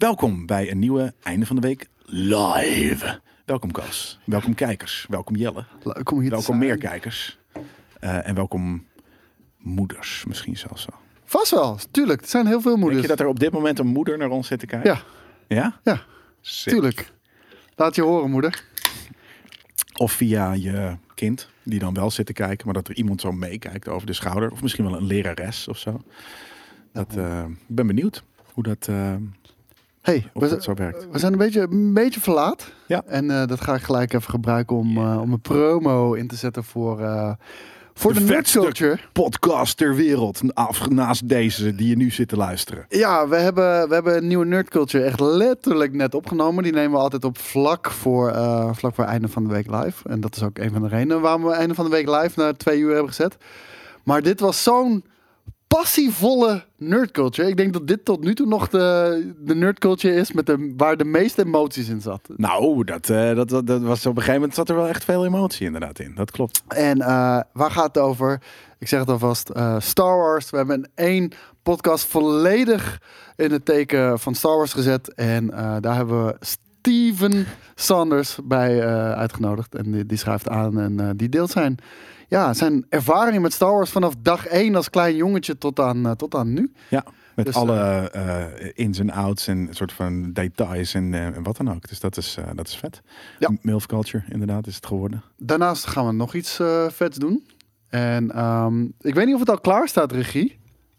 Welkom bij een nieuwe Einde van de Week live. Welkom Kas, welkom kijkers, welkom Jelle, welkom meer kijkers en welkom moeders misschien zelfs wel. Vast wel, tuurlijk. Er zijn heel veel moeders. Denk je dat er op dit moment een moeder naar ons zit te kijken? Ja. Ja? Ja, Sick. tuurlijk. Laat je horen, moeder. Of via je kind, die dan wel zit te kijken, maar dat er iemand zo meekijkt over de schouder. Of misschien wel een lerares of zo. Ik ben benieuwd hoe dat, Hey, dat zo werkt. we zijn een beetje verlaat. Ja. En dat ga ik gelijk even gebruiken om een promo in te zetten voor de Nerd vetste Culture. podcast ter wereld, naast deze die je nu zit te luisteren. Ja, we hebben een nieuwe Nerd Culture echt letterlijk net opgenomen. Die nemen we altijd op vlak voor Einde van de Week live. En dat is ook een van de redenen waarom we Einde van de Week live naar 2 uur hebben gezet. Maar dit was zo'n passievolle Nerd Culture. Ik denk dat dit tot nu toe nog de Nerd Culture is waar de meeste emoties in zat. Nou, dat was op een gegeven moment zat er wel echt veel emotie inderdaad in. Dat klopt. En waar gaat het over? Ik zeg het alvast. Star Wars. We hebben één podcast volledig in het teken van Star Wars gezet. En daar hebben we Steven Sanders bij uitgenodigd. En die schrijft aan en die deelt zijn zijn ervaring met Star Wars vanaf dag 1 als klein jongetje tot aan nu. Ja, met Dus, alle ins en outs en soort van details en wat dan ook. Dus dat is vet. Ja. MILF Culture, inderdaad, is het geworden. Daarnaast gaan we nog iets vets doen. En ik weet niet of het al klaar staat, regie.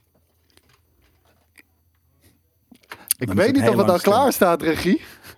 Ik Dan is weet het niet heel of het al lang stil. klaar staat, regie.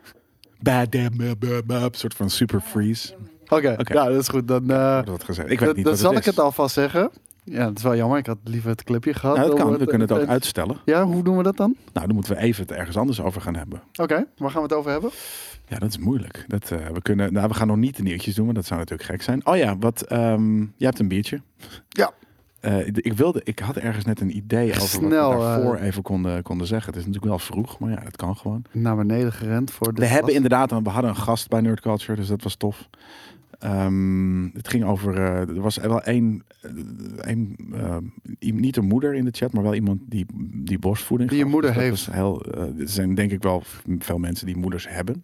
Een soort van super freeze. Oké, ja, dat is goed. Dan, Wordt wat gezegd. Ik weet niet dan wat zal het ik is. het alvast zeggen. Ja, dat is wel jammer. Ik had liever het clipje gehad. Nou, dat kan. Om We kunnen het ook en- uitstellen. Ja, hoe doen we dat dan? Nou, dan moeten we even het ergens anders over gaan hebben. Oké, waar gaan we het over hebben? Ja, dat is moeilijk. We gaan nog niet de nieuwtjes doen, want dat zou natuurlijk gek zijn. Oh ja, jij hebt een biertje. Ja. Ik had ergens net een idee over Snel, wat we daarvoor even konden zeggen. Het is natuurlijk wel vroeg, maar ja, dat kan gewoon. Naar beneden gerend voor de. We hadden een gast bij Nerd Culture, dus dat was tof. Het ging over, er was wel niet een moeder in de chat, maar wel iemand die borstvoeding Die een gaf. moeder Dus dat heeft. was er zijn denk ik wel veel mensen die moeders hebben.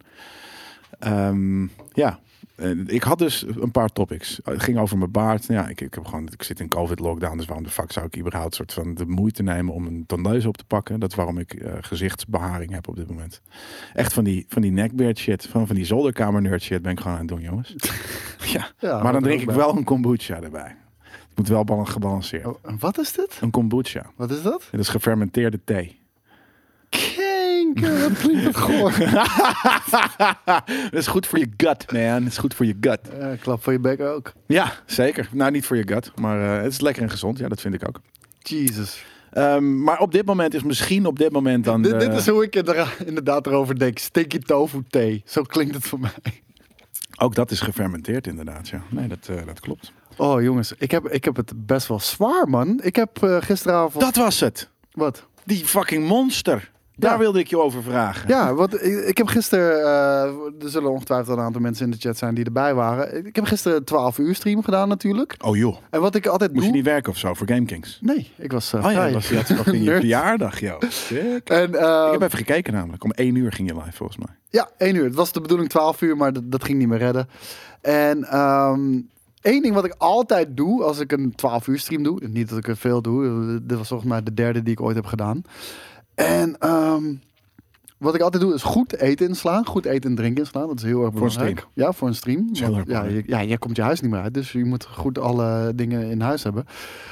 Ik had dus een paar topics. Het ging over mijn baard. Ja, ik zit in COVID-lockdown, dus waarom de fuck zou ik überhaupt soort van de moeite nemen om een tondeuze op te pakken? Dat is waarom ik gezichtsbeharing heb op dit moment. Echt van die neckbeard shit, van die zolderkamer nerd shit ben ik gewoon aan het doen, jongens. Ja, Maar dan dat drink ook ik bij. wel een kombucha erbij. Het moet wel gebalanceerd. Oh, en wat is dit? Een kombucha. Wat is dat? Het is gefermenteerde thee. Kinker, wat klinkt het goor. Dat is goed voor je gut, man. Het is goed voor je gut. Klap voor je bek ook. Ja, zeker. Nou, niet voor je gut, maar het is lekker en gezond. Ja, dat vind ik ook. Jesus. Maar op dit moment is misschien dan... Dit is hoe ik inderdaad erover denk. Sticky tofu thee. Zo klinkt het voor mij. Ook dat is gefermenteerd inderdaad, ja. Nee, dat klopt. Oh jongens, ik heb het best wel zwaar, man. Ik heb gisteravond... Dat was het. Wat? Die fucking monster. Daar Ja. wilde ik je over vragen. Ja, want ik heb gisteren... er zullen ongetwijfeld een aantal mensen in de chat zijn die erbij waren. Ik heb gisteren een 12 uur stream gedaan natuurlijk. Oh joh. En wat ik altijd Moest doe... je niet werken of zo voor GameKings? Nee, ik was Oh ja, vrij. je had fucking je Nerd. verjaardag, joh. Sick. En, Ik heb even gekeken namelijk. Om 1 uur ging je live volgens mij. Ja, 1 uur. Het was de bedoeling 12 uur, maar dat ging niet meer redden. En één ding wat ik altijd doe als ik een 12 uur stream doe. Niet dat ik er veel doe. Dit was volgens mij de derde die ik ooit heb gedaan. En wat ik altijd doe is goed eten inslaan. Goed eten en drinken inslaan. Dat is heel erg belangrijk. stream. Ja, voor een stream. is heel Want, erg belangrijk. je komt je huis niet meer uit. Dus je moet goed alle dingen in huis hebben.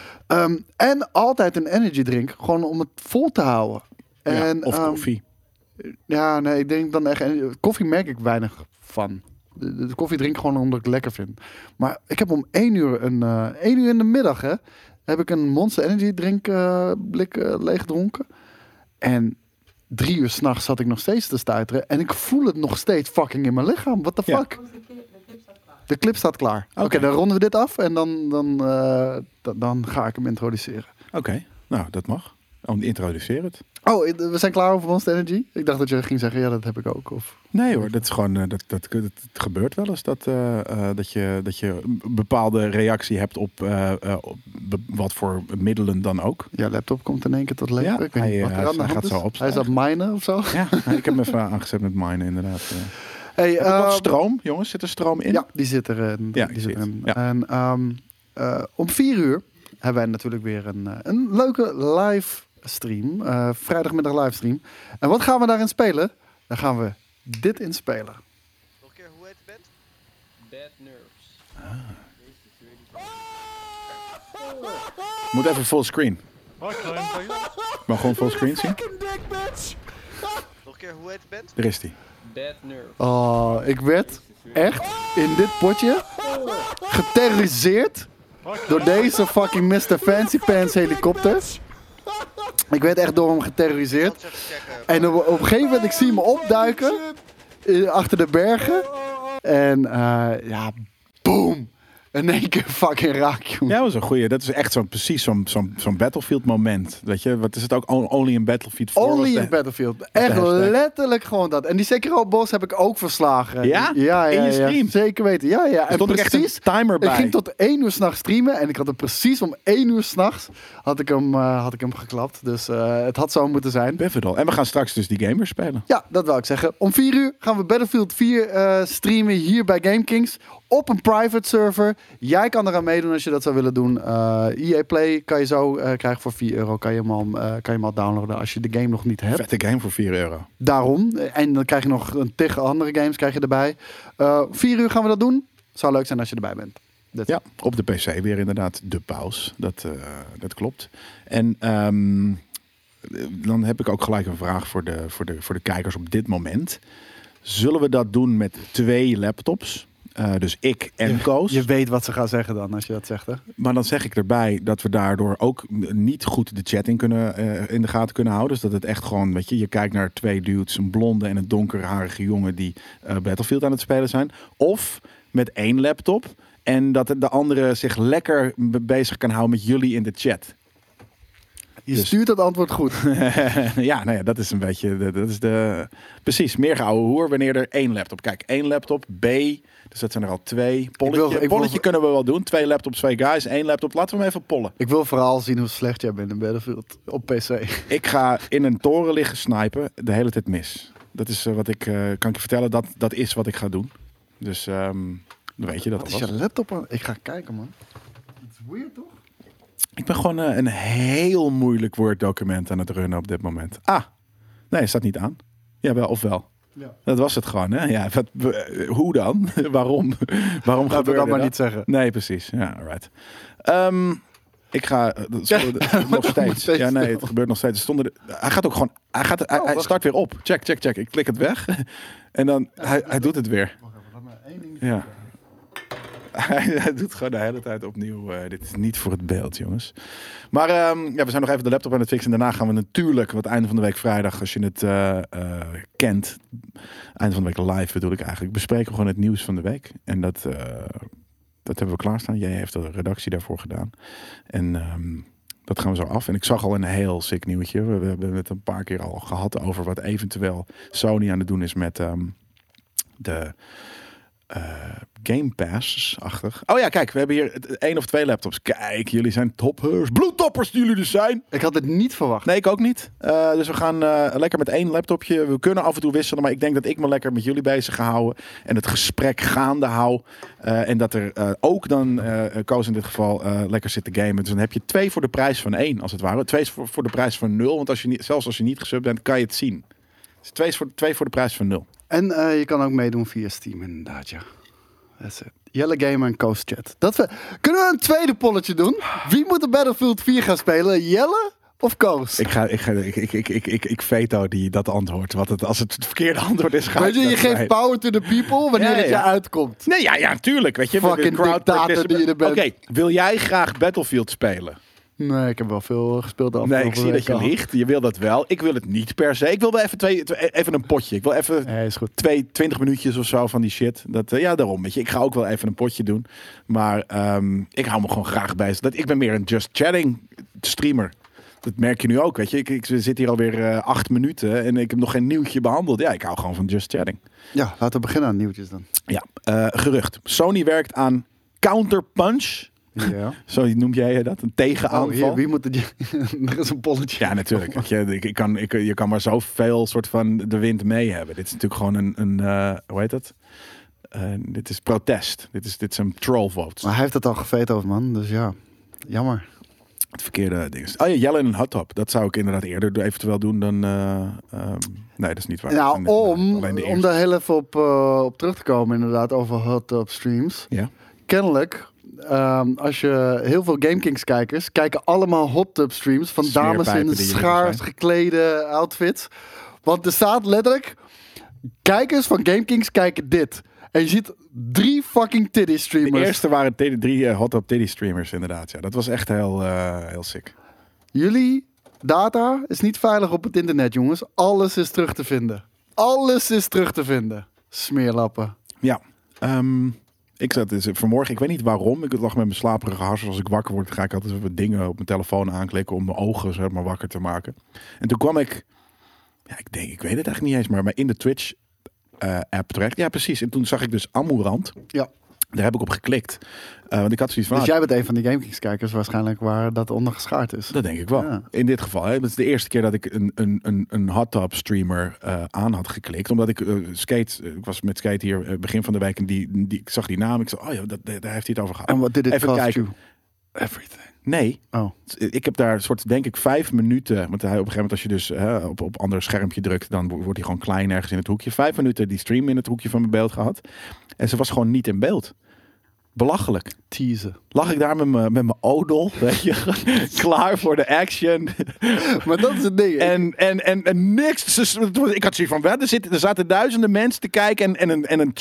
En altijd een energy drink. Gewoon om het vol te houden. En, Of koffie. ja, nee, ik denk dan echt... Koffie merk ik weinig van. De koffie drink ik gewoon omdat ik het lekker vind. Maar ik heb om 1 uur, 1 uur in de middag, heb ik een Monster Energy drink blik leeg gedronken. En 3 uur 's nachts zat ik nog steeds te stuiteren. En ik voel het nog steeds fucking in mijn lichaam. What the Ja. fuck? De clip staat klaar. Oké, Oké. dan ronden we dit af en dan ga ik hem introduceren. Oké. Nou, dat mag. Introduceer het. Oh, we zijn klaar over Monster Energy? Ik dacht dat je ging zeggen, ja, dat heb ik ook. Of... Nee hoor, dat is gewoon, dat gebeurt wel eens dat je een bepaalde reactie hebt op wat voor middelen dan ook. Ja, laptop komt in één keer tot leven. Ja, Ik weet niet wat er aan de hand gaat is. zo opstaan. Hij is aan het minen of zo. Ja, ik heb hem even aangezet met minen inderdaad. Hey, Heb ik wat stroom, jongens? Zit er stroom in? Ja, die zit erin. Ja, die zit erin. ja. En om 4 uur hebben wij natuurlijk weer een leuke live stream. Vrijdagmiddag livestream. En wat gaan we daarin spelen? Dan gaan we dit inspelen. Nog een keer, hoe heet het band? Bad Nerves. Moet even fullscreen. Maar gewoon fullscreen zien? Nog een keer, hoe heet het band? Daar is die. Bad Nerves. Oh, ik werd echt in dit potje geterroriseerd door deze fucking Mr. Fancy Pants helikopter. Ik werd echt door hem geterroriseerd. Laten we even checken. En op een gegeven moment, ik zie hem opduiken achter de bergen. En ja, boom. In één keer fucking raak, jongen. Ja, dat is een goeie. Dat is echt precies zo'n Battlefield moment. Weet je, wat is het ook? Only in Battlefield 4. Only in Battlefield. Echt hashtag. letterlijk gewoon dat. En die Sekiro boss heb ik ook verslagen. Ja? Ja, In je stream? Zeker weten. Ja. Er En stond ook echt een precies, timer bij. ik ging tot 1 uur 's nachts streamen. En ik had hem precies om 1 uur 's nachts had ik hem geklapt. Dus het had zo moeten zijn. Pivotal. En we gaan straks dus die gamers spelen. Ja, dat wou ik zeggen. Om 4 uur gaan we Battlefield 4 streamen hier bij GameKings. Op een private server. Jij kan eraan meedoen als je dat zou willen doen. EA Play kan je zo krijgen voor €4. Kan je hem al downloaden als je de game nog niet hebt. Vette game voor €4. Daarom. En dan krijg je nog een tig andere games krijg je erbij. 4 uur gaan we dat doen. Zou leuk zijn als je erbij bent. Ja, op de PC weer inderdaad de paus. Dat klopt. En dan heb ik ook gelijk een vraag voor de kijkers op dit moment. Zullen we dat doen met 2 laptops? Dus ik en Koos. Je weet wat ze gaan zeggen dan als je dat zegt, hè? Maar dan zeg ik erbij dat we daardoor ook niet goed de chat in de gaten kunnen houden. Dus dat het echt gewoon, weet je kijkt naar 2 dudes, een blonde en een donkerharige jongen die Battlefield aan het spelen zijn. Of met 1 laptop en dat de andere zich lekker bezig kan houden met jullie in de chat. Je stuurt dat antwoord goed. Ja, nou ja, dat is een beetje, dat is precies, meer gehouden hoer wanneer er 1 laptop. Kijk, 1 laptop, B, dus dat zijn er al 2. Polletje kunnen we wel doen. 2 laptops, 2 guys, 1 laptop. Laten we hem even pollen. Ik wil vooral zien hoe slecht jij bent in Battlefield op PC. Ik ga in een toren liggen snipen, de hele tijd mis. Dat is wat ik, kan ik je vertellen, dat is wat ik ga doen. Dus dan weet je dat Wat alvast. is je laptop aan? Ik ga kijken, man. Het is weird, toch? Ik ben gewoon een heel moeilijk Word-document aan het runnen op dit moment. Ah, nee, staat niet aan. Jawel, of wel. Ja. Dat was het gewoon, hè? Ja, hoe dan? Waarom? Waarom Laten we dat maar niet zeggen. Nee, precies. Ja, alright. Ik ga nog steeds. Ja, nee, het gebeurt nog steeds. Hij gaat ook gewoon. Hij start weer op. Check. Ik klik het weg. En dan hij doet het weer. Wacht even, laat maar één ding. Ja. Hij doet gewoon de hele tijd opnieuw. Dit is niet voor het beeld, jongens. Maar we zijn nog even de laptop aan het fixen. En daarna gaan we natuurlijk, wat einde van de week vrijdag, als je het kent, einde van de week live bedoel ik eigenlijk, bespreken we gewoon het nieuws van de week. En dat hebben we klaarstaan. Jij heeft de redactie daarvoor gedaan. En dat gaan we zo af. En ik zag al een heel sick nieuwtje. We hebben het een paar keer al gehad over wat eventueel Sony aan het doen is met de Game Pass-achtig. Oh ja, kijk, we hebben hier 1 of 2 laptops. Kijk, jullie zijn toppers. Bloedtoppers die jullie dus zijn. Ik had het niet verwacht. Nee, ik ook niet. Dus we gaan lekker met 1 laptopje. We kunnen af en toe wisselen, maar ik denk dat ik me lekker met jullie bezig ga houden. En het gesprek gaande hou. En dat er ook dan, Koos in dit geval, lekker zit te gamen. Dus dan heb je 2 voor de prijs van 1, als het ware. 2 voor de prijs van 0. Want zelfs als je niet gesubt bent, kan je het zien. Dus 2 voor de prijs van 0. En je kan ook meedoen via Steam, inderdaad, ja. That's it. Jelle Gamer en Coast Chat. Kunnen we een tweede polletje doen? Wie moet de Battlefield 4 gaan spelen? Jelle of Koos? Ik veto dat antwoord. Als het verkeerde antwoord is, ga Weet je, ik je dat geeft zijn. power to the people wanneer het je uitkomt. Nee, ja, tuurlijk. Weet je, Fucking dictator die je er bent. Oké, wil jij graag Battlefield spelen? Nee, ik heb wel veel gespeeld. Nee, ik zie dat je liegt. Je wil dat wel. Ik wil het niet per se. Ik wil wel even een potje. Ik wil even Nee, is goed. 20 minuutjes of zo van die shit. Ja, daarom. Weet je. Ik ga ook wel even een potje doen. Maar ik hou me gewoon graag bezig. Ik ben meer een just chatting streamer. Dat merk je nu ook, weet je. Ik zit hier alweer 8 minuten en ik heb nog geen nieuwtje behandeld. Ja, ik hou gewoon van Just Chatting. Ja, laten we beginnen aan nieuwtjes dan. Ja, gerucht. Sony werkt aan Counterpunch. Ja. Zo noem jij dat? Een tegenaanval? Hier, wie moet het... Er is een polletje. Ja, natuurlijk. Je kan maar zoveel soort van de wind mee hebben. Dit is natuurlijk gewoon een hoe heet dat? Dit is protest. Dit is een troll vote. Maar hij heeft het al gevetoed, man. Dus ja, jammer. Het verkeerde ding. Oh ja, Jelle in een hot tub. Dat zou ik inderdaad eerder eventueel doen dan... nee, dat is niet waar. Nou, om eerste. daar heel even op terug te komen, inderdaad, over hot tub streams. Ja. Kennelijk, als je heel veel GameKings kijkers kijken allemaal hot tub streams van dames Smeerpijpen in die er schaars zijn. geklede outfits. Want er staat letterlijk, kijkers van GameKings kijken dit. En je ziet 3 fucking titty De streamers. eerste waren 3 hot tub titty streamers inderdaad. Ja, dat was echt heel sick. Jullie data is niet veilig op het internet, jongens. Alles is terug te vinden. Alles is terug te vinden. Smeerlappen. Ja. Ik zat dus vanmorgen, ik weet niet waarom. Ik lag met mijn slaperige hars. Als ik wakker word, ga ik altijd even dingen op mijn telefoon aanklikken om mijn ogen zeg maar wakker te maken. En toen kwam ik, ja, ik weet het eigenlijk niet eens, maar in de Twitch app terecht. Ja, precies. En toen zag ik dus Amurant. Ja. Daar heb ik op geklikt. Want ik had zoiets van... Dus jij bent een van die GameKings-kijkers waarschijnlijk waar dat onder geschaard is. Dat denk ik wel. Ja. In dit geval. Hè, dat is de eerste keer dat ik een hot tub streamer aan had geklikt. Omdat ik Skate... Ik was met Skate hier begin van de week. En ik zag die naam. Ik zei, oh ja, daar heeft hij het over gehad. En wat did it Even cost kijken. you? Everything. Nee. Oh. Ik heb daar soort, denk ik, 5 minuten. Want hij op een gegeven moment, als je dus op ander schermpje drukt, dan wordt hij gewoon klein ergens in het hoekje. 5 minuten die stream in het hoekje van mijn beeld gehad. En ze was gewoon niet in beeld. Belachelijk. Teasen. Lag ik daar met mijn odol, weet je, klaar voor de action. Maar dat is het ding. En niks. Ik had zoiets van, er zaten duizenden mensen te kijken en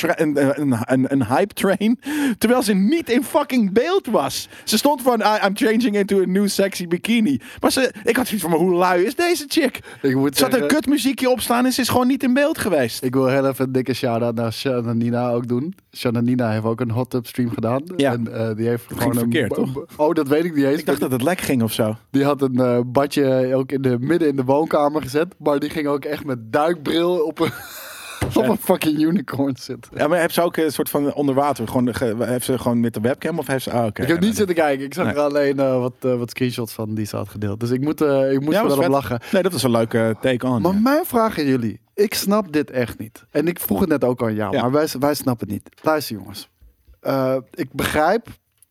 een hype train. Terwijl ze niet in fucking beeld was. Ze stond van, I'm changing into a new sexy bikini. Maar ik had zoiets van, maar hoe lui is deze chick? Ik moet Er zat een zeggen, kutmuziekje op staan en ze is gewoon niet in beeld geweest. ik wil heel even een dikke shout-out naar Shanna Nina ook doen. Shanna Nina heeft ook een hot tub stream gedaan. Ja. En die heeft gewoon ging een... verkeerd, toch? Oh, dat weet ik niet eens. Ik dacht dat het lek ging of zo. Die had een badje ook midden in de woonkamer gezet. Maar die ging ook echt met duikbril op een fucking unicorn zitten. Ja, maar heeft ze ook een soort van onder water? Heeft ze gewoon met de webcam of heeft ze... Oh, oké. Ik heb niet zitten kijken. Ik zag Nee. er alleen wat screenshots van die ze had gedeeld. Dus ik moest er was wel op vet. lachen. Nee, dat was een leuke take-on. Maar ja. mijn vraag aan jullie. Ik snap dit echt niet. En ik vroeg het net ook aan jou. Ja. Maar wij snappen het niet. Luister jongens. Ik begrijp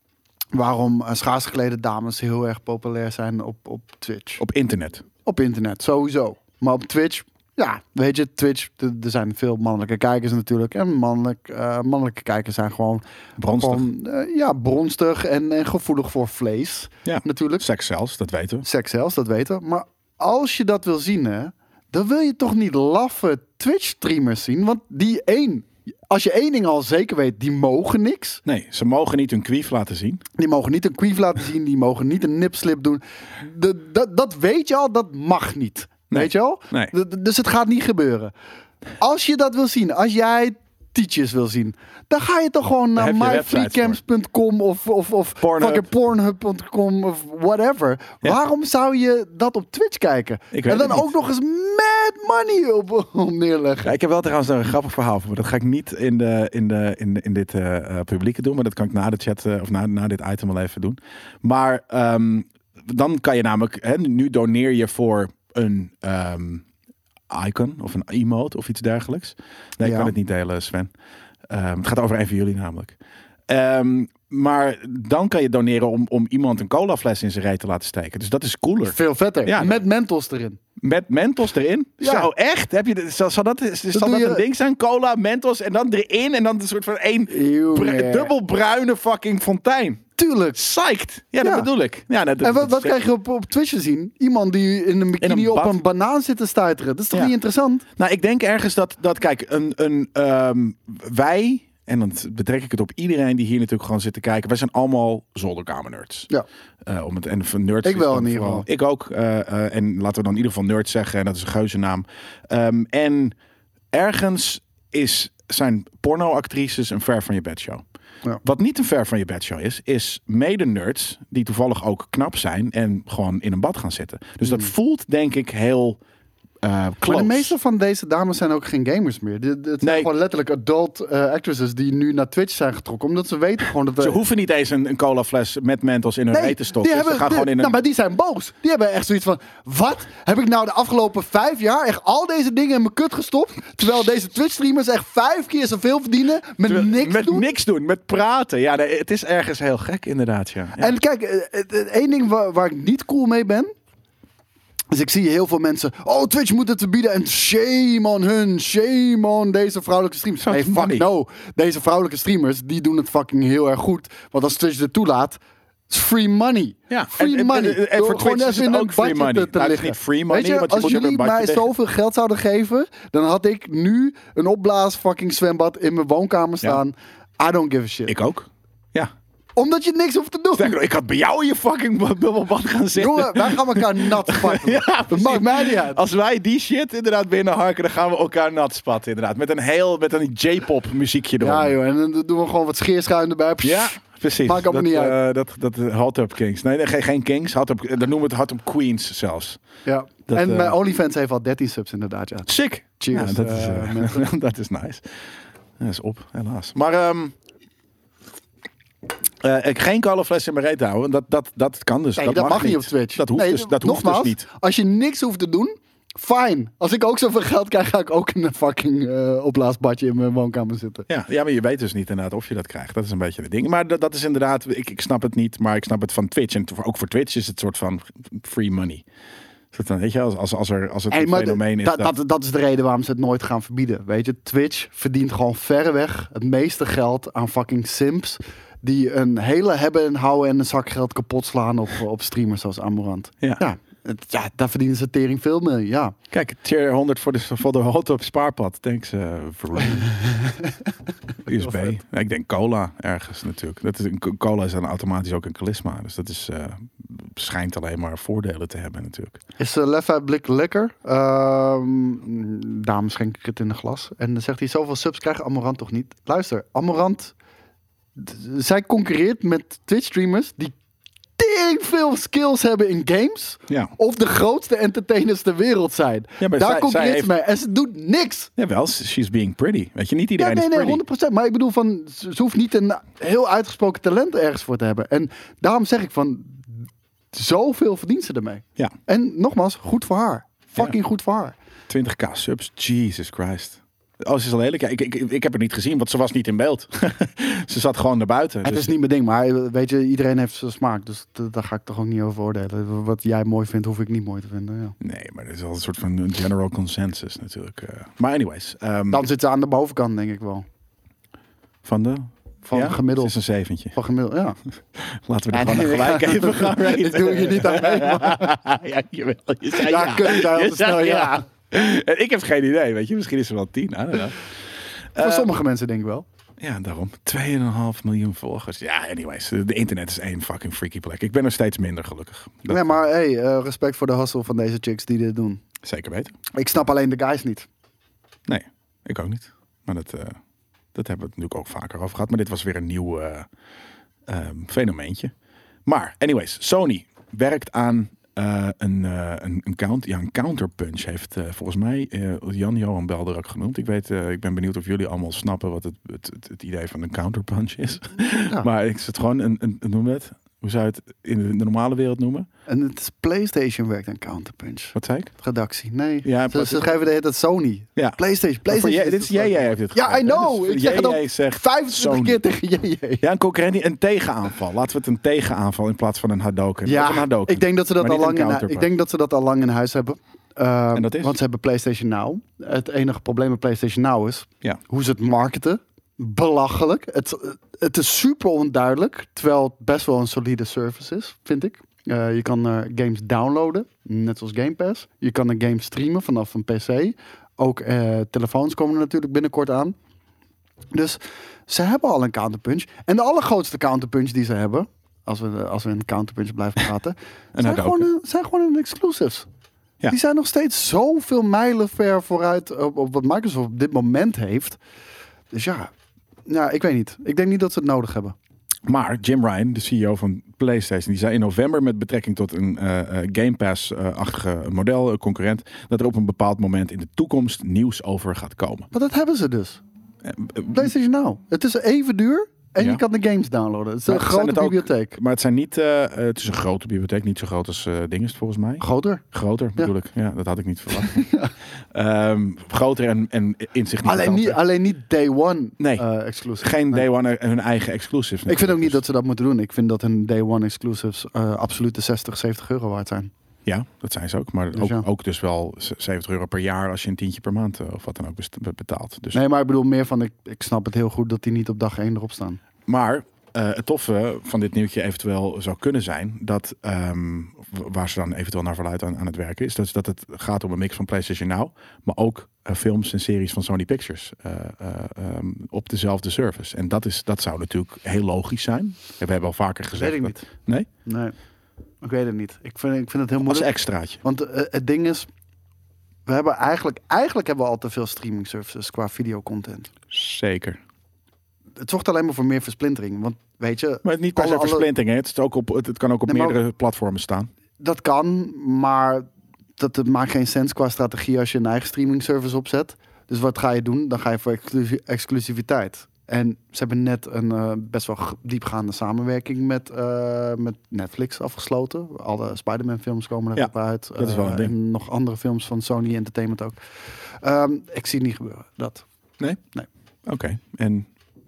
waarom schaars geklede dames heel erg populair zijn op Twitch. Op internet. Op internet, sowieso. Maar op Twitch, ja, weet je, Twitch, er zijn veel mannelijke kijkers natuurlijk. En mannelijke kijkers zijn gewoon... Bronstig. Bronstig en gevoelig voor vlees. Ja. Natuurlijk. Seks zelfs, dat weten we. Seks zelfs, dat weten we. Maar als je dat wil zien, hè, dan wil je toch niet laffe Twitch-streamers zien? Want als je één ding al zeker weet, die mogen niks. Nee, ze mogen niet hun queef laten zien. Die mogen niet een queef laten zien. Die mogen niet een nipslip doen. Dat weet je al, dat mag niet. Nee. Weet je al? Nee. Dus het gaat niet gebeuren. Als je dat wil zien, als jij teachers wil zien, dan ga je toch gewoon naar heb je myfreecamps.com of Pornhub. fucking pornhub.com of whatever. Ja. Waarom zou je dat op Twitch kijken? Ik weet En dan het niet. ook nog eens mad money op neerleggen. Ja, ik heb wel trouwens een grappig verhaal voor. Dat ga ik niet in dit publieke doen. Maar dat kan ik na de chat of na dit item wel even doen. Maar dan kan je namelijk... nu doneer je voor een icon of een emote of iets dergelijks. Nee, ik Ja. kan het niet delen, Sven. Het gaat over een van jullie namelijk. Maar dan kan je doneren om iemand een colafles in zijn reet te laten steken. Dus dat is cooler. Veel vetter. Ja. Met Mentos erin. Met Mentos erin? Ja. Zo, echt? Zal dat doe je- een ding zijn? Cola, Mentos en dan erin en dan een soort van Jongen. dubbelbruine fucking fontein. Tuurlijk. Psyched. Ja, dat Ja. bedoel ik. Ja, En wat krijg je op Twitch te zien? Iemand die in een bikini een op bad. een banaan zit te stuiteren. Dat is toch Ja. niet interessant? Nou, ik denk ergens dat kijk, wij, en dan betrek ik het op iedereen die hier natuurlijk gewoon zit te kijken. Wij zijn allemaal zolderkamer-nerds. Ja. En van nerds. Ik wel is dan in ieder vooral- geval. Ik ook. En laten we dan in ieder geval nerds zeggen. En dat is een geuzennaam. En ergens zijn pornoactrices een ver van je bedshow. Ja. Wat niet een ver van je bedshow is mede-nerds die toevallig ook knap zijn en gewoon in een bad gaan zitten. Dus dat voelt denk ik heel close. Maar de meeste van deze dames zijn ook geen gamers meer. Het zijn Nee. gewoon letterlijk adult actresses die nu naar Twitch zijn getrokken. Omdat ze weten gewoon dat... Ze hoeven niet eens een cola fles met Mentos in hun reet te stoppen. die Ze gaan gewoon in nou, een... maar die zijn boos. Die hebben echt zoiets van... Wat? Heb ik nou de afgelopen 5 jaar echt al deze dingen in mijn kut gestopt? Terwijl deze Twitch-streamers echt 5 keer zoveel verdienen met niks doen? Met praten. Ja, nee, het is ergens heel gek inderdaad. Ja. Ja. En kijk, één ding waar ik niet cool mee ben... Dus ik zie heel veel mensen... Oh, Twitch moet het verbieden. En shame on hun. Shame on deze vrouwelijke streamers. Sounds Hey, fuck funny. no. Deze vrouwelijke streamers, die doen het fucking heel erg goed. Want als Twitch het toelaat... is free money. Ja, Free money. En Door voor gewoon Twitch is even het in ook een free badje money. te Nou, het is liggen. niet free money, Weet je, want je als moet er een jullie badje mij tegen. zoveel geld zouden geven... dan had ik nu een opblaas fucking zwembad in mijn woonkamer staan. I don't give a shit. Ik ook. Ja. Omdat je niks hoeft te doen. Sterker nog, ik had bij jou in je fucking bubbelbad gaan zitten. Jongen, wij gaan elkaar nat spatten. Ja, dat precies. maakt mij niet uit. Als wij die shit inderdaad binnenharken, dan gaan we elkaar nat spatten inderdaad. Met een J-pop muziekje erop. Ja joh, en dan doen we gewoon wat scheerschuim erbij. Ja, precies. Maakt allemaal niet uit. Dat Hot Tub Kings. Nee, geen Kings. Dan noemen we het Hot Tub Queens zelfs. Ja. Dat, En mijn OnlyFans heeft al 13 subs inderdaad, ja. Sick. Cheers, Ja, dat, is, dat is nice. Dat is op, helaas. Maar ik geen koude fles in mijn reet houden. Dat kan dus. Nee, dat mag niet op Twitch. Dat hoeft, Nee, dat hoeft nogmaals, dus niet. Als je niks hoeft te doen, fijn. Als ik ook zoveel geld krijg, ga ik ook in een fucking opblaasbadje in mijn woonkamer zitten. Ja, maar je weet dus niet inderdaad of je dat krijgt. Dat is een beetje het ding. Maar dat is inderdaad, ik snap het niet, maar ik snap het van Twitch. En ook voor Twitch is het een soort van free money. Weet je, als het Hey, een maar fenomeen is. dat is de reden waarom ze het nooit gaan verbieden. Weet je, Twitch verdient gewoon verreweg het meeste geld aan fucking simps. Die een hele hebben en houden en een zak geld kapot slaan op streamers zoals Amorant. Ja. Ja, daar verdienen ze tering veel mee. Ja. Kijk, tier 100 voor de Hot Tub spaarpad. Thanks voor USB. Ja, ik denk cola ergens natuurlijk. Cola is dan automatisch ook een charisma. Dus dat is, schijnt alleen maar voordelen te hebben natuurlijk. Is Left Eye Blik lekker? Daarom schenk ik het in een glas. En dan zegt hij, zoveel subs krijgt Amorant toch niet? Luister, Amorant... Zij concurreert met Twitch-streamers die tering veel skills hebben in games. Ja. Of de grootste entertainers ter wereld zijn. Ja, maar Daar zij concurreert heeft- ze mee. En ze doet niks. Jawel, she's being pretty. Weet je, niet Ja, iedereen is nee, pretty. 100%. Maar ik bedoel, ze hoeft niet een heel uitgesproken talent ergens voor te hebben. En daarom zeg ik van, zoveel verdient ze ermee. Ja, En nogmaals, goed voor haar. Fucking goed voor haar. 20k subs. Jesus Christ. Oh, ze is al lelijk. Ja, ik heb het niet gezien, want ze was niet in beeld. Ze zat gewoon naar buiten. Het Dus- is niet mijn ding, maar weet je, iedereen heeft zijn smaak. Dus daar ga ik toch ook niet over oordelen. Wat jij mooi vindt, hoef ik niet mooi te vinden. Ja. Nee, maar dat is wel een soort van een general consensus natuurlijk. Maar anyways. Dan zit ze aan de bovenkant, denk ik wel. Van de... Van gemiddeld. Het is een zeventje. Van gemiddeld, ja. Laten we er Ja, gewoon nee, gelijk ja. even gaan raten. Ik doe je niet aan mee, Ja, jawel. Je zei Ja, ja. kun je daar heel Je te snel, zei ja. En ik heb geen idee, weet je. Misschien is er wel 10. I don't know. Voor sommige mensen denk ik wel. Ja, daarom. 2,5 miljoen volgers. Ja, anyways. De internet is één fucking freaky plek. Ik ben er steeds minder gelukkig. Dat Nee, maar hey, respect voor de hustle van deze chicks die dit doen. zeker weten. Ik snap alleen de guys niet. Nee, ik ook niet. Maar dat hebben we het natuurlijk ook vaker over gehad. Maar dit was weer een nieuw fenomeentje. Maar, anyways. Sony werkt aan een counterpunch. Heeft volgens mij Jan-Johan Belder ook genoemd. Ik ben benieuwd of jullie allemaal snappen wat het idee van een counterpunch is. Ja. Maar ik zit gewoon noem het. Hoe zou je het in de normale wereld noemen? En het is PlayStation werkt aan Counterpunch. Wat zei ik? Redactie. Nee, Ja, ze geven de hele tijd Sony. Ja. PlayStation. Maar voor PlayStation. dit is JJ heeft dit Ja, gezegd, I hè? know. Dus Ik zeg het JJ ook zegt 25 Sony. keer tegen JJ. Ja, een concurrentie, een tegenaanval. Laten we het een tegenaanval in plaats van een Hadoken. Dat is een Ja, Hadoken. ik denk dat ze dat Maar al niet lang een in, counterpunch. ik denk dat ze dat al lang in huis hebben. En dat is? Want ze hebben PlayStation Now. Het enige probleem met PlayStation Now is Ja. hoe ze het marketen. Belachelijk. Het is super onduidelijk. Terwijl het best wel een solide service is, vind ik. Je kan games downloaden, net zoals Game Pass. Je kan een game streamen vanaf een PC. Ook telefoons komen er natuurlijk binnenkort aan. Dus ze hebben al een counterpunch. En de allergrootste counterpunch die ze hebben, als we in counterpunch blijven praten, zijn gewoon een exclusives. Ja. Die zijn nog steeds zoveel mijlen ver vooruit op wat Microsoft op dit moment heeft. Dus ja, Ja, ik weet niet. Ik denk niet dat ze het nodig hebben. Maar Jim Ryan, de CEO van PlayStation, die zei in november met betrekking tot een Game Pass-achtige model, concurrent, dat er op een bepaald moment in de toekomst nieuws over gaat komen. Maar dat hebben ze dus. PlayStation Now. Het is even duur en Ja. je kan de games downloaden. Het is een Maar zijn grote het ook- bibliotheek. Maar het zijn niet, het is een grote bibliotheek, niet zo groot als Dinges volgens mij. Groter. Groter bedoel ik. Ja, dat had ik niet verwacht. Groter en insignificanter. Alleen niet day one Nee. exclusive. Geen Nee. Day One hun eigen exclusives. Ik vind ook niet Dus- dat ze dat moeten doen. Ik vind dat hun day one exclusives absoluut de 60, 70 euro waard zijn. Ja, dat zijn ze ook. Maar Dus ook, ja. ook dus wel 70 euro per jaar als je een tientje per maand of wat dan ook betaalt. Dus, Nee, maar ik bedoel meer van, ik snap het heel goed dat die niet op dag 1 erop staan. Maar het toffe van dit nieuwtje eventueel zou kunnen zijn dat waar ze dan eventueel naar verluidt aan het werken is dat het gaat om een mix van PlayStation Now, maar ook films en series van Sony Pictures op dezelfde service. En dat zou natuurlijk heel logisch zijn. We hebben al vaker gezegd. Weet ik dat- niet. Nee? Nee, ik weet het niet. Ik vind het heel Als moeilijk. extraatje. Want het ding is, we hebben eigenlijk hebben we al te veel streaming services qua videocontent. Zeker. Het zorgt alleen maar voor meer versplintering. Want weet je, Maar het niet per se alle- versplintering. Hè? Het kan ook op Nee, maar- meerdere platformen staan. dat kan, maar het maakt geen sens qua strategie als je een eigen streaming service opzet. Dus wat ga je doen? Dan ga je voor exclusiviteit. En ze hebben net een best wel diepgaande samenwerking met Netflix afgesloten. Alle Spider-Man films komen Ja, erop uit. dat is wel een ding. En nog andere films van Sony Entertainment ook. Ik zie het niet gebeuren, dat. Oké. En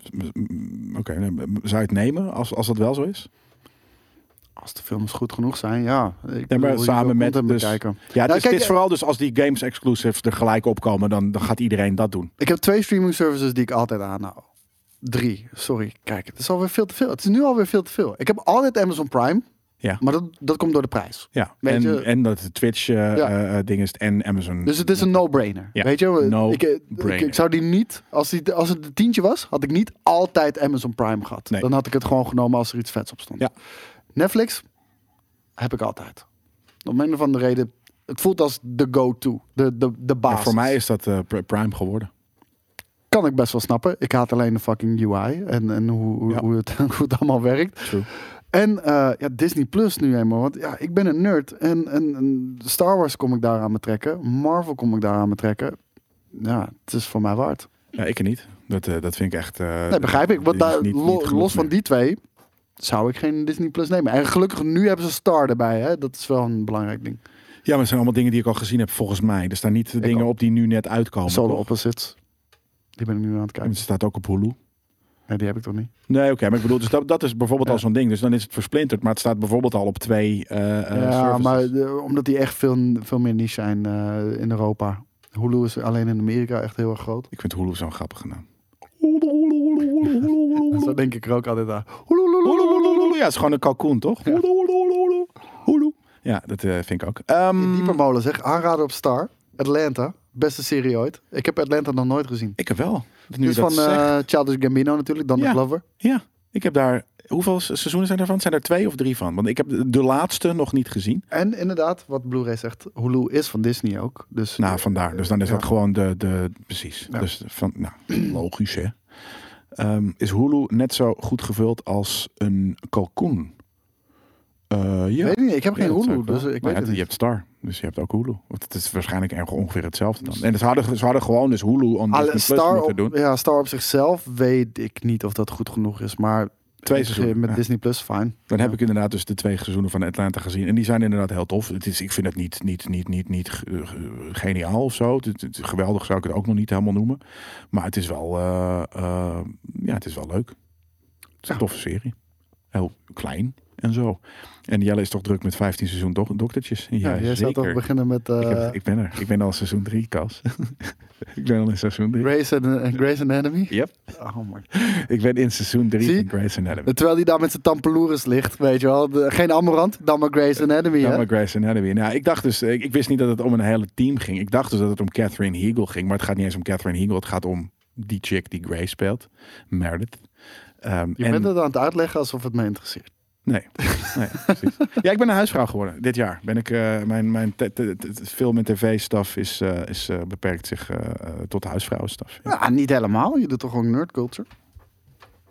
zou je het nemen als dat wel zo is? Als de films goed genoeg zijn, ja. Ik maar bedoel, je samen wil met content dus- bekijken. Ja, dus kijk, het is vooral dus als die games exclusives er gelijk opkomen, dan gaat iedereen dat doen. Ik heb 2 streaming services die ik altijd aanhoud. 3, sorry. Kijk, het is alweer veel te veel. Het is nu alweer veel te veel. Ik heb altijd Amazon Prime. Ja. Maar dat komt door de prijs. Ja. Weet je- En dat het Twitch ding is en Amazon. Dus het is een no-brainer. Ja, Weet je, no-brainer. ik zou die niet, als het een tientje was, had ik niet altijd Amazon Prime gehad. Nee. Dan had ik het gewoon genomen als er iets vets op stond. Ja. Netflix heb ik altijd. Om een of andere reden, het voelt als de go-to, de Ja, basis. voor mij is dat Prime geworden. Kan ik best wel snappen. Ik haat alleen de fucking UI en hoe, Ja. hoe het allemaal werkt. True. En Disney Plus nu eenmaal. Want ja, ik ben een nerd. En Star Wars kom ik daaraan betrekken. Marvel kom ik daaraan betrekken. Ja, het is voor mij waard. Ja, ik niet. Dat vind ik echt... Nee, begrijp ik. Want die is daar, niet genoeg los van meer. die twee zou ik geen Disney Plus nemen. En gelukkig nu hebben ze Star erbij. Hè? Dat is wel een belangrijk ding. Ja, maar het zijn allemaal dingen die ik al gezien heb volgens mij. Er staan niet de dingen ook. op die nu net uitkomen. Solo toch? Opposites. Die ben ik nu aan het En kijken. het staat ook op Hulu. Nee, die heb ik toch niet. Nee, oké. Maar ik bedoel, dus dat is bijvoorbeeld Ja. al zo'n ding. Dus dan is het versplinterd. Maar het staat bijvoorbeeld al op 2 ja, services. maar omdat die echt veel meer niche zijn in Europa. Hulu is alleen in Amerika echt heel erg groot. Ik vind Hulu zo'n grappige naam. Zo denk ik er ook altijd aan. Ja, het is gewoon een kalkoen, toch? Hulu. Ja, dat vind ik ook. Diepermolen zeg. Aanrader op Star. Atlanta. Beste serie ooit. Ik heb Atlanta nog nooit gezien. Ik heb wel. Het Nu is dat van zegt. Childish Gambino natuurlijk. Donald Ja. Glover. Ja, ik heb daar... Hoeveel seizoenen zijn daarvan? Zijn er 2 of 3 van? Want ik heb de laatste nog niet gezien. En inderdaad, wat Blu-ray zegt. Hulu is van Disney ook. Dus, Nou, vandaar. Dus dan is ja. dat gewoon precies. Ja. Dus van, nou, logisch hè. Is Hulu net zo goed gevuld als een kalkoen? Ja. Weet ik niet. Ik heb geen Ja, dat zou Hulu. wel. Dus ik Maar weet je het hebt niet. Star, dus je hebt ook Hulu. Want het is waarschijnlijk ongeveer hetzelfde dan. En ze hadden gewoon dus Hulu on Disney Plus Star moeten op, doen. ja, Star op zichzelf weet ik niet of dat goed genoeg is. Maar 2 seizoenen. met Ja. Disney Plus, fijn. Dan heb ik inderdaad dus de 2 seizoenen van Atlanta gezien. En die zijn inderdaad heel tof. Ik vind het niet geniaal of zo. Het geweldig zou ik het ook nog niet helemaal noemen. Maar het is wel, het is wel leuk. Het is een toffe serie. Heel klein en zo. En Jelle is toch druk met 15 seizoen doktertjes. Ja, jij zou toch beginnen met Ik ben er. Ik ben al seizoen 3, Cas. Ik ben al in seizoen 3. Grey's Anatomy? Yep. Oh my. Ik ben in seizoen 3 Zie? van Grey's Anatomy. Terwijl hij daar met zijn tampeloeres ligt, weet je wel. Geen Amorant, dan maar Grey's Anatomy, Ja, hè? maar Grey's Anatomy. Nou, ik dacht dus, ik wist niet dat het om een hele team ging. Ik dacht dus dat het om Catherine Hegel ging. Maar het gaat niet eens om Catherine Hegel. Het gaat om die chick die Grey speelt. Meredith. Je bent het aan het uitleggen alsof het me interesseert. Nee, precies. Ja, ik ben een huisvrouw geworden. Dit jaar ben ik, mijn film- en tv-staf beperkt zich tot huisvrouwenstaf. Ja. Ja, niet helemaal. Je doet toch gewoon nerd culture?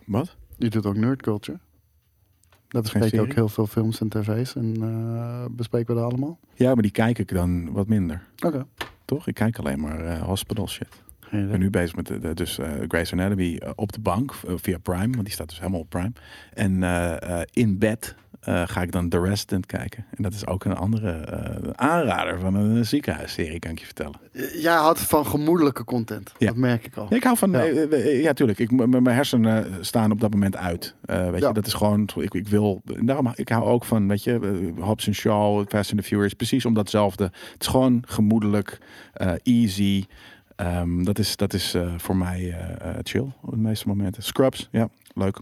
Wat? Je doet ook nerd culture. Dat is geen bespreek je ook serie? heel veel films en tv's. En bespreken we dat allemaal? Ja, maar die kijk ik dan wat minder. Oké. Toch? Ik kijk alleen maar hospital shit. Geen Ik idee. ben nu bezig met Grey's Anatomy op de bank via Prime, want die staat dus helemaal op Prime. En in bed ga ik dan The Resident kijken. En dat is ook een andere aanrader van een ziekenhuisserie, kan ik je vertellen. Jij houdt van gemoedelijke content. Ja. Dat merk ik al. Ja, ik hou van, Ja. ja tuurlijk, mijn hersenen staan op dat moment uit. Weet Ja. je, dat is gewoon, ik wil, daarom, ik hou ook van, weet je, Hobbs & Shaw, Fast and the Furious, precies om datzelfde. Het is gewoon gemoedelijk, easy. Dat is voor mij chill op de meeste momenten. Scrubs, ja, leuk.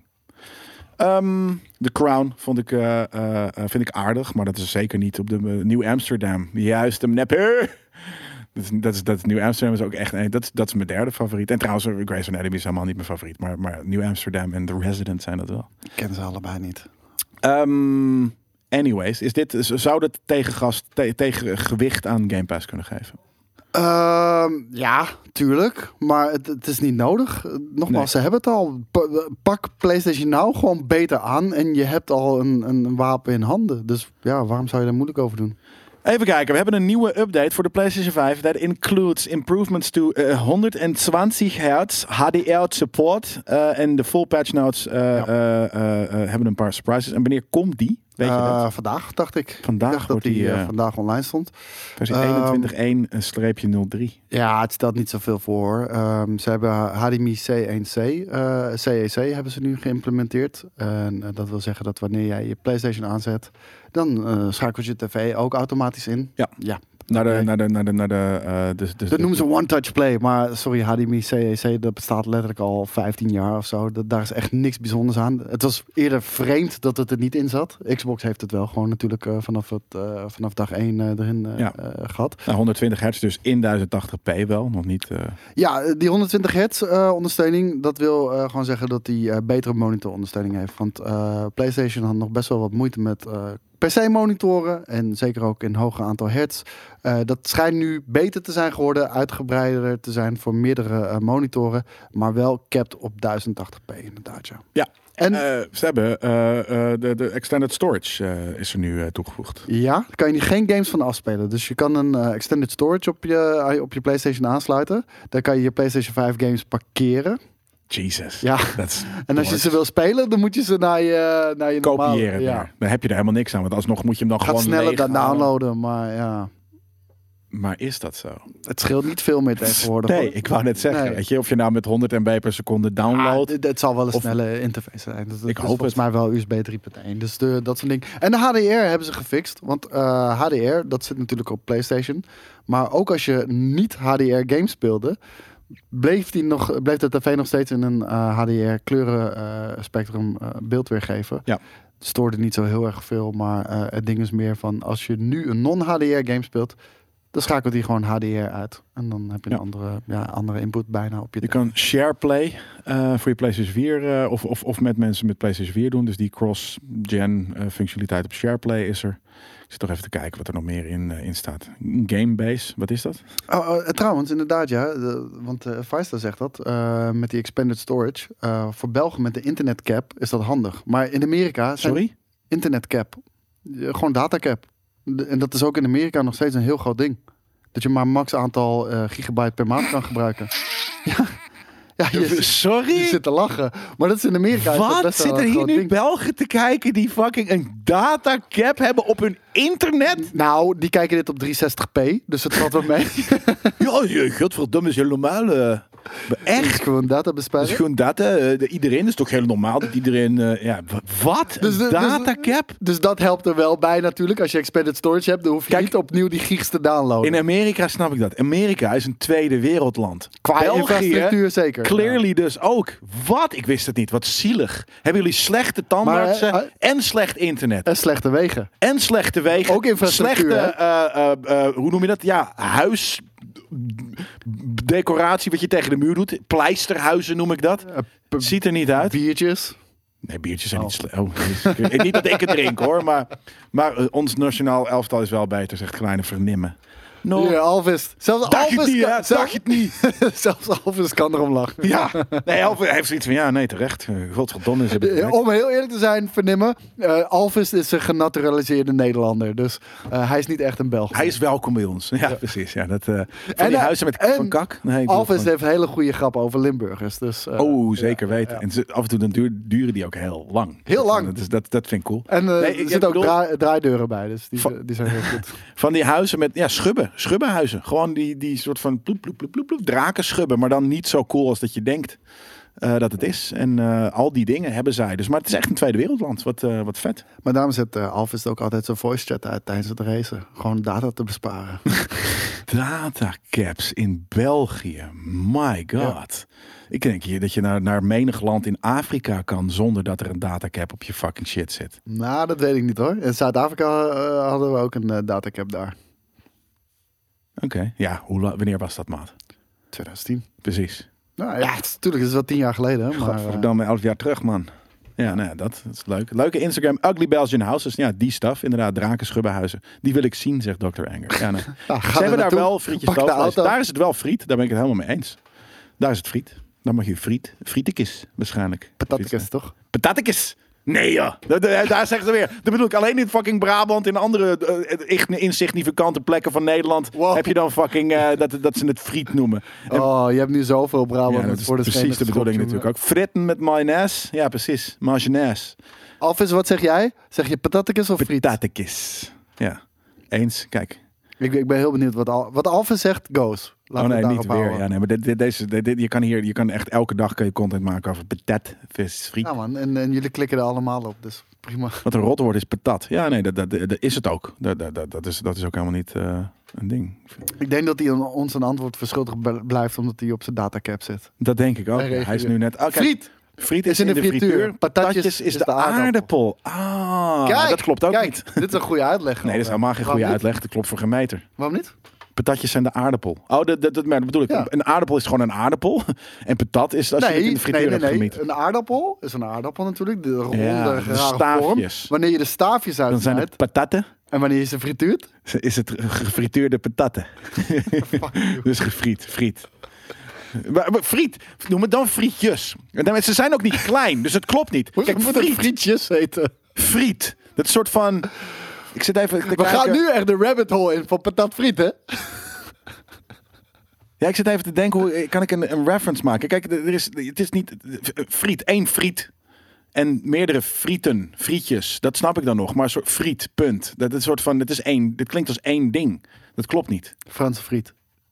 The Crown vind ik aardig, maar dat is zeker niet op de Nieuw Amsterdam. Juist hem neppe. Dat is Nieuw Amsterdam is ook echt dat is mijn derde favoriet. En trouwens, Grey's Anatomy is helemaal niet mijn favoriet, maar Nieuw Amsterdam en The Resident zijn dat wel. Ik ken ze allebei niet. Anyways, zou dat tegengewicht aan Game Pass kunnen geven? Ja, tuurlijk. Maar het is niet nodig. Nogmaals, Nee. ze hebben het al. Pak PlayStation Now gewoon beter aan. En je hebt al een wapen in handen. Dus ja, waarom zou je daar moeilijk over doen? Even kijken, we hebben een nieuwe update voor de PlayStation 5. That includes improvements to 120 Hz HDR support. En de full patch notes hebben een paar surprises. En wanneer komt die? Weet je dat? Vandaag, dacht ik. Vandaag Ik dacht wordt dat die die vandaag online stond. versie 21.1-03. Ja, het stelt niet zoveel voor. Ze hebben HDMI C1C, CEC hebben ze nu geïmplementeerd. En dat wil zeggen dat wanneer jij je PlayStation aanzet, dan schakelt je tv ook automatisch in. Ja. Naar de Dat noemen ze one-touch play, maar sorry, HDMI CEC, dat bestaat letterlijk al 15 jaar of zo. Daar is echt niks bijzonders aan. Het was eerder vreemd dat het er niet in zat. Xbox heeft het wel gewoon natuurlijk vanaf dag 1 erin gehad. 120 hertz, dus in 1080p wel, nog niet. Ja, die 120 hertz ondersteuning, dat wil gewoon zeggen dat die betere monitorondersteuning heeft. Want PlayStation had nog best wel wat moeite met PC-monitoren en zeker ook in hoger aantal hertz. Dat schijnt nu beter te zijn geworden, uitgebreider te zijn voor meerdere monitoren, maar wel capped op 1080p inderdaad, ja. Ja. En Ze hebben de extended storage is er nu toegevoegd. ja, daar kan je geen games van afspelen. Dus je kan een extended storage op je PlayStation aansluiten. Dan kan je je PlayStation 5 games parkeren. Jesus. Ja. En als je ze wil spelen, dan moet je ze naar je normale... Kopiëren. Ja. Ja. Dan heb je er helemaal niks aan, want alsnog moet je hem dan Gaat gewoon sneller dan leeghalen. downloaden, maar ja. Maar is dat zo? Het scheelt niet veel meer tegenwoordig. Nee, hoor. ik wou net zeggen. Nee. Weet je, of je nou met 100 MB per seconde downloadt. Het zal wel een Of- snelle interface zijn. Dat Ik is hoop volgens het. mij wel USB 3.1. Dus dat soort dingen. En de HDR hebben ze gefixt. Want HDR, dat zit natuurlijk op PlayStation. Maar ook als je niet HDR games speelde, bleef de tv nog steeds in een HDR kleuren spectrum beeld weergeven. Ja. Het stoorde niet zo heel erg veel. Maar het ding is meer van, als je nu een non-HDR game speelt, dan schakelt hij gewoon HDR uit. En dan heb je een andere input bijna op je Je kan SharePlay voor je PlayStation 4 of met mensen met PlayStation 4 doen. Dus die cross-gen functionaliteit op SharePlay is er. Ik zit toch even te kijken wat er nog meer in staat. Gamebase, wat is dat? Trouwens, inderdaad, ja. Want Vista zegt dat. Met die expanded storage. Voor Belgen met de internetcap is dat handig. Maar in Amerika... Sorry? Internetcap. Gewoon datacap. En dat is ook in Amerika nog steeds een heel groot ding. Dat je maar max aantal gigabyte per maand kan gebruiken. Ja, je Sorry? zit te lachen. Maar dat is in Amerika. is dat Wat? best wel Zitten een hier groot nu ding. Belgen te kijken die fucking een datacap hebben op hun internet? Nou, die kijken dit op 360p. Dus het valt wel mee. Ja, godverdomme, is heel normaal. Het Echt? is gewoon data Dat besparen. is gewoon data. Iedereen is toch heel normaal dat iedereen... wat? Dus Een datacap? Dus dat helpt er wel bij natuurlijk. Als je expanded storage hebt, dan hoef je Kijk, niet opnieuw die gigs te downloaden. In Amerika snap ik dat. Amerika is een tweede wereldland. Qua België, infrastructuur zeker. clearly dus ook. Wat? Ik wist het niet. Wat zielig. Hebben jullie slechte tandartsen Maar, en slecht internet? En slechte wegen. En slechte wegen. Ook infrastructuur, Slechte, hoe noem je dat? Ja, huisdecoratie wat je tegen de muur doet. Pleisterhuizen noem ik dat. Ziet er niet uit. Biertjes. Nee, biertjes zijn niet slecht. Niet dat ik het drink hoor, maar ons nationaal elftal is wel beter, zegt Kleine Vernimmen. No. Ja, Alvis. Zelfs Dacht je Alvis het niet, hè? kan, Dacht je het niet? zelfs Alvis kan erom lachen. Ja. Nee, Alvis heeft zoiets van, ja, nee, terecht. Godverdomme, ze hebben het Ja, om heel eerlijk te zijn, Vernimmen, Alvis is een genaturaliseerde Nederlander. Dus hij is niet echt een Belg. Hij is welkom bij ons. Ja, precies. Ja, dat, van En, die huizen met van kak. Nee, ik bedoel Alvis van- heeft hele goede grappen over Limburgers. Dus, zeker weten. ja. En af en toe dan duren die ook heel lang. Heel lang. Dat vind ik cool. En Nee, er ik zitten ook bedoel- draaideuren bij, dus die Van- zijn heel goed. Van die huizen met schubbenhuizen. Gewoon die soort van ploep, ploep, ploep, ploep, ploep, drakenschubben. Maar dan niet zo cool als dat je denkt dat het is. En al die dingen hebben zij. Dus, maar het is echt een tweede wereldland. Wat vet. Maar daarom zet Alvis ook altijd zijn voice chat uit tijdens het racen. Gewoon data te besparen. Datacaps in België. My god. Ik denk hier dat je naar menig land in Afrika kan zonder dat er een datacap op je fucking shit zit. Nou, dat weet ik niet hoor. In Zuid-Afrika hadden we ook een datacap daar. Oké. Ja, wanneer was dat, maat? 2010. Precies. Nou ja, natuurlijk is het wel 10 jaar geleden. Maar, Godverdamme, 11 jaar terug, man. Ja, nou ja, dat is leuk. Leuke Instagram, Ugly Belgian Houses. Ja, die stuff. Inderdaad, drakenschubbenhuizen. Die wil ik zien, zegt Dr. Anger. Ja, nee. ga Ze er hebben daar naartoe. wel frietjes Pak de doodvlees. auto. Daar is het wel friet. Daar ben ik het helemaal mee eens. Daar is het friet. Dan mag je frietekis waarschijnlijk. Patatjes, toch? Patatekes. Nee, ja. Daar zeggen ze weer. Dat bedoel ik alleen in fucking Brabant. In andere insignificante plekken van Nederland. Wow. Heb je dan fucking dat ze het friet noemen. En- Oh, je hebt nu zoveel Brabant. ja, dat is voor de precies de bedoeling natuurlijk ook. Fritten met mayonaise. Ja, precies. Mayonaise. Alvis, wat zeg jij? Zeg je patatjes of friet? Patatekes. Ja. Eens. Kijk. Ik ben heel benieuwd wat Alvis zegt. Goes. Laten Oh nee, we het niet daarop weer. Ja, houden. nee, maar je kan echt elke dag kan je content maken over patat, vis, friet. Ja man, en jullie klikken er allemaal op. Dus prima. Wat een rotwoord is patat. Ja, nee, dat is het ook. Dat is ook helemaal niet een ding. Ik denk dat hij ons een antwoord verschuldigd blijft omdat hij op zijn datacap zit. Dat denk ik ook. Hij Hij is nu net... Oh, kijk, Friet! friet is is in de frituur. Patatjes is de aardappel. Kijk, dat klopt ook kijk, niet. dit is een goede uitleg. Nee, dat is helemaal geen goede uitleg. Dat klopt voor geen meter. Waarom niet? Patatjes zijn de aardappel. Oh, dat bedoel ik. Ja. Een aardappel is gewoon een aardappel. En patat is als je het in de frituur hebt gemiet. Een aardappel is een aardappel natuurlijk. De ronde, Ja, de rare staafjes. vorm. Wanneer je de staafjes Dan zijn uitsnijdt het patatten. en wanneer je ze frituurt. Is het gefrituurde patatten. Dus friet. Maar friet, noem het dan frietjes. Ze zijn ook niet klein, dus het klopt niet. Kijk, moet het frietjes heten. Friet. Dat is een soort van... Ik zit even te We kijken. gaan nu echt de rabbit hole in van patat friet, hè? Ja, ik zit even te denken, hoe kan ik een reference maken? Kijk, het is niet friet, één friet. En meerdere frietjes, dat snap ik dan nog. Maar een soort friet, punt. Dat is een soort van, dit klinkt als één ding. Dat klopt niet. Franse friet.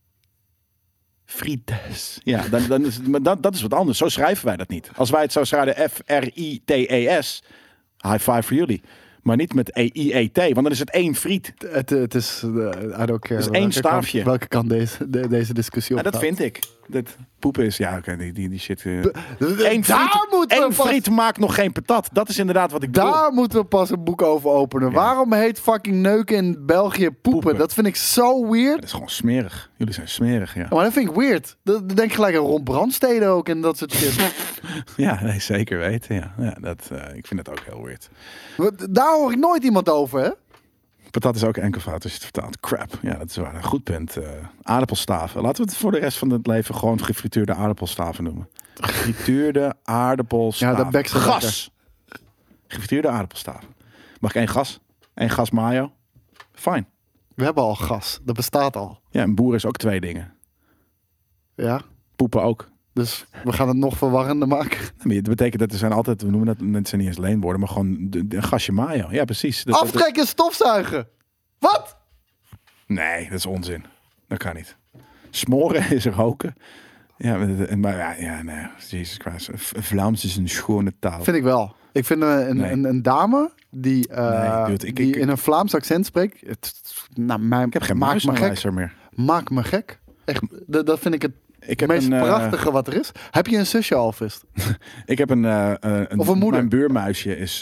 Frites. Ja, dan is het, maar dat is wat anders. Zo schrijven wij dat niet. Als wij het zo schrijven, F-R-I-T-E-S, high five voor jullie. Maar niet met E-I-E-T, want dan is het één friet. Het is, I don't care. Het is één staafje. Welke kant deze discussie Ja, op dat vind ik. Dat poepen is, ja, oké, die shit. Eén Daar moeten we één pas- friet maakt nog geen patat. Dat is inderdaad wat ik bedoel. Daar moeten we pas een boek over openen. Ja. Waarom heet fucking neuken in België poepen? Dat vind ik zo weird. Dat is gewoon smerig. Jullie zijn smerig, ja. Maar dat vind ik weird. Dan denk ik gelijk aan Ron Brandstede ook en dat soort shit. Ja, nee, zeker weten, ja. Ik vind het ook heel weird. Daar hoor ik nooit iemand over, hè? Patat is ook enkelvoud als je het vertaalt. Crap. Ja, dat is waar. Een goed punt. Aardappelstaven. Laten we het voor de rest van het leven gewoon gefrituurde aardappelstaven noemen. Gefrituurde aardappelstaven. Ja, dat bek zo gas. Gefrituurde aardappelstaven. Mag ik één gas? Eén gas mayo? Fijn. We hebben al gas. Dat bestaat al. Ja, een boer is ook twee dingen. Ja. Poepen ook. Dus we gaan het nog verwarrender maken. Maar dat betekent dat er zijn altijd, we noemen dat, het zijn niet eens leenwoorden, maar gewoon een gasje mayo. Ja, precies. Aftrekken en stofzuigen. Wat? Nee, dat is onzin. Dat kan niet. Smoren is roken. Ja, maar ja, nee, Jesus Christ. Vlaams is een schone taal. Vind ik wel. Ik vind een dame die, die in een Vlaams accent spreekt. Ik heb geen muizenwijzer meer. Maakt me gek. Echt, dat vind ik het Ik meest heb prachtige wat er is. Heb je een zusje, Alvis? Ik heb Of een moeder? Mijn buurmuisje is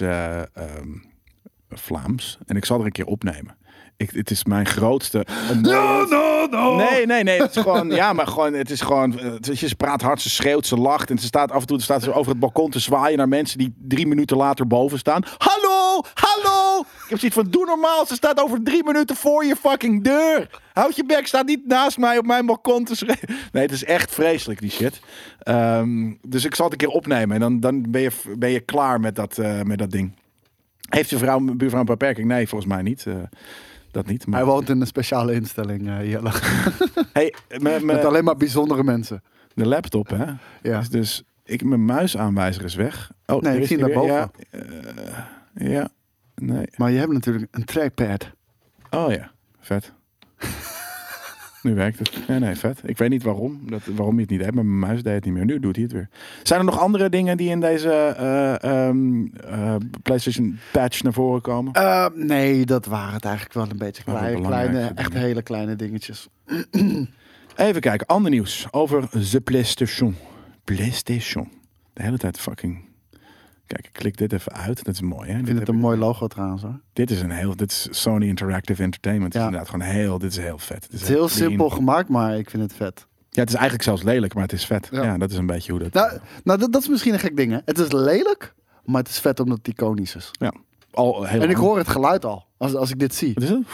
Vlaams. En ik zal er een keer opnemen. Het is mijn grootste... No. Nee. Het is gewoon... Ja, maar gewoon... Het is gewoon... Ze praat hard, ze schreeuwt, ze lacht. En ze staat af en toe over het balkon te zwaaien naar mensen die 3 minuten later boven staan. Hallo! heb zoiets van, doe normaal. Ze staat over 3 minuten voor je fucking deur. Houd je bek, staat niet naast mij op mijn balkon te schreeuwen. Nee, het is echt vreselijk, die shit. Dus ik zal het een keer opnemen. En dan ben je klaar met dat ding. Heeft je buurvrouw een beperking? Nee, volgens mij niet. Dat niet. Maar... Hij woont in een speciale instelling, Jelle. Hey, Met alleen maar bijzondere mensen. de laptop, hè? Ja. Dus mijn muisaanwijzer is weg. Oh, Nee, er ik is zie die hem weer. daarboven. Ja, nee. Maar je hebt natuurlijk een trackpad. Oh ja, vet. Nu werkt het. Ja, nee, vet. Ik weet niet waarom je het niet hebt, maar mijn muis deed het niet meer. Nu doet hij het weer. Zijn er nog andere dingen die in deze PlayStation patch naar voren komen? Nee, dat waren het eigenlijk wel een beetje Waren kleine, belangrijke echt dingen. hele kleine dingetjes. Even kijken, ander nieuws over de PlayStation. PlayStation. De hele tijd fucking... Kijk, ik klik dit even uit. Dat is mooi, hè? Ik vind het een mooi logo trouwens, hoor. Dit is Sony Interactive Entertainment. Het Ja. is inderdaad gewoon dit is heel vet. Het is heel clean. simpel gemaakt, maar ik vind het vet. Ja, het is eigenlijk zelfs lelijk, maar het is vet. Ja. Ja, dat is een beetje hoe dat... Nou, dat is misschien een gek ding, hè. Het is lelijk, maar het is vet omdat het iconisch is. ja, al heel En ik lang. hoor het geluid al, als ik dit zie. Wat is het?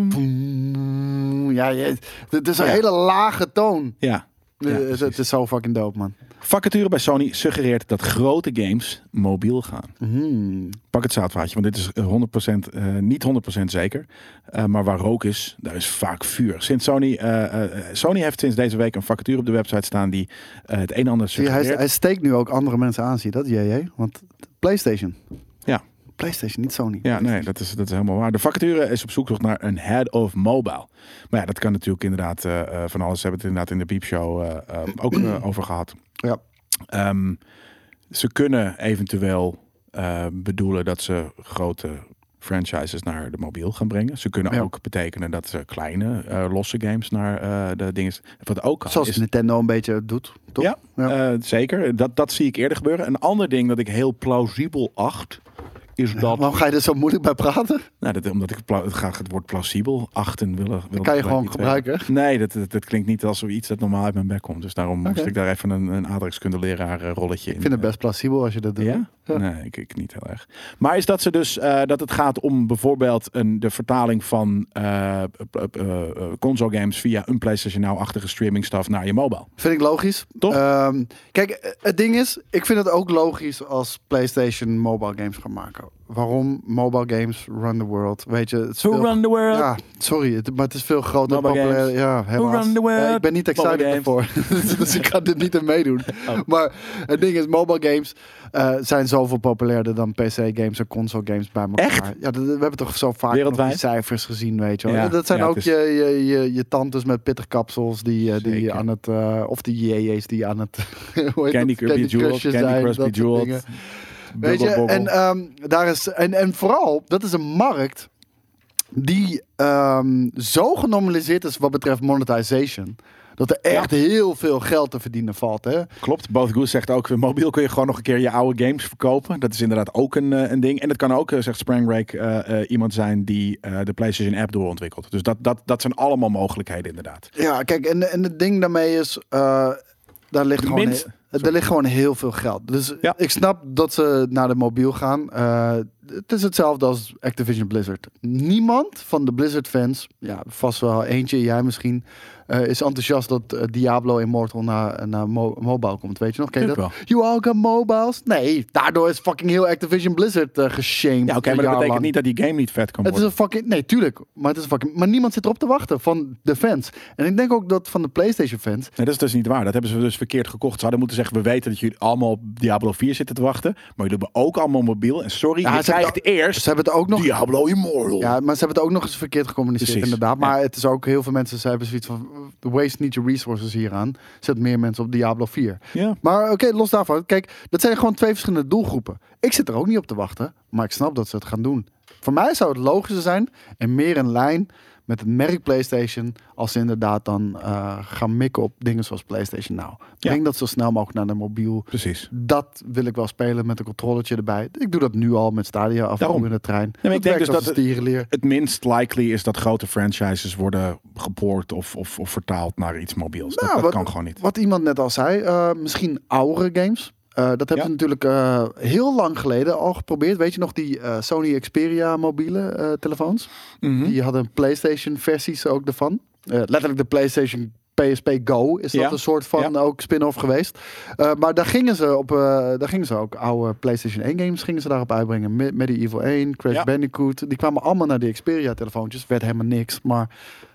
Ja, het is een hele lage toon. Ja. Ja, het precies. is zo fucking dope, man. Vacature bij Sony suggereert dat grote games mobiel gaan. Pak het zoutvaatje, want dit is 100%, niet 100% zeker. Maar waar rook is, daar is vaak vuur. Sony heeft sinds deze week een vacature op de website staan die het een en ander Zie je, suggereert. hij steekt nu ook andere mensen aan, zie je dat? JJ? Want PlayStation. Ja. PlayStation, niet Sony. Ja, nee, dat is helemaal waar. De vacature is op zoek naar een head of mobile. Maar ja, dat kan natuurlijk inderdaad van alles. Ze hebben het inderdaad in de piepshow ook over gehad. Ja. Ze kunnen eventueel bedoelen dat ze grote franchises naar de mobiel gaan brengen. Ze kunnen Ja. ook betekenen dat ze kleine losse games naar de dingen... Wat ook kan, Zoals is... Nintendo een beetje doet, toch? Ja, zeker. Dat zie ik eerder gebeuren. Een ander ding dat ik heel plausibel acht... is dat... Waarom ga je er zo moeilijk bij praten? Nou, omdat ik graag het woord plausibel achten willen. Dat kan je gewoon gebruiken. Nee, dat klinkt niet als zoiets dat normaal uit mijn bek komt. Dus daarom moest ik daar even een aardrijkskundeleraar rolletje in. Ik vind het best plausibel als je dat doet. Ja? Ja. Nee, ik niet heel erg. Maar is dat ze dus dat het gaat om bijvoorbeeld de vertaling van console games via een PlayStation Now-achtige streaming stuff naar je mobile? Vind ik logisch. Toch? Kijk, het ding is, ik vind het ook logisch als PlayStation mobile games gaan maken. Waarom mobile games run the world? Weet je, het is veel... run the world? Ja, sorry, maar het is veel groter. Mobile populair. games. Ja, helaas. run the world? Ja, ik ben niet excited Mobile ervoor. Dus ik ga dit niet aan meedoen. Oh. Maar het ding is, mobile games zijn zoveel populairder dan PC-games en console-games bij elkaar. Echt? Ja, we hebben toch zo vaak Wereldwijd? nog die cijfers gezien, weet je wel. Ja, Dat zijn ja, ook het is- je tantes met pittig kapsels die Zeker. aan het... of die JJ's die aan het... hoe heet Candy dat? Crush Bejeweled, Crushjes Candy zijn, Crush dat soort Bejeweled. dingen. Weet je, en daar is en vooral, dat is een markt die zo genormaliseerd is wat betreft monetization. Dat er echt heel veel geld te verdienen valt. Hè? Klopt. Both Goose zegt ook, mobiel kun je gewoon nog een keer je oude games verkopen. Dat is inderdaad ook een ding. En het kan ook, zegt Sprangbreak, iemand zijn die de PlayStation app doorontwikkelt. Dus dat zijn allemaal mogelijkheden inderdaad. Ja, kijk, en het ding daarmee is, daar ligt gewoon... minst- Er ligt gewoon heel veel geld. Dus Ja. ik snap dat ze naar de mobiel gaan. Het is hetzelfde als Activision Blizzard. Niemand van de Blizzard fans, ja, vast wel eentje, jij misschien, is enthousiast dat Diablo Immortal naar mobile komt. Weet je nog? Ken je dat? Tuurlijk You all got mobiles? Nee, daardoor is fucking heel Activision Blizzard geshamed. Ja, oké, maar dat betekent niet dat die game niet vet kan Het is worden. een fucking... Nee, tuurlijk. Maar het is fucking... Maar niemand zit erop te wachten van de fans. En ik denk ook dat van de PlayStation fans... Nee, dat is dus niet waar. Dat hebben ze dus verkeerd gekocht. Ze hadden moeten zeggen, we weten dat jullie allemaal op Diablo 4 zitten te wachten. Maar jullie hebben ook allemaal mobiel. En sorry, Ja, je ze hebben krijgt eerst Ze hebben het ook nog... Diablo Immortal. Ja, maar ze hebben het ook nog eens verkeerd gecommuniceerd, Precies. inderdaad. Maar het is ook heel veel mensen, ze hebben zoiets van... Waste niet your resources hieraan. Zet meer mensen op Diablo 4. Ja. Maar oké, los daarvan. Kijk, dat zijn gewoon twee verschillende doelgroepen. Ik zit er ook niet op te wachten. Maar ik snap dat ze het gaan doen. Voor mij zou het logischer zijn en meer in lijn met het merk PlayStation, als ze inderdaad dan gaan mikken op dingen zoals PlayStation Now. Breng dat zo snel mogelijk naar de mobiel. Precies. Dat wil ik wel spelen met een controllertje erbij. Ik doe dat nu al met Stadia af en Daarom. toe in de trein. maar ik denk dus dat tierenleer. Het minst likely is dat grote franchises worden gepoord of vertaald naar iets mobiels. Nou, dat kan gewoon niet. Wat iemand net al zei, misschien oudere games. Dat hebben ze natuurlijk heel lang geleden al geprobeerd. Weet je nog die Sony Xperia mobiele telefoons? Die hadden PlayStation versies ook ervan. Letterlijk de PlayStation PSP Go is dat een soort van ook spin-off geweest. Maar daar gingen ze ook oude PlayStation 1 games gingen ze daarop uitbrengen. Medieval 1, Crash Bandicoot. Die kwamen allemaal naar die Xperia telefoontjes. Werd helemaal niks. Maar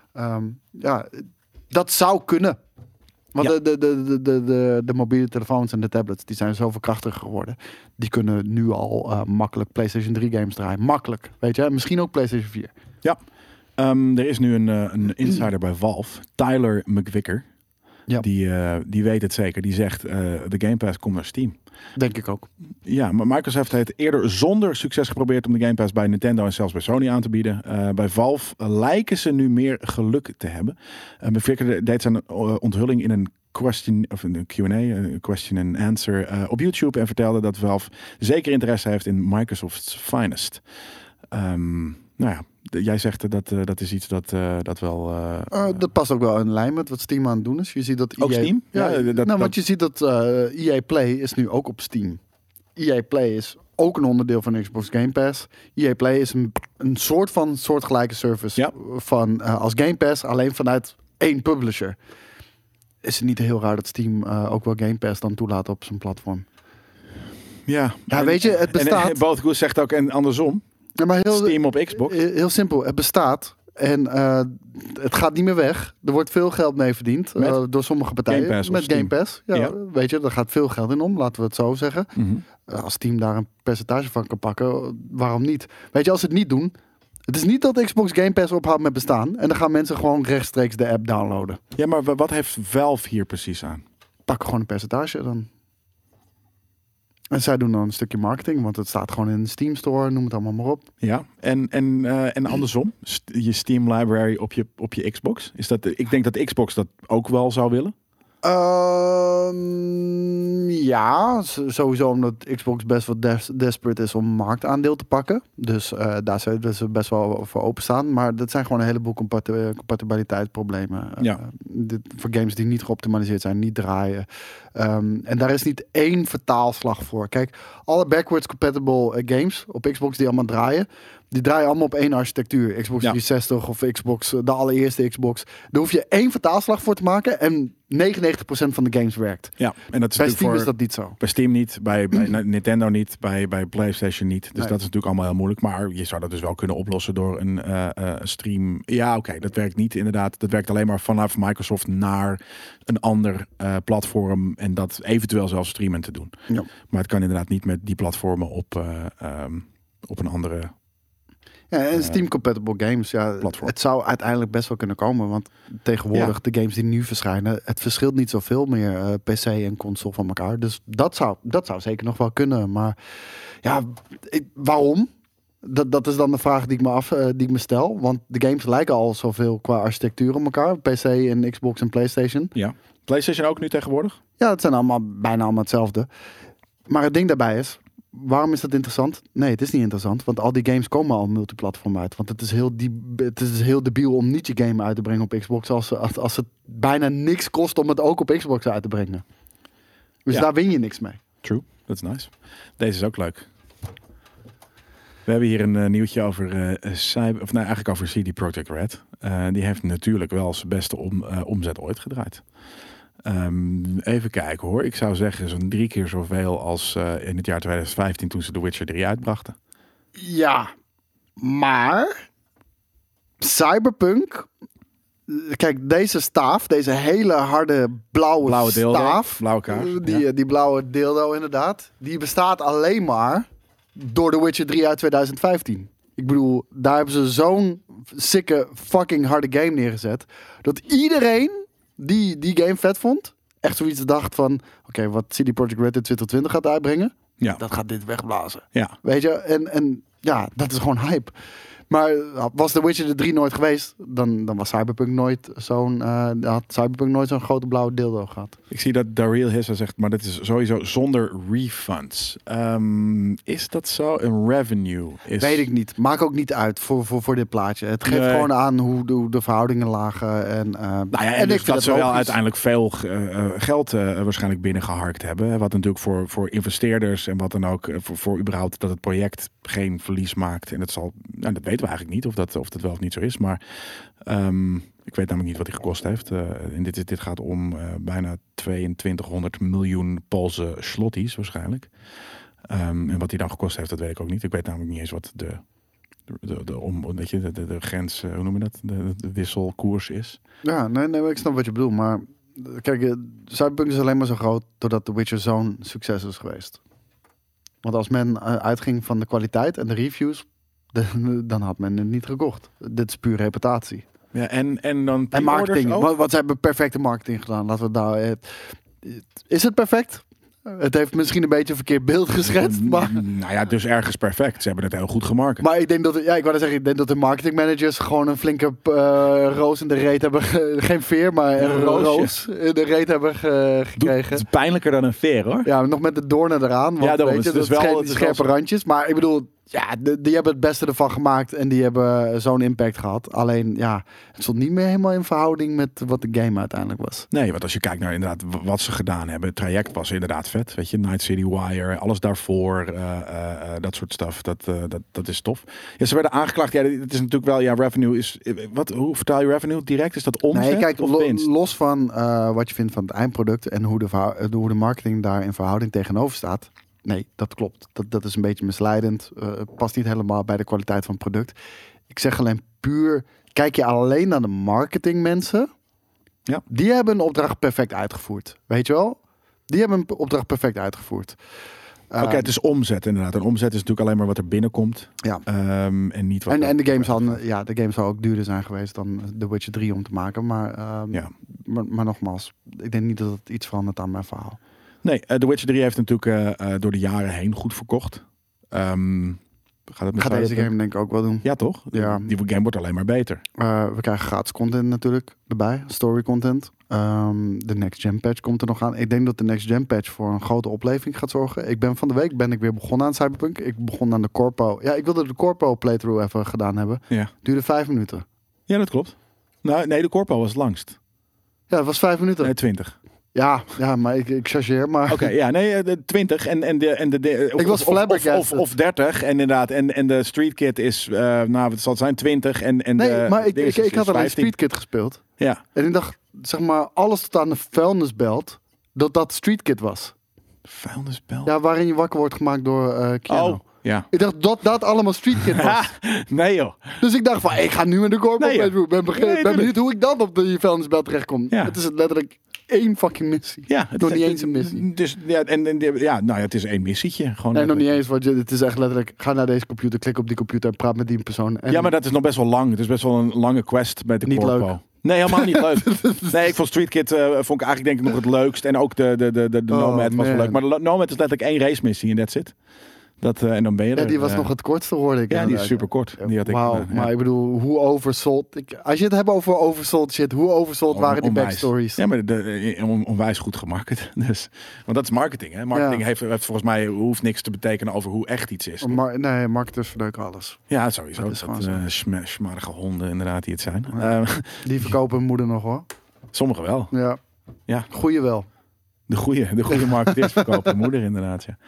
dat zou kunnen. Want de mobiele telefoons en de tablets, die zijn zoveel krachtiger geworden. Die kunnen nu al makkelijk PlayStation 3 games draaien. Makkelijk, weet je. Misschien ook PlayStation 4. Ja. Er is nu een insider bij Valve, Tyler McVicker. Ja. Die weet het zeker. Die zegt, de Game Pass komt naar Steam. Denk ik ook. Ja, maar Microsoft heeft eerder zonder succes geprobeerd om de Game Pass bij Nintendo en zelfs bij Sony aan te bieden. Bij Valve lijken ze nu meer geluk te hebben. McVicker deed zijn onthulling in een question of een Q&A, een question and answer op YouTube en vertelde dat Valve zeker interesse heeft in Microsoft's finest. Nou ja, jij zegt dat is iets dat wel... dat past ook wel in lijn met wat Steam aan het doen is. Je ziet dat ook EA, Steam? Want je ziet dat EA Play is nu ook op Steam. EA Play is ook een onderdeel van Xbox Game Pass. EA Play is een soortgelijke service van als Game Pass, alleen vanuit één publisher. Is het niet heel raar dat Steam ook wel Game Pass dan toelaat op zijn platform? Ja, weet je, het bestaat. En Both Good zegt ook en andersom. Ja, maar Steam op Xbox. Heel simpel, het bestaat en het gaat niet meer weg. Er wordt veel geld mee verdiend door sommige partijen. Game Pass met Game Pass. Ja. Weet je, daar gaat veel geld in om, laten we het zo zeggen. Als Steam daar een percentage van kan pakken, waarom niet? Weet je, als ze het niet doen, het is niet dat Xbox Game Pass ophoudt met bestaan en dan gaan mensen gewoon rechtstreeks de app downloaden. Ja, maar wat heeft Valve hier precies aan? Pakken gewoon een percentage dan. En zij doen dan een stukje marketing, want het staat gewoon in de Steam Store, noem het allemaal maar op. Ja, en andersom, je Steam library op je Xbox. Is dat? Ik denk dat Xbox dat ook wel zou willen. Ja, sowieso omdat Xbox best wel desperate is om marktaandeel te pakken. Dus daar zullen ze best wel voor openstaan. Maar dat zijn gewoon een heleboel compatibiliteitsproblemen. Voor games die niet geoptimaliseerd zijn, niet draaien. En daar is niet één vertaalslag voor. Kijk, alle backwards compatible games op Xbox die allemaal draaien, die draaien allemaal op één architectuur. Xbox 360 of Xbox, de allereerste Xbox. Daar hoef je één vertaalslag voor te maken en 99% van de games werkt. Ja, en dat is bij Steam is dat niet zo. Bij Steam niet, bij Nintendo niet, bij PlayStation niet. Dus dat is natuurlijk allemaal heel moeilijk. Maar je zou dat dus wel kunnen oplossen door een stream. Ja, oké, dat werkt niet inderdaad. Dat werkt alleen maar vanaf Microsoft naar een ander platform en dat eventueel zelfs streamen te doen. Ja. Maar het kan inderdaad niet met die platformen op een andere... Ja, en Steam-compatible games, platform. Het zou uiteindelijk best wel kunnen komen. Want tegenwoordig, de games die nu verschijnen, het verschilt niet zoveel meer PC en console van elkaar. Dus dat zou zeker nog wel kunnen. Maar ja, waarom? Dat is dan de vraag die ik me stel. Want de games lijken al zoveel qua architectuur op elkaar. PC en Xbox en PlayStation. Ja. PlayStation ook nu tegenwoordig? Ja, het zijn bijna allemaal hetzelfde. Maar het ding daarbij is, waarom is dat interessant? Nee, het is niet interessant. Want al die games komen al multiplatform uit. Want het is heel debiel om niet je game uit te brengen op Xbox. Als het bijna niks kost om het ook op Xbox uit te brengen. Dus daar win je niks mee. True, dat is nice. Deze is ook leuk. We hebben hier een nieuwtje over eigenlijk over CD Projekt Red. Die heeft natuurlijk wel zijn beste omzet ooit gedraaid. Even kijken hoor. Ik zou zeggen zo'n 3 keer zoveel als in het jaar 2015 toen ze The Witcher 3 uitbrachten. Ja, maar Cyberpunk. Kijk, deze staaf, deze hele harde blauwe staaf. Blauwe kaars. Die blauwe dildo inderdaad. Die bestaat alleen maar door The Witcher 3 uit 2015. Ik bedoel, daar hebben ze zo'n sikke fucking harde game neergezet. Dat iedereen die game vet vond, echt zoiets dacht van, oké, wat CD Projekt Red in 2020 gaat uitbrengen, dat gaat dit wegblazen. Ja. Weet je, en ja, dat is gewoon hype. Maar was The Witcher de 3 nooit geweest, dan was Cyberpunk nooit had Cyberpunk nooit zo'n grote blauwe dildo gehad. Ik zie dat Daryl Hissa zegt, maar dat is sowieso zonder refunds. Is dat zo? Een revenue is... Weet ik niet. Maakt ook niet uit voor dit plaatje. Het geeft Nee. gewoon aan hoe de verhoudingen lagen. En, Nou ja, en ik dus vind dat het ze wel logisch. uiteindelijk veel geld waarschijnlijk binnengeharkt hebben. Wat natuurlijk voor investeerders en wat dan ook voor überhaupt dat het project geen verlies maakt. En dat weten we eigenlijk niet of dat wel of niet zo is. Maar ik weet namelijk niet wat hij gekost heeft. En dit gaat om bijna 2200 miljoen Poolse slotties waarschijnlijk. En wat hij dan gekost heeft, dat weet ik ook niet. Ik weet namelijk niet eens wat de grens, hoe noem je dat? De wisselkoers is. Ja, nee, ik snap wat je bedoelt. Maar kijk, Cyberpunk is alleen maar zo groot doordat The Witcher zo'n succes is geweest. Want als men uitging van de kwaliteit en de reviews, dan had men het niet gekocht. Dit is puur reputatie. Ja, en dan En marketing. ook? Want ze hebben perfecte marketing gedaan. Laten we daar. Is het perfect? Het heeft misschien een beetje een verkeerd beeld geschetst. Maar, Nou ja, dus ergens perfect. Ze hebben het heel goed gemarket. maar ik denk dat, ik denk dat de marketingmanagers gewoon een flinke roos in de reet hebben. Geen veer, maar een roos in de reet hebben gekregen. Het is pijnlijker dan een veer, hoor. Ja, nog met de doornen eraan. Want, Ja, daarom. weet je, Het is dat wel- geen het is scherpe wel zo. randjes. Maar ik bedoel, ja, die hebben het beste ervan gemaakt. En die hebben zo'n impact gehad. Alleen, ja, het stond niet meer helemaal in verhouding met wat de game uiteindelijk was. Nee, want als je kijkt naar inderdaad wat ze gedaan hebben. Het traject was inderdaad vet. Weet je, Night City Wire, alles daarvoor. Dat soort stuff. Dat is tof. Ja, ze werden aangeklaagd. Ja, het is natuurlijk wel, ja, revenue is... Hoe vertaal je revenue direct? Is dat omzet Nee, kijk, of winst? los van wat je vindt van het eindproduct en hoe de marketing daar in verhouding tegenover staat. Nee, dat klopt. Dat is een beetje misleidend. Het past niet helemaal bij de kwaliteit van het product. Ik zeg alleen puur, kijk je alleen naar de marketingmensen. Ja. Die hebben een opdracht perfect uitgevoerd. Weet je wel? Die hebben een opdracht perfect uitgevoerd. Oké, het is omzet inderdaad. En omzet is natuurlijk alleen maar wat er binnenkomt. Ja. En niet wat... En de game zou ook duurder zijn geweest dan The Witcher 3 om te maken. Maar, Ja. maar nogmaals, ik denk niet dat het iets verandert aan mijn verhaal. Nee, The Witcher 3 heeft natuurlijk door de jaren heen goed verkocht. Gaat het met Gaat deze Cyberpunk? game denk ik ook wel doen. Ja, toch? Ja. Die game wordt alleen maar beter. We krijgen gratis content natuurlijk erbij. Story content. De Next Gen patch komt er nog aan. Ik denk dat de Next Gen patch voor een grote opleving gaat zorgen. Van de week weer begonnen aan Cyberpunk. Ik begon aan de Corpo. Ja, ik wilde de Corpo playthrough even gedaan hebben. Ja, Duurde 5 minuten. ja dat klopt. Nou, nee, de Corpo was het langst. Ja, het was 5 minuten. Nee, 20. Ja, maar ik chargeer. Maar Oké, ja, nee, de 20 Ik was flabbergasted. of 30 en inderdaad. En de Street Kid is, wat zal het zijn, 20 en nee, de maar deze is ik had alleen 15. Street Kid gespeeld. Ja. En ik dacht, zeg maar, alles tot aan de vuilnisbelt, dat Street Kid was. Vuilnisbel? Ja, waarin je wakker wordt gemaakt door Keanu. Oh, ja. Ik dacht dat allemaal Street Kid was. Nee joh. Dus ik dacht van, ik ga nu met de Corpo Nee, playthrough. Ben tuurlijk. benieuwd hoe ik dan op die vuilnisbelt terechtkom. Ja. Het is letterlijk 1 fucking missie. Ja, Nog niet eens een missie. Dus, ja, het is 1 missietje. Gewoon Nee, nog niet letterlijk. eens. Want het is echt letterlijk, ga naar deze computer, klik op die computer en praat met die persoon. En Ja, maar dat is nog best wel lang. Het is best wel een lange quest met de Niet Corpo. leuk. Nee, helemaal niet leuk. Nee, ik vond Street Kid vond ik eigenlijk denk ik nog het leukst. En ook de Nomad was wel man. leuk. Maar de Nomad is letterlijk 1 race missie en that's it. En dan ben je er. Ja, die was nog het kortste, hoorde ik. Ja, die is inderdaad. super kort. Die had ik. Wauw, ja. maar ik bedoel, hoe oversold... Als je het hebt over oversold shit, hoe oversold waren die Onwijs. backstories? Ja, maar onwijs goed gemarket. Dus, want dat is marketing. Hè? Marketing Ja. heeft volgens mij hoeft niks te betekenen over hoe echt iets is. Nee, marketers verneuken alles. Ja, sowieso. Dat is gewoon zo. Smarige honden inderdaad die het zijn. Die verkopen hun moeder nog hoor. Sommigen wel. Ja. Ja. Goeie wel. De goede marketeers verkopen moeder inderdaad, ja.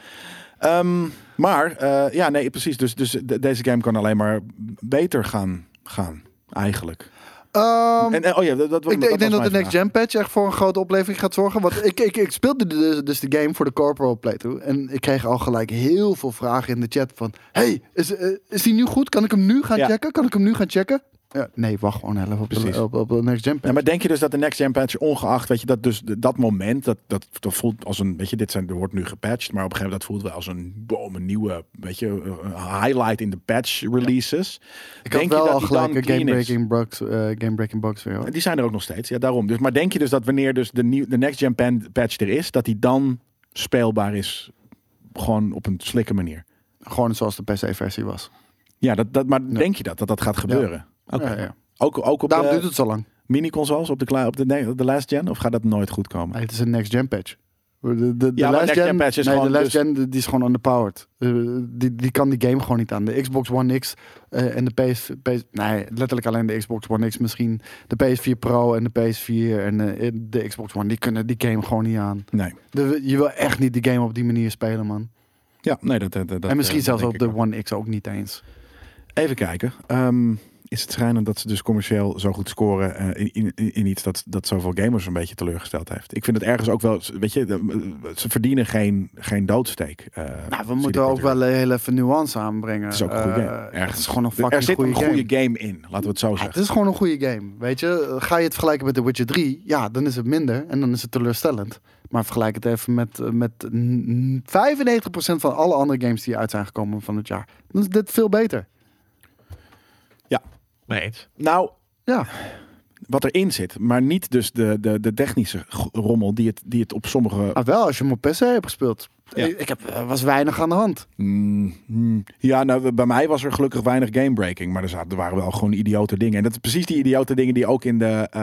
Ja, nee, precies. Dus deze game kan alleen maar beter gaan eigenlijk. Ik Ik denk dat de Next Gen patch echt voor een grote opleving gaat zorgen. Want ik speelde dus de game voor de Corporal playthrough. En ik kreeg al gelijk heel veel vragen in de chat van... Hey, is die nu goed? Kan ik hem nu gaan checken? Ja, nee, wacht gewoon even Precies. op de Next Gen patch. Ja, maar denk je dus dat de Next Gen patch ongeacht, weet je, dat dus dat moment, dat voelt als een, weet je, er wordt nu gepatcht, maar op een gegeven moment dat voelt wel als een nieuwe, weet je, een highlight in de patch releases. Ik had Denk wel je dat al die gelijk dan een game-breaking bugs weer. Hoor. Die zijn er ook nog steeds, ja, daarom. Dus, maar denk je dus dat wanneer dus de Next Gen patch er is, dat die dan speelbaar is, gewoon op een slikke manier? Gewoon zoals de PC-versie was. Ja, maar denk je dat gaat gebeuren? Oké. Ja. Ook op Daarom de duurt het zo lang. mini-consoles, op de last gen? Of gaat dat nooit goed komen? Nee, het is een next-gen patch. De Ja, maar next-gen patch is nee, gewoon de last dus- gen die is gewoon underpowered. Die kan die game gewoon niet aan. De Xbox One X en de PS... Nee, letterlijk alleen de Xbox One X misschien. De PS4 Pro en de PS4 en de Xbox One. Die kunnen die game gewoon niet aan. Nee. Je wil echt niet die game op die manier spelen, man. Ja, nee, dat En misschien zelfs denk op ik de ook. One X ook niet eens. Even kijken. Is het schijnend dat ze dus commercieel zo goed scoren in iets dat zoveel gamers een beetje teleurgesteld heeft? Ik vind het ergens ook wel, weet je, ze verdienen geen doodsteek. Nou, we moeten ook wel heel even nuance aanbrengen. Het is ook een goede game. Het Ergens. is gewoon een Er fucking zit een goede goede game in, laten we het zo Ja, zeggen. het is gewoon een goede game, weet je. Ga je het vergelijken met The Witcher 3, ja, dan is het minder en dan is het teleurstellend. Maar vergelijk het even met 95% van alle andere games die uit zijn gekomen van het jaar. Dan is dit veel beter. Nee eens. Nou, Ja, wat erin zit, maar niet dus de technische rommel die het op sommige... maar wel als je hem op PC hebt gespeeld. Ja. Er was weinig aan de hand. Ja, nou, bij mij was er gelukkig weinig gamebreaking, maar er waren wel gewoon idiote dingen. En dat is precies die idiote dingen die ook in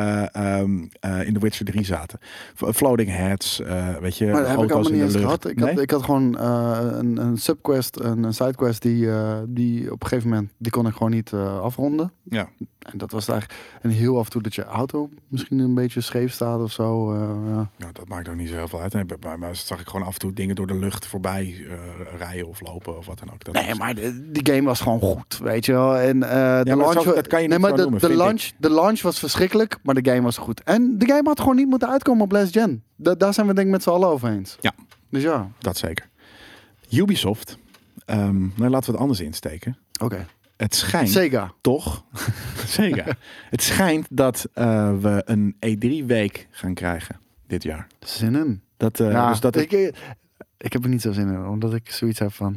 de Witcher 3 zaten. Floating heads, weet je, Maar dat heb ik auto's allemaal in niet de eens lucht. gehad. Ik had gewoon een subquest, een sidequest die op een gegeven moment, die kon ik gewoon niet afronden. Ja. En dat was eigenlijk en heel af en toe dat je auto misschien een beetje scheef staat of zo. Ja. Ja, dat maakt ook niet zo heel veel uit. Nee, bij mij zag ik gewoon af en toe dingen door de lucht voorbij rijden of lopen of wat dan ook. Dat Nee, was- maar die game was gewoon goed, weet je wel. En de maar launch, dat kan je niet nee, maar zo noemen, de vind launch, de launch was verschrikkelijk, maar de game was goed. En de game had gewoon niet moeten uitkomen op last gen. Daar zijn we denk ik met z'n allen over eens. Ja. Dus ja, Dat zeker. Ubisoft, nou laten we het anders insteken. oké. Het schijnt Sega. toch, zeker. Het schijnt dat we een E3-week gaan krijgen dit jaar. Zin in. Dat, Ja, dus dat ik heb er niet zo zin in, omdat ik zoiets heb van...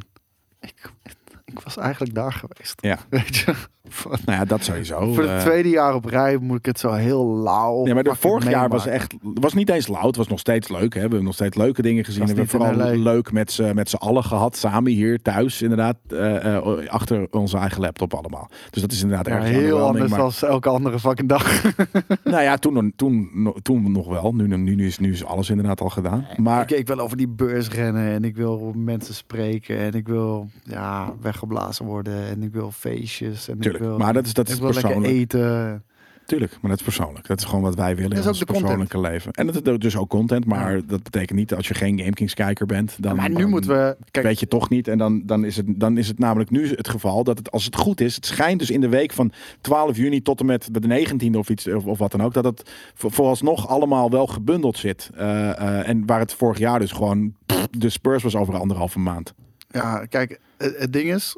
Ik was eigenlijk daar geweest. Ja. Weet je? nou ja, dat sowieso. Voor het tweede jaar op rij moet ik het zo heel lauw. Ja, maar de fucking vorig jaar was meemaken. was niet eens lauw. Het was nog steeds leuk. Hè? We hebben nog steeds leuke dingen gezien. Was En we hebben niet in vooral LA. leuk met z'n allen gehad. Samen hier thuis inderdaad. Achter onze eigen laptop allemaal. Dus dat is inderdaad Maar erg heel underwhelming, anders dan elke andere fucking dag. Nou ja, toen nog wel. Nu is alles inderdaad al gedaan. Maar Ik wil over die beurs rennen en ik wil mensen spreken en ik wil weggeblazen worden en ik wil feestjes en tuurlijk, ik wil, maar dat is ik wil lekker persoonlijk. eten. Tuurlijk, maar dat is persoonlijk. Dat is gewoon wat wij willen Dat is in ook ons de content. persoonlijke leven. En dat is dus ook content, maar dat betekent niet dat als je geen GameKings-kijker bent, dan, Maar nu moeten we... Kijk, weet je toch niet. En dan is het namelijk nu het geval dat het, als het goed is, het schijnt dus in de week van 12 juni tot en met de 19e of iets of wat dan ook, dat het vooralsnog allemaal wel gebundeld zit. En waar het vorig jaar dus gewoon de Spurs was over 1,5 maand. ja, kijk, het ding is,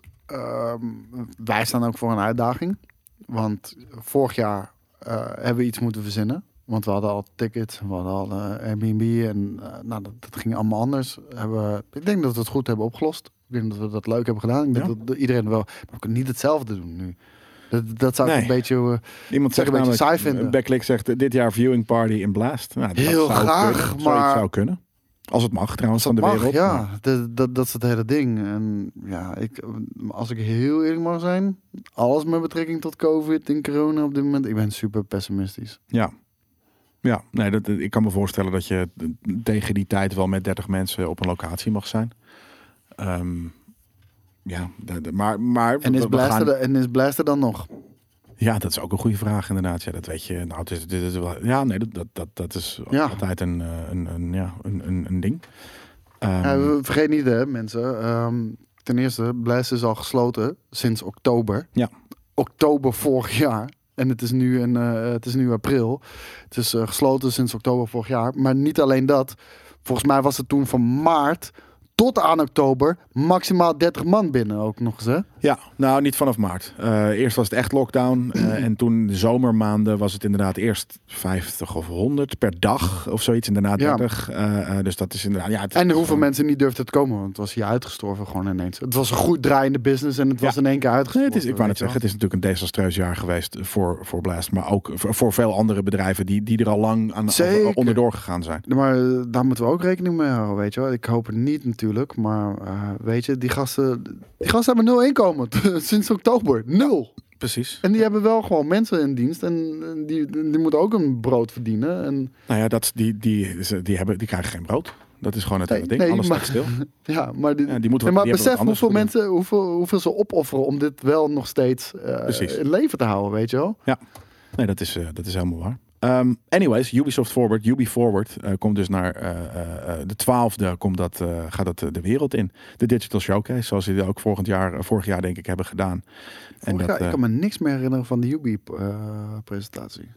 wij staan ook voor een uitdaging. Want vorig jaar hebben we iets moeten verzinnen. Want we hadden al tickets, we hadden al Airbnb en dat ging allemaal anders. Ik denk dat we het goed hebben opgelost. Ik denk dat we dat leuk hebben gedaan. Ik denk Ja. dat iedereen wel... Maar we kunnen niet hetzelfde doen nu. Dat zou ik Nee. een beetje... Iemand Zou zegt ik een beetje saai namelijk, vinden. Backlick zegt dit jaar viewing party in Blast. Nou, dat Heel zou graag, kunnen. maar- Zou kunnen. Als het mag trouwens dat van de mag, wereld. ja. Dat is het hele ding. En ja, als ik heel eerlijk mag zijn... Alles met betrekking tot COVID en corona op dit moment... Ik ben super pessimistisch. Ja. Ja, nee, ik kan me voorstellen dat je tegen die tijd wel met 30 mensen op een locatie mag zijn. Ja, maar En is we gaan- Blaster dan nog? Ja, dat is ook een goede vraag inderdaad. Ja, dat weet je. Nou, dit is wel, ja, nee, dat is Ja. altijd een ding. Vergeet niet hè, mensen. Ten eerste, Blaster is al gesloten sinds oktober. Ja. Oktober vorig jaar. En het is nu april. Het is gesloten sinds oktober vorig jaar. Maar niet alleen dat. Volgens mij was het toen van maart tot aan oktober maximaal 30 man binnen ook nog eens. Hè? Ja, nou niet vanaf maart. Eerst was het echt lockdown. En toen de zomermaanden was het inderdaad eerst 50 of 100 per dag of zoiets. En daarna Ja. 30. Dus dat is inderdaad... Ja, het is En hoeveel gewoon- mensen niet durfden te komen. Want het was hier uitgestorven gewoon ineens. Het was een goed draaiende business en het was in één keer Nee, uitgestorven. ik wou net weet je wel. zeggen, het is natuurlijk een desastreus jaar geweest voor Blast. Maar ook voor veel andere bedrijven die er al lang Zeker. onderdoor gegaan zijn. Maar daar moeten we ook rekening mee houden, weet je wel. Ik hoop het niet natuurlijk natuurlijk. Maar weet je, die gasten hebben 0 inkomen sinds oktober. 0. Precies. En die hebben wel gewoon mensen in dienst. En die moeten ook een brood verdienen. En... Nou ja, die krijgen geen brood. Dat is gewoon het hele ding. Nee, Alles maar- staat stil. Ja, maar, Die moeten maar die hebben besef wat anders hoeveel verdiend. mensen, hoeveel ze opofferen om dit wel nog steeds Precies. in leven te houden, weet je wel? Nee, dat is helemaal waar. Anyways, Ubisoft Forward, Ubi Forward komt dus naar de 12e gaat dat de wereld in. De Digital Showcase, zoals ze ook vorig jaar denk ik hebben gedaan. Ik kan me niks meer herinneren van de Ubi-presentatie.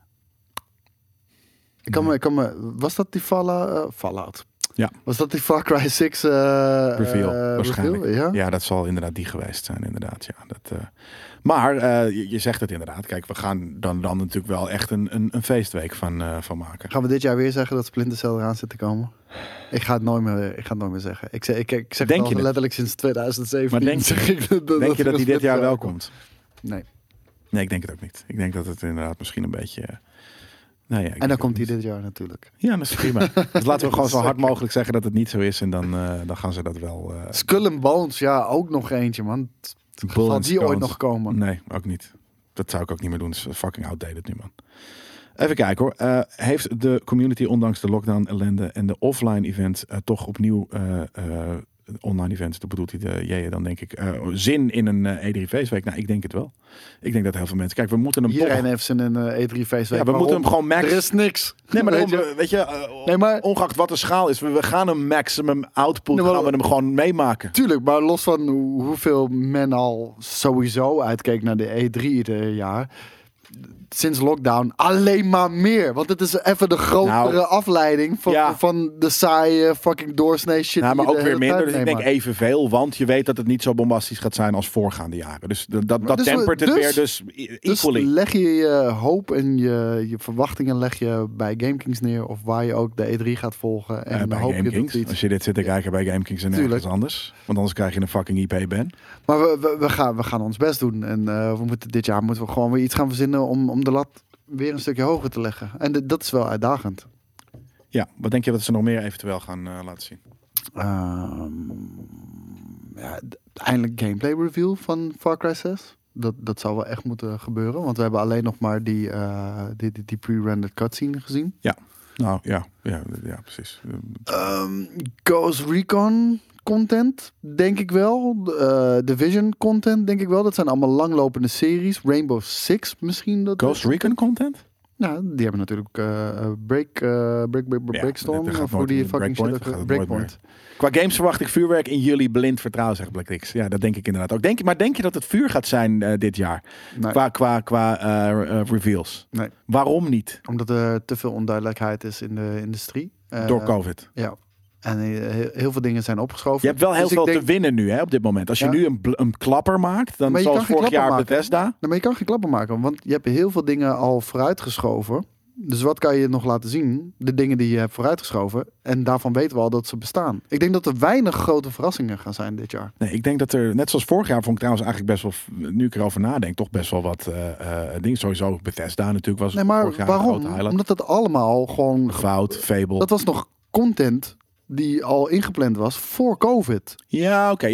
Was dat die Fallout? Ja. Was dat die Far Cry 6 Reveal, waarschijnlijk. Reveal, ja? Ja, dat zal inderdaad die geweest zijn, inderdaad. Ja, maar je zegt het inderdaad. Kijk, we gaan dan natuurlijk wel echt een feestweek van maken. Gaan we dit jaar weer zeggen dat Splinter Cell eraan zit te komen? Ik ga het nooit meer zeggen. Ik zeg Denk het je al het? letterlijk sinds 2017. Maar denk je- zeg ik Denk je dat die dit jaar wel komt? komt? Nee. Nee, ik denk het ook niet. Ik denk dat het inderdaad misschien een beetje... Nou ja, ik En denk dan komt het hij niet. dit jaar natuurlijk. Ja, dat is prima. Dus laten we gewoon zo hard mogelijk zeggen dat het niet zo is. En dan gaan ze dat wel... Skull and Bones, ja, ook nog eentje, man. Bull Zal and die ooit Stones. nog komen? Nee, ook niet. Dat zou ik ook niet meer doen. Het is fucking outdated nu, man. Even kijken hoor. Heeft de community ondanks de lockdown ellende en de offline events toch opnieuw online events, dat bedoelt hij de JJ dan denk ik, zin in een E3 feestweek? Nou, ik denk het wel. Ik denk dat heel veel mensen... Kijk, we moeten hem Iedereen toch... heeft zin in E3 feestweek. Ja, we moeten hem gewoon max... Er is niks. Nee, maar Weet daarom, je? weet je, Nee, maar- ongeacht wat de schaal is, we gaan een maximum output, Nee, maar- gaan we hem gewoon meemaken. Tuurlijk, maar los van hoeveel men al sowieso uitkeek naar de E3 ieder jaar. Sinds lockdown alleen maar meer. Want het is even de grotere Nou, afleiding ja. van de saaie fucking doorsnee shit. Nou, maar die ook je weer de hele minder. tijd Dus ik denk meemaakt. evenveel, want je weet dat het niet zo bombastisch gaat zijn als voorgaande jaren. Dus dat dus- tempert het dus- weer dus Dus equally. leg je je hoop en je verwachtingen leg je bij GameKings neer. Of waar je ook de E3 gaat volgen. En dan bij hoop je dat GameKings. iets. Als je dit zit te kijken bij GameKings en nergens Tuurlijk. anders. Want anders krijg je een fucking IP-ban. Maar we gaan ons best doen. En dit jaar moeten we gewoon weer iets gaan verzinnen om de lat weer een stukje hoger te leggen. En dat is wel uitdagend. Ja, wat denk je dat ze nog meer eventueel gaan laten zien? Eindelijk gameplay reveal van Far Cry 6. Dat zou wel echt moeten gebeuren. Want we hebben alleen nog maar die pre-rendered cutscene gezien. Nou, ja, precies. Ghost Recon content, denk ik wel. Division content, denk ik wel. Dat zijn allemaal langlopende series. Rainbow Six misschien. Ghost Recon content? Ja, die hebben natuurlijk Breakstorm. dat gaat Of hoe nooit die in fucking Breakpoint, shit dat ook- gaat het nooit Breakpoint. Qua games verwacht ik vuurwerk in jullie blind vertrouwen, zegt Blacktrix. Ja, dat denk ik inderdaad ook. Maar denk je dat het vuur gaat zijn dit jaar? Nee, Qua reveals? Nee. Waarom niet? omdat er te veel onduidelijkheid is in de industrie. Door COVID. Ja. En heel veel dingen zijn opgeschoven. Je hebt wel heel Dus ik veel denk- te winnen nu, hè, op dit moment. Als je Ja. nu een klapper maakt, dan Maar je zoals kan geen vorig jaar klapper maken. Bethesda. Nou, maar je kan geen klappen maken, want je hebt heel veel dingen al vooruitgeschoven. Dus wat kan je nog laten zien? De dingen die je hebt vooruitgeschoven. En daarvan weten we al dat ze bestaan. Ik denk dat er weinig grote verrassingen gaan zijn dit jaar. Nee, ik denk dat er, net zoals vorig jaar, vond ik trouwens eigenlijk best wel, nu ik erover nadenk, toch best wel wat dingen. Sowieso Bethesda natuurlijk was Nee, maar vorig jaar een waarom? grote highlight. Omdat het allemaal gewoon... Fout, Fable. Dat was nog content die al ingepland was voor COVID. Ja, oké.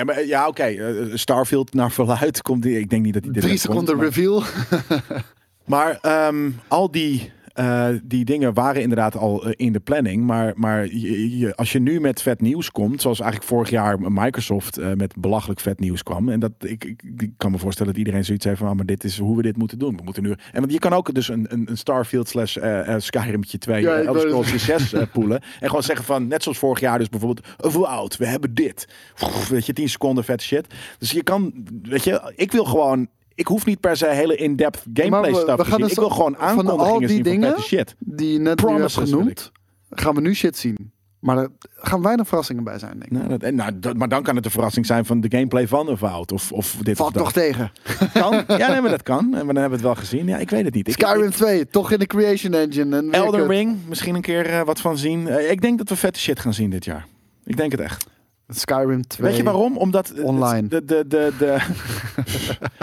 Starfield naar verluid komt. Ik denk niet dat hij dit 3 net komt, seconden maar- reveal. Maar al die dingen waren inderdaad al in de planning. Maar als je nu met vet nieuws komt, zoals eigenlijk vorig jaar Microsoft met belachelijk vet nieuws kwam. En dat ik kan me voorstellen dat iedereen zoiets heeft van, maar dit is hoe we dit moeten doen. We moeten nu. En want je kan ook dus een Starfield / Skyrim'tje 2 Ja, ik Elder weet het. Scrolls 6 poelen. En gewoon zeggen van, net zoals vorig jaar dus bijvoorbeeld, Avowed, we hebben dit. Weet je, 10 seconden vet shit. Dus je kan, weet je, ik hoef niet per se hele in-depth gameplay Maar stuff te zien. dus Ik wil gewoon van al aankondigingen die zien van dingen, vette shit. die je net nu hebt Promises, genoemd, gaan we nu shit zien. Maar er gaan weinig verrassingen bij zijn, denk ik. Maar dan kan het de verrassing zijn van de gameplay van Avowed. Of dit Valt of dat. nog tegen. Kan. Ja, nee, maar dat kan. En dan hebben we het wel gezien. Ja, ik weet het niet. Skyrim 2, toch in de Creation Engine. En weer Elden kut. Ring, misschien een keer wat van zien. Ik denk dat we vette shit gaan zien dit jaar. Ik denk het echt. Skyrim 2. Weet je waarom? Omdat Online.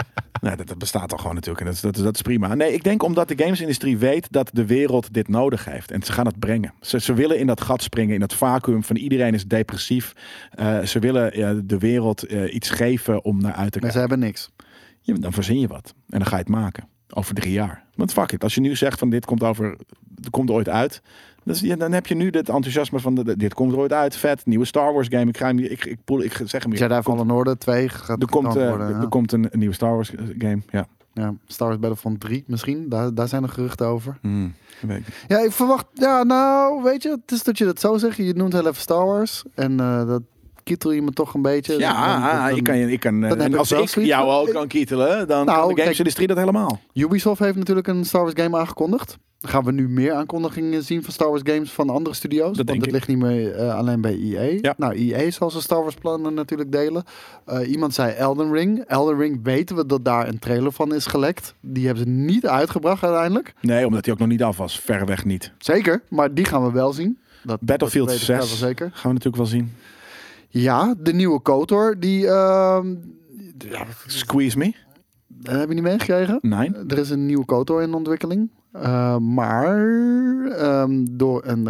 Nou, dat bestaat al gewoon natuurlijk. En dat is prima. Nee, ik denk omdat de gamesindustrie weet dat de wereld dit nodig heeft. En ze gaan het brengen. Ze willen in dat gat springen, in dat vacuüm van iedereen is depressief. Ze willen de wereld iets geven om naar uit te Maar kijken. ze hebben niks. Ja, dan verzin je wat. En dan ga je het maken. Over 3 jaar. Want fuck it. Als je nu zegt van dit komt ooit uit. Dus, dan heb je nu het enthousiasme van dit komt er ooit uit. Vet. Nieuwe Star Wars game. Ik zeg hem weer. Jedi Fallen Order 2 gaat Er komt, gedaan worden, er komt een nieuwe Star Wars game. Ja. Ja, Star Wars Battlefront 3 misschien. Daar zijn er geruchten over. Weet ik. Ja, ik verwacht... Ja, nou, weet je, het is dat je dat zo zegt. Je noemt heel even Star Wars. En dat kietel je me toch een beetje. Ja, Dan- ik kan dan heb en ik als wel ik zoiets jou van- ook kan kietelen, dan Nou, kan de kijk- gamesindustrie dat helemaal. Ubisoft heeft natuurlijk een Star Wars game aangekondigd. Dan gaan we nu meer aankondigingen zien van Star Wars games van andere studio's. Dat want denk het ik. ligt niet meer alleen bij EA. Ja. Nou, EA zal zijn Star Wars plannen natuurlijk delen. Iemand zei Elden Ring. Elden Ring weten we dat daar een trailer van is gelekt. Die hebben ze niet uitgebracht uiteindelijk. Nee, omdat hij ook nog niet af was. Verreweg niet. Zeker, maar die gaan we wel zien. Battlefield dat weet ik 6 wel zeker. gaan we natuurlijk wel zien. Ja, de nieuwe KOTOR. Die Squeeze me? heb je niet meegekregen? Nee. Er is een nieuwe KOTOR in ontwikkeling. Maar door een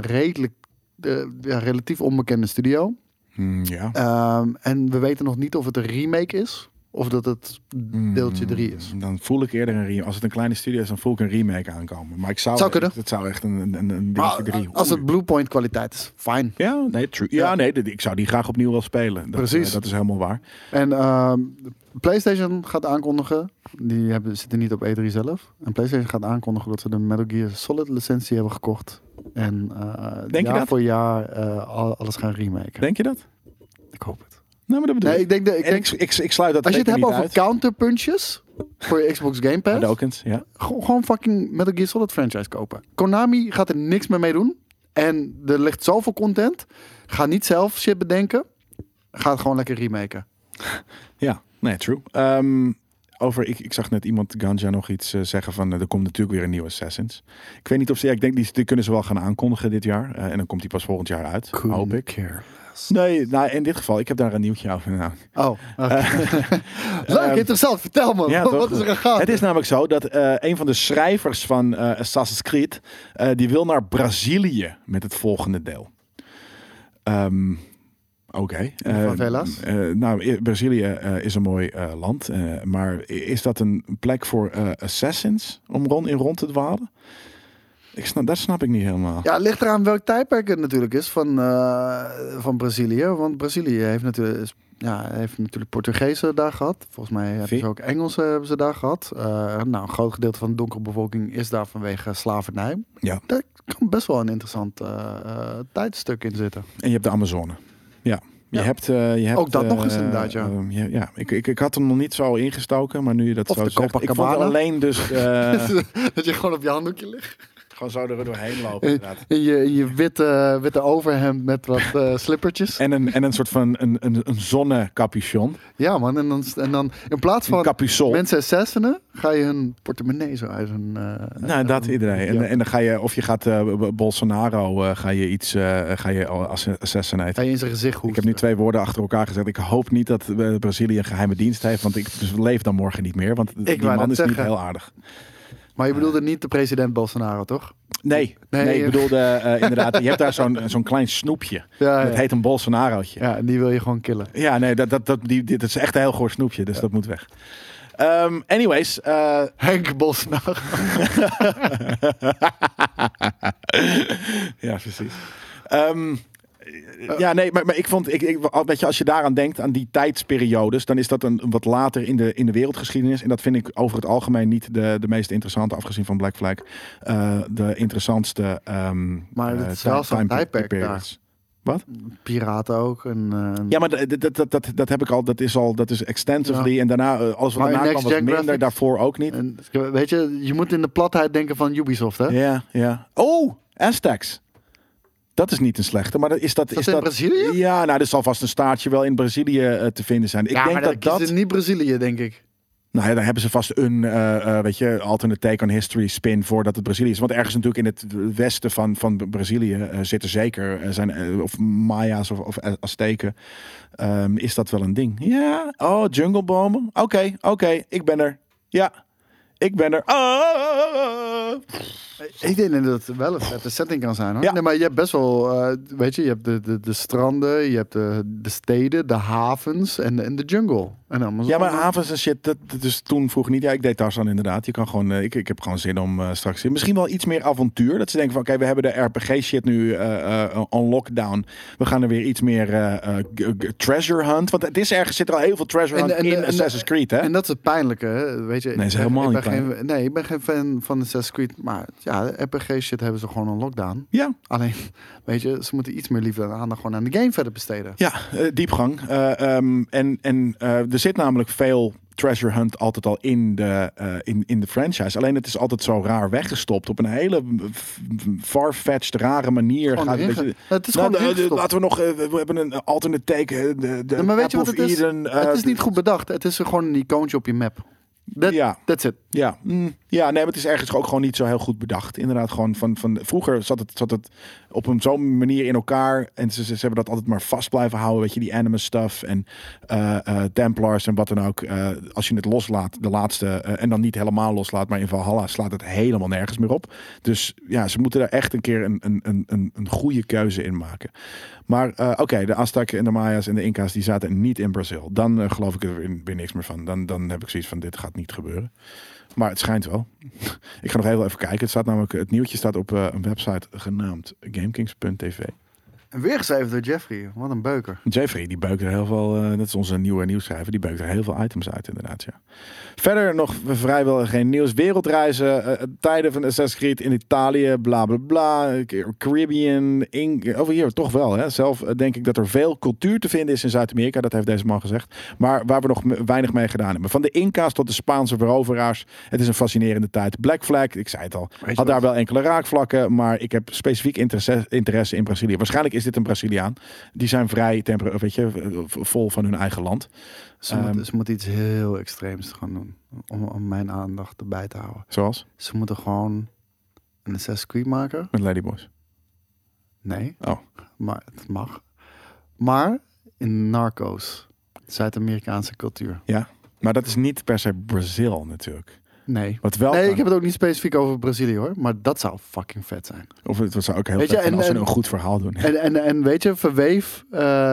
relatief onbekende studio. Ja. En we weten nog niet of het een remake is. Of dat het deeltje 3 is. Dan voel ik eerder een remake. Als het een kleine studio is, dan voel ik een remake aankomen. Maar Zou kunnen. Het zou echt een dingetje Maar 3. als het Bluepoint kwaliteit is, fijn. Ja, nee, true. Ja, nee, ik zou die graag opnieuw wel spelen. Precies. Dat is helemaal waar. En PlayStation gaat aankondigen. Die zitten niet op E3 zelf. En PlayStation gaat aankondigen dat ze de Metal Gear Solid licentie hebben gekocht. En Denk je jaar dat? voor jaar alles gaan remaken. Denk je dat? Ik hoop het. Nou, maar dat bedoel Nee, ik. ik denk, En ik sluit dat als je het zeker hebt niet over uit. counterpunches voor je Xbox Game Pass, Hadokens, ja. gewoon fucking Metal Gear Solid franchise kopen. Konami gaat er niks meer mee doen. En er ligt zoveel content. Ga niet zelf shit bedenken. Ga het gewoon lekker remaken. Ja, nee, true. Ik zag net iemand, Ganja, nog iets zeggen van er komt natuurlijk weer een nieuwe Assassins. Ik weet niet of ze, ik denk die kunnen ze wel gaan aankondigen dit jaar. En dan komt die pas volgend jaar uit, hoop ik. Nee, nou in dit geval, ik heb daar een nieuwtje over. Nou, Oh, leuk, interessant. Vertel me, ja, wat toch? is er gegaan? Het is namelijk zo dat een van de schrijvers van Assassin's Creed, die wil naar Brazilië met het volgende deel. Oké. Favelas? Brazilië is een mooi land. Maar is dat een plek voor assassins om rond te dwalen? Dat snap ik niet helemaal. Ja, het ligt eraan welk tijdperk het natuurlijk is van Brazilië. Want Brazilië heeft natuurlijk Portugezen daar gehad. Volgens mij hebben ze ook Engelsen hebben ze daar gehad. Een groot gedeelte van de donkere bevolking is daar vanwege slavernij. Ja. Daar kan best wel een interessant tijdstuk in zitten. En je hebt de Amazone. Ja. Je hebt ook dat nog eens inderdaad, ja. Ja. Ik had hem nog niet zo ingestoken, maar nu je dat Of zo de zegt. Ik vond Copacabana. alleen dus Dat je gewoon op je handdoekje ligt. gewoon zo er doorheen lopen inderdaad. In je witte overhemd met wat slippertjes. En een soort van een zonnecapuchon. Ja man, en dan in plaats Een van capuchon. mensen assassinen, ga je hun portemonnee zo uit hun... Nou, dat iedereen. Ja. En dan ga je, of je gaat Bolsonaro, ga je assassinate. Ga je in zijn gezicht hoesten. Ik heb nu 2 woorden achter elkaar gezegd. Ik hoop niet dat Brazilië een geheime dienst heeft, want ik leef dan morgen niet meer. Want die wou man net is niet zeggen. heel aardig. Maar je bedoelde niet de president Bolsonaro, toch? Nee, ik bedoelde inderdaad, je hebt daar zo'n klein snoepje. Ja, Dat heet een Bolsonarootje. Ja, en die wil je gewoon killen. Ja, nee, dit is echt een heel goor snoepje, dus dat moet weg. Anyways. Henk Bolsonaro. Ja, precies. Ja, nee, maar ik vond, weet je, als je daaraan denkt, aan die tijdsperiodes, dan is dat een wat later in de wereldgeschiedenis. En dat vind ik over het algemeen niet de meest interessante, afgezien van Black Flag, de interessantste. Maar het is wel zo'n tijdperk periods. Piraten ook. Ja, maar dat heb ik al. Dat is extensively. Ja. En daarna, alles wat Maar daarna Next kwam was Gen minder. graphics? Daarvoor ook niet. En, weet je moet in de platheid denken van Ubisoft, hè? Ja. Oh, Aztecs. Dat is niet een slechte, maar is dat in Brazilië? Ja, nou, er zal vast een staartje wel in Brazilië te vinden zijn. Ik denk maar dat is niet Brazilië, denk ik. Nou ja, dan hebben ze vast een alternate take on history spin voordat het Brazilië is. Want ergens natuurlijk in het westen van Brazilië zitten zeker zijn of Maya's of Azteken. Is dat wel een ding? Ja. Oh, junglebomen. Oké, ik ben er. Ja, ik ben er. Ik denk dat het wel een vette setting kan zijn, hoor. Ja. Nee, maar je hebt best wel, weet je hebt de stranden, je hebt de steden, de havens en de jungle. En Amazon. Ja, maar havens en shit, dat dus toen vroeger niet. Ja, ik deed Tarzan inderdaad. Je kan gewoon, ik heb gewoon zin om straks misschien wel iets meer avontuur. Dat ze denken van, oké, we hebben de RPG shit nu on lockdown. We gaan er weer iets meer treasure hunt. Want het is ergens, zit er al heel veel treasure hunt in Assassin's Creed, hè? En dat is het pijnlijke, hè? Weet je. Nee, is helemaal niet ik ben geen fan van Assassin's Creed, maar ja, de RPG shit hebben ze gewoon on lockdown. Ja. Alleen, weet je, ze moeten iets meer liefde en aandacht gewoon aan de game verder besteden. Ja, diepgang. Er zit namelijk veel treasure hunt altijd al in de franchise. Alleen het is altijd zo raar weggestopt. Op een hele far-fetched, rare manier. Het is gewoon ingestopt. Laten we nog... we hebben een alternate take. Maar weet je wat het is? Eden, het is niet goed bedacht. Het is gewoon een icoontje op je map. That's it. Ja, ja, nee, maar het is ergens ook gewoon niet zo heel goed bedacht. Inderdaad, gewoon van vroeger zat het op zo'n manier in elkaar. En ze hebben dat altijd maar vast blijven houden. Weet je, die Animus stuff en Templars en wat dan ook. Als je het loslaat, de laatste, en dan niet helemaal loslaat, maar in Valhalla slaat het helemaal nergens meer op. Dus ja, ze moeten daar echt een keer een goede keuze in maken. Maar oké, de Azteken en de Maya's en de Inca's, die zaten niet in Brazil. Dan geloof ik er weer niks meer van. Dan heb ik zoiets van, dit gaat niet gebeuren. Maar het schijnt wel. Ik ga nog even kijken. Het staat namelijk, het nieuwtje staat op een website genaamd GameKings.tv. En weer geschreven door Jeffrey. Wat een beuker. Jeffrey, die beukt er heel veel, dat is onze nieuwe nieuwsschrijver, die beukt er heel veel items uit inderdaad, ja. Verder nog vrijwel geen nieuws. Wereldreizen, tijden van Assassin's Creed in Italië, bla bla bla, Caribbean, over hier toch wel, hè. Zelf denk ik dat er veel cultuur te vinden is in Zuid-Amerika, dat heeft deze man gezegd, maar waar we nog weinig mee gedaan hebben. Van de Inca's tot de Spaanse veroveraars, het is een fascinerende tijd. Black Flag, ik zei het al, had daar wel enkele raakvlakken, maar ik heb specifiek interesse in Brazilië. Waarschijnlijk is dit een Braziliaan. Die zijn vrij vol van hun eigen land. Ze moeten iets heel extreems gaan doen. Om mijn aandacht erbij te houden. Zoals? Ze moeten gewoon een Assassin's Creed maken. Met Ladyboys. Nee. Oh. Maar het mag. Maar in Narcos. Zuid-Amerikaanse cultuur. Ja. Maar dat is niet per se Brazil natuurlijk. Nee. Wat wel nee, ik heb het ook niet specifiek over Brazilië, hoor. Maar dat zou fucking vet zijn. Of het zou ook heel vet zijn als ze een goed verhaal doen. En weet je, verweef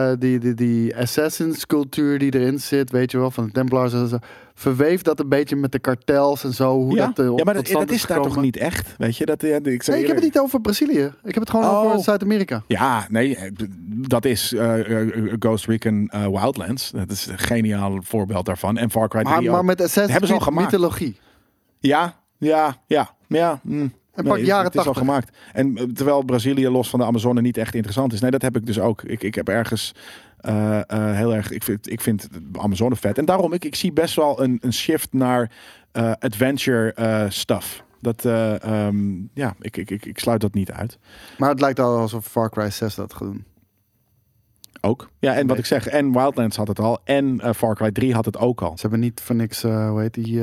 die Assassins cultuur die erin zit, weet je wel, van de Templars en zo. Verweef dat een beetje met de kartels en zo. Hoe dat ja, maar tot stand dat is daar toch niet echt? Weet je? Ik heb het niet over Brazilië. Ik heb het gewoon over Zuid-Amerika. Ja, nee, dat is Ghost Recon Wildlands. Dat is een geniaal voorbeeld daarvan. En Far Cry 3 maar met Assassin's Creed mythologie. Ja. En pak jaren 80. Het is al gemaakt. En terwijl Brazilië los van de Amazone niet echt interessant is. Nee, dat heb ik dus ook. Ik heb ergens heel erg... Ik vind de Amazone vet. En daarom, ik zie best wel een shift naar adventure stuff. Dat, ik sluit dat niet uit. Maar het lijkt al alsof Far Cry 6 dat gaat doen. Ook. Ja, en wat ik zeg, en Wildlands had het al. En Far Cry 3 had het ook al. Ze hebben niet voor niks, hoe heet die?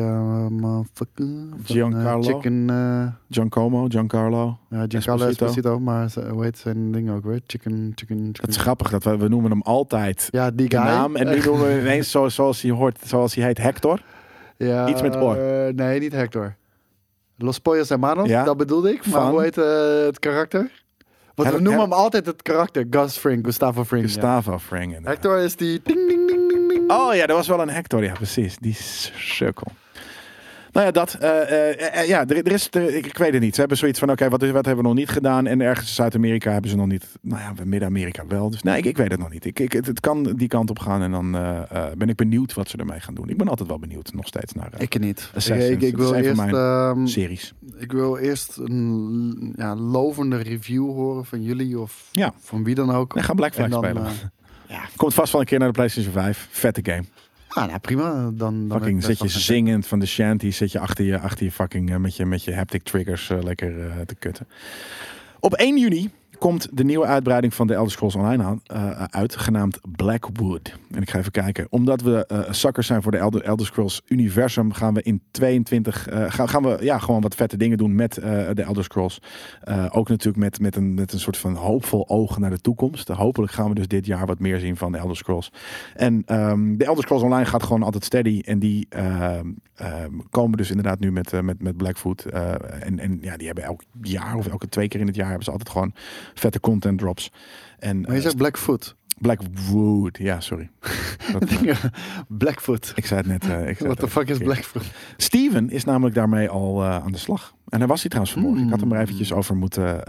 Giancarlo. Giancarlo. Ja, Giancarlo Esposito, maar hoe heet zijn ding ook weer? Chicken. Dat is grappig, dat we noemen hem altijd die guy. naam. En nu noemen we ineens zoals hij hoort, zoals hij heet, Hector. Ja, iets met oor. Nee, niet Hector. Los Pollos Hermanos, dat bedoelde ik. Maar van? hoe heet het karakter? Want we noemen hem altijd het karakter. Gustavo Fring. Gustavo Fring. Hector is die ding, ding, ding, ding, ding. Oh ja, dat was wel een Hector. Ja, precies. Die sukkel. Nou ja, dat. Er is... Ik weet het niet. Ze hebben zoiets van, oké, wat hebben we nog niet gedaan? En ergens in Zuid-Amerika hebben ze nog niet... Nou ja, Midden-Amerika wel. Dus nee, ik weet het nog niet. Het kan die kant op gaan. En dan ben ik benieuwd wat ze ermee gaan doen. Ik ben altijd wel benieuwd. Nog steeds naar ik niet. Ik wil eerst... series. Ik wil eerst een lovende review horen van jullie. Of van wie dan ook. En ga Black Flag spelen. Komt vast wel een keer naar de PlayStation 5. Vette game. Ah, nou prima. Dan fucking zit je zingend van de shanty, zit je achter je fucking met je haptic triggers lekker te kutten. Op 1 juni komt de nieuwe uitbreiding van de Elder Scrolls Online uit, genaamd Blackwood. En ik ga even kijken. Omdat we suckers zijn voor de Elder Scrolls universum, gaan we in 22 gaan we gewoon wat vette dingen doen met de Elder Scrolls. Ook natuurlijk met een soort van hoopvol oog naar de toekomst. Hopelijk gaan we dus dit jaar wat meer zien van de Elder Scrolls. En de Elder Scrolls Online gaat gewoon altijd steady. En die komen dus inderdaad nu met Blackwood. En die hebben elk jaar of elke 2 keer in het jaar hebben ze altijd gewoon vette content drops. En, Maar je zegt Blackfoot. Blackwood, ja, sorry. Blackfoot. Ik zei het net. What the fuck is Blackfoot? Steven is namelijk daarmee al aan de slag. En daar was hij trouwens vanmorgen. Ik had hem er eventjes over moeten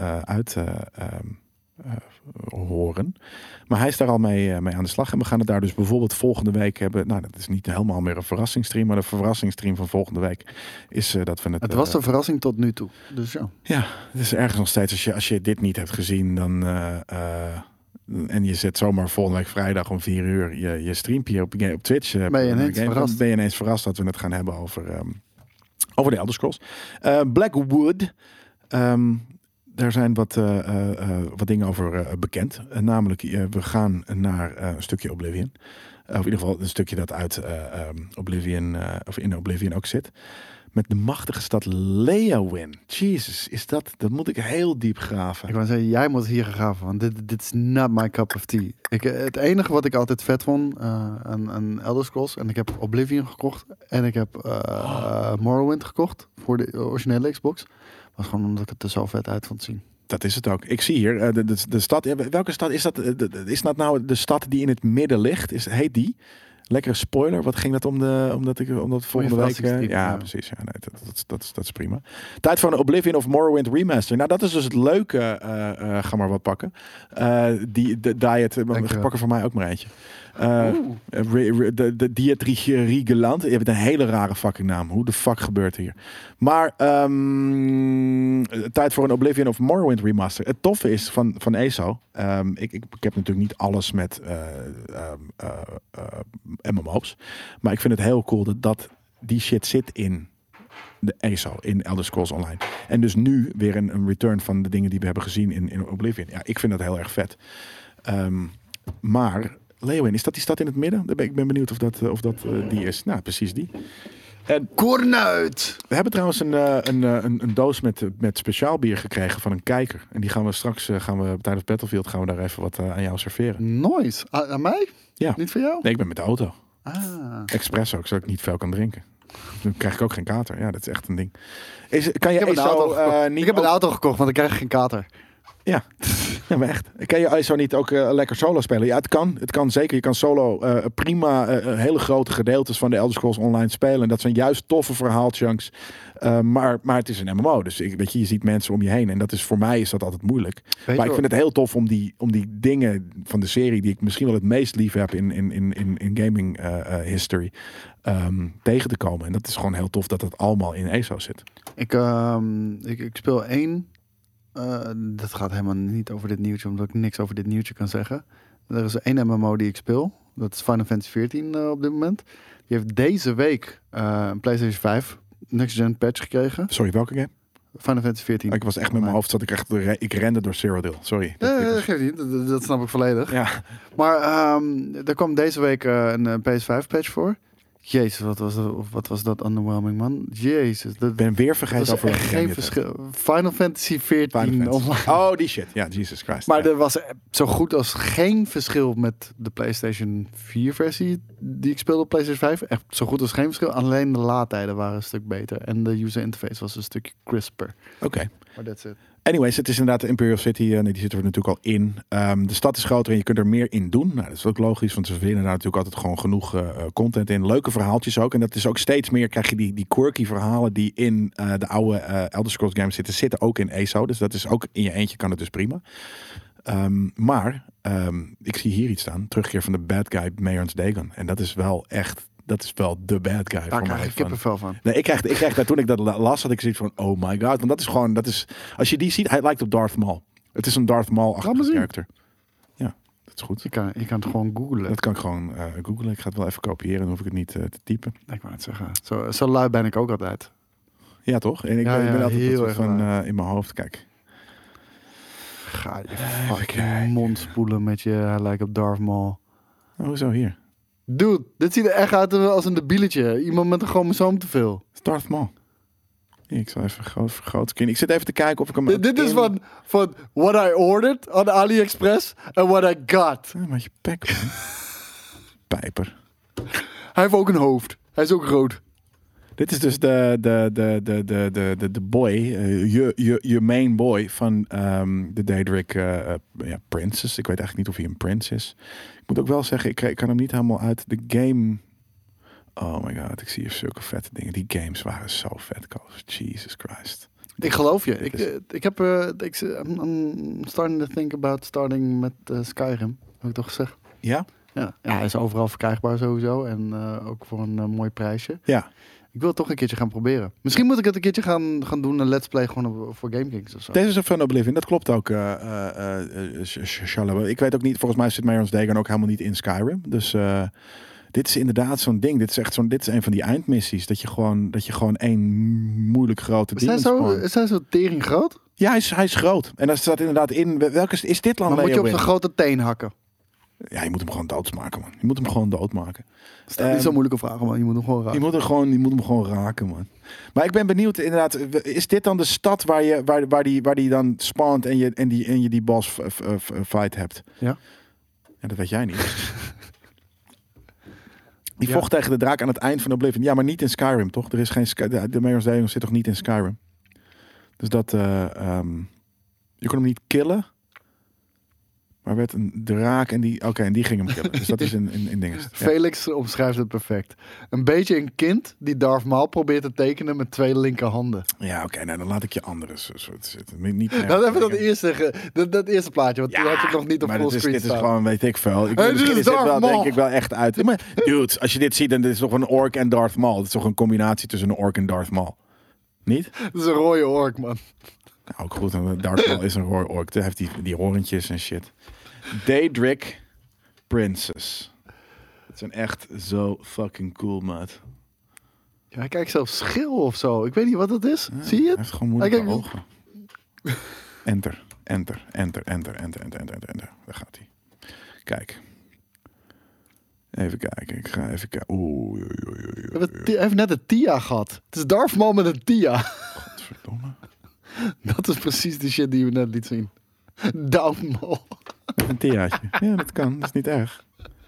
horen. Maar hij is daar al mee aan de slag. En we gaan het daar dus bijvoorbeeld volgende week hebben. Nou, dat is niet helemaal meer een verrassingsstream. Maar de verrassingsstream van volgende week is dat we het... Het was een verrassing tot nu toe. Dus ja. Ja, het is ergens nog steeds. Als je dit niet hebt gezien, dan... en je zet zomaar volgende week vrijdag om 4 uur je streampje op Twitch. Ben je ineens verrast. Ben je ineens verrast dat we het gaan hebben over de Elder Scrolls. Blackwood. Daar zijn wat dingen over bekend. Namelijk, we gaan naar een stukje Oblivion. Of in ieder geval een stukje dat uit Oblivion, of in Oblivion ook zit. Met de machtige stad Leyawiin. Jezus, dat moet ik heel diep graven. Ik wou zeggen, jij moet hier gaan graven, want dit is not my cup of tea. Het enige wat ik altijd vet vond aan Elder Scrolls, en ik heb Oblivion gekocht en ik heb Morrowind gekocht voor de originele Xbox, was gewoon omdat ik het er zo vet uit vond zien. Dat is het ook. Ik zie hier de stad. Welke stad is dat? Is dat nou de stad die in het midden ligt? Heet die? Lekkere spoiler. Wat ging dat omdat volgende week... ja, precies. Ja, nee, dat is prima. Tijd voor een Oblivion of Morrowind remaster. Nou, dat is dus het leuke. Ga maar wat pakken. Die diet. Pak er voor mij ook maar eentje. De Dietrich Riegeland. Je hebt een hele rare fucking naam. Hoe de fuck gebeurt hier? Maar tijd voor een Oblivion of Morrowind remaster. Het toffe is van ESO. Ik heb natuurlijk niet alles met MMO's. Maar ik vind het heel cool dat die shit zit in de ESO, in Elder Scrolls Online. En dus nu weer een return van de dingen die we hebben gezien in Oblivion. Ja, ik vind dat heel erg vet. Maar Leyawiin, is dat die stad in het midden? Ik ben benieuwd of dat die is. Nou, precies die. Kornuit! We hebben trouwens een doos met speciaal bier gekregen van een kijker. En die gaan we straks, tijdens Battlefield, gaan we daar even wat aan jou serveren. Nice. Aan mij? Ja. Niet voor jou? Nee, ik ben met de auto. Espresso, ook, zodat ik niet veel kan drinken. Dan krijg ik ook geen kater. Ja, dat is echt een ding. Kan je ik heb een auto gekocht, want ik krijg geen kater. Ja. Ja, maar echt. Kan je ISO niet ook lekker solo spelen? Ja, het kan zeker. Je kan solo prima hele grote gedeeltes van de Elder Scrolls Online spelen. En dat zijn juist toffe verhaalchunks. Maar het is een MMO. Dus je ziet mensen om je heen. En dat is voor mij is dat altijd moeilijk. Maar ik vind het heel tof om die dingen van de serie die ik misschien wel het meest lief heb in gaming history tegen te komen. En dat is gewoon heel tof dat het allemaal in ESO zit. Ik speel 1. Dat gaat helemaal niet over dit nieuwtje, omdat ik niks over dit nieuwtje kan zeggen. Er is 1 MMO die ik speel. Dat is Final Fantasy 14 op dit moment. Die heeft deze week een PlayStation 5 Next Gen patch gekregen. Sorry, welke game? Final Fantasy 14. Ik was echt met mijn hoofd, ik rende door Cyrodiil. Sorry. Dat geeft niet, dat snap ik volledig. Ja. Maar er kwam deze week een PS5 patch voor. Jezus, wat was dat underwhelming, man. Jezus. Ik ben weer vergeten over geen verschil. Final Fantasy 14 online. Oh, die shit. Ja, Jesus Christ. Maar er was zo goed als geen verschil met de PlayStation 4 versie die ik speelde op PlayStation 5. Echt zo goed als geen verschil. Alleen de laadtijden waren een stuk beter. En de user interface was een stukje crisper. Oké. Maar that's it. Anyways, het is inderdaad de Imperial City. Die zitten er natuurlijk al in. De stad is groter en je kunt er meer in doen. Nou, dat is ook logisch, want ze vinden daar natuurlijk altijd gewoon genoeg content in. Leuke verhaaltjes ook. En dat is ook steeds meer, krijg je die quirky verhalen die in de oude Elder Scrolls games zitten ook in ESO. Dus dat is ook in je eentje kan het dus prima. Maar ik zie hier iets staan. Terugkeer van de bad guy Mayor's Dagon. En dat is wel echt... Dat is wel de bad guy. Daar krijg ik kippenvel van. Nee, ik krijg daar, toen ik dat las, had ik zoiets van, oh my god. Want dat is, als je die ziet, hij lijkt op Darth Maul. Het is een Darth Maul-achtige karakter. Ja, dat is goed. Je kan het gewoon googlen. Dat kan ik gewoon googlen. Ik ga het wel even kopiëren, dan hoef ik het niet te typen. Ik wou het zeggen. Zo lui ben ik ook altijd. Ja, toch? En ik ben altijd heel erg van in mijn hoofd, kijk. Ga je fucking mond spoelen met je, hij lijkt op Darth Maul. Hoezo hier? Dude, dit ziet er echt uit als een debieletje. Iemand met een chromosoom te veel. Darth Maul. Hier, ik zal even vergroten. Ik zit even te kijken of ik hem... Dit is van what I ordered on AliExpress en what I got. Ja, maar je pek, man. Pijper. Hij heeft ook een hoofd. Hij is ook rood. Dit is dus de boy, je main boy van de Daedric Princess. Ik weet eigenlijk niet of hij een prince is. Ik moet ook wel zeggen, ik kan hem niet helemaal uit de game... Oh my god, ik zie hier zulke vette dingen. Die games waren zo vet, Koos. Jesus Christ. Ik geloof je. I'm starting to think about starting met Skyrim. Heb ik toch gezegd? Ja? Ja, hij is overal verkrijgbaar sowieso. En ook voor een mooi prijsje. Ja. Ik wil het toch een keertje gaan proberen. Misschien moet ik het een keertje gaan doen. Een let's play gewoon voor GameKings of zo. Deze is een Fun Oblivion. Dat klopt ook, Charlotte. Ik weet ook niet, volgens mij zit Majora's Dagon ook helemaal niet in Skyrim. Dus dit is inderdaad zo'n ding. Dit is een van die eindmissies. Dat je gewoon één moeilijk grote ding spawnt. Is hij zo tering groot? Ja, hij is groot. En daar staat inderdaad in... Welke is dit land? Maar moet je op Leeuwin? zijn grote teen hakken? Ja, je moet hem gewoon doodmaken, man. Je moet hem gewoon doodmaken. Dat is niet zo'n moeilijke vraag, man. Je moet hem gewoon raken. Je moet hem gewoon raken, man. Maar ik ben benieuwd, inderdaad. Is dit dan de stad waar die dan spawnt en je die boss fight hebt? Ja. Ja, dat weet jij niet. Die vocht tegen de draak aan het eind van Oblivion. Ja, maar niet in Skyrim, toch? Er is geen de Majora's Dagon zit toch niet in Skyrim? Dus dat... je kon hem niet killen. Maar werd een draak en die ging hem killen. Dus dat is in dingen. Ja. Felix omschrijft het perfect. Een beetje een kind die Darth Maul probeert te tekenen met 2 linkerhanden. Ja, oké. Nou, dan laat ik je andere soort zitten. Niet Laat even dat eerste plaatje, want die had je nog niet op fullscreen dit staan. is gewoon, weet ik veel. Hey, Misschien is dit Darth wel, Maul. denk ik, wel echt uit. Maar, dude, als je dit ziet, dan dit is toch een ork en Darth Maul. Het is toch een combinatie tussen een ork en Darth Maul. Niet? Dat is een rode ork, man. Nou, ook goed. Darth Maul is een rode ork. Hij heeft die horentjes en shit. Daedric Princess. Het zijn echt zo fucking cool, maat. Ja, hij kijkt zelfs schil of zo. Ik weet niet wat dat is. Ja, Zie je hij het? heeft gewoon moeilijke Hij kijkt- ogen. Enter. Daar gaat hij. Kijk. Even kijken. Ik ga even kijken. Oei. Hij heeft net een Tia gehad. Het is Darth Maul met een Tia. Godverdomme. Dat is precies de shit die we net liet zien. Darth Maul. Een theaatje. Ja, dat kan. Dat is niet erg.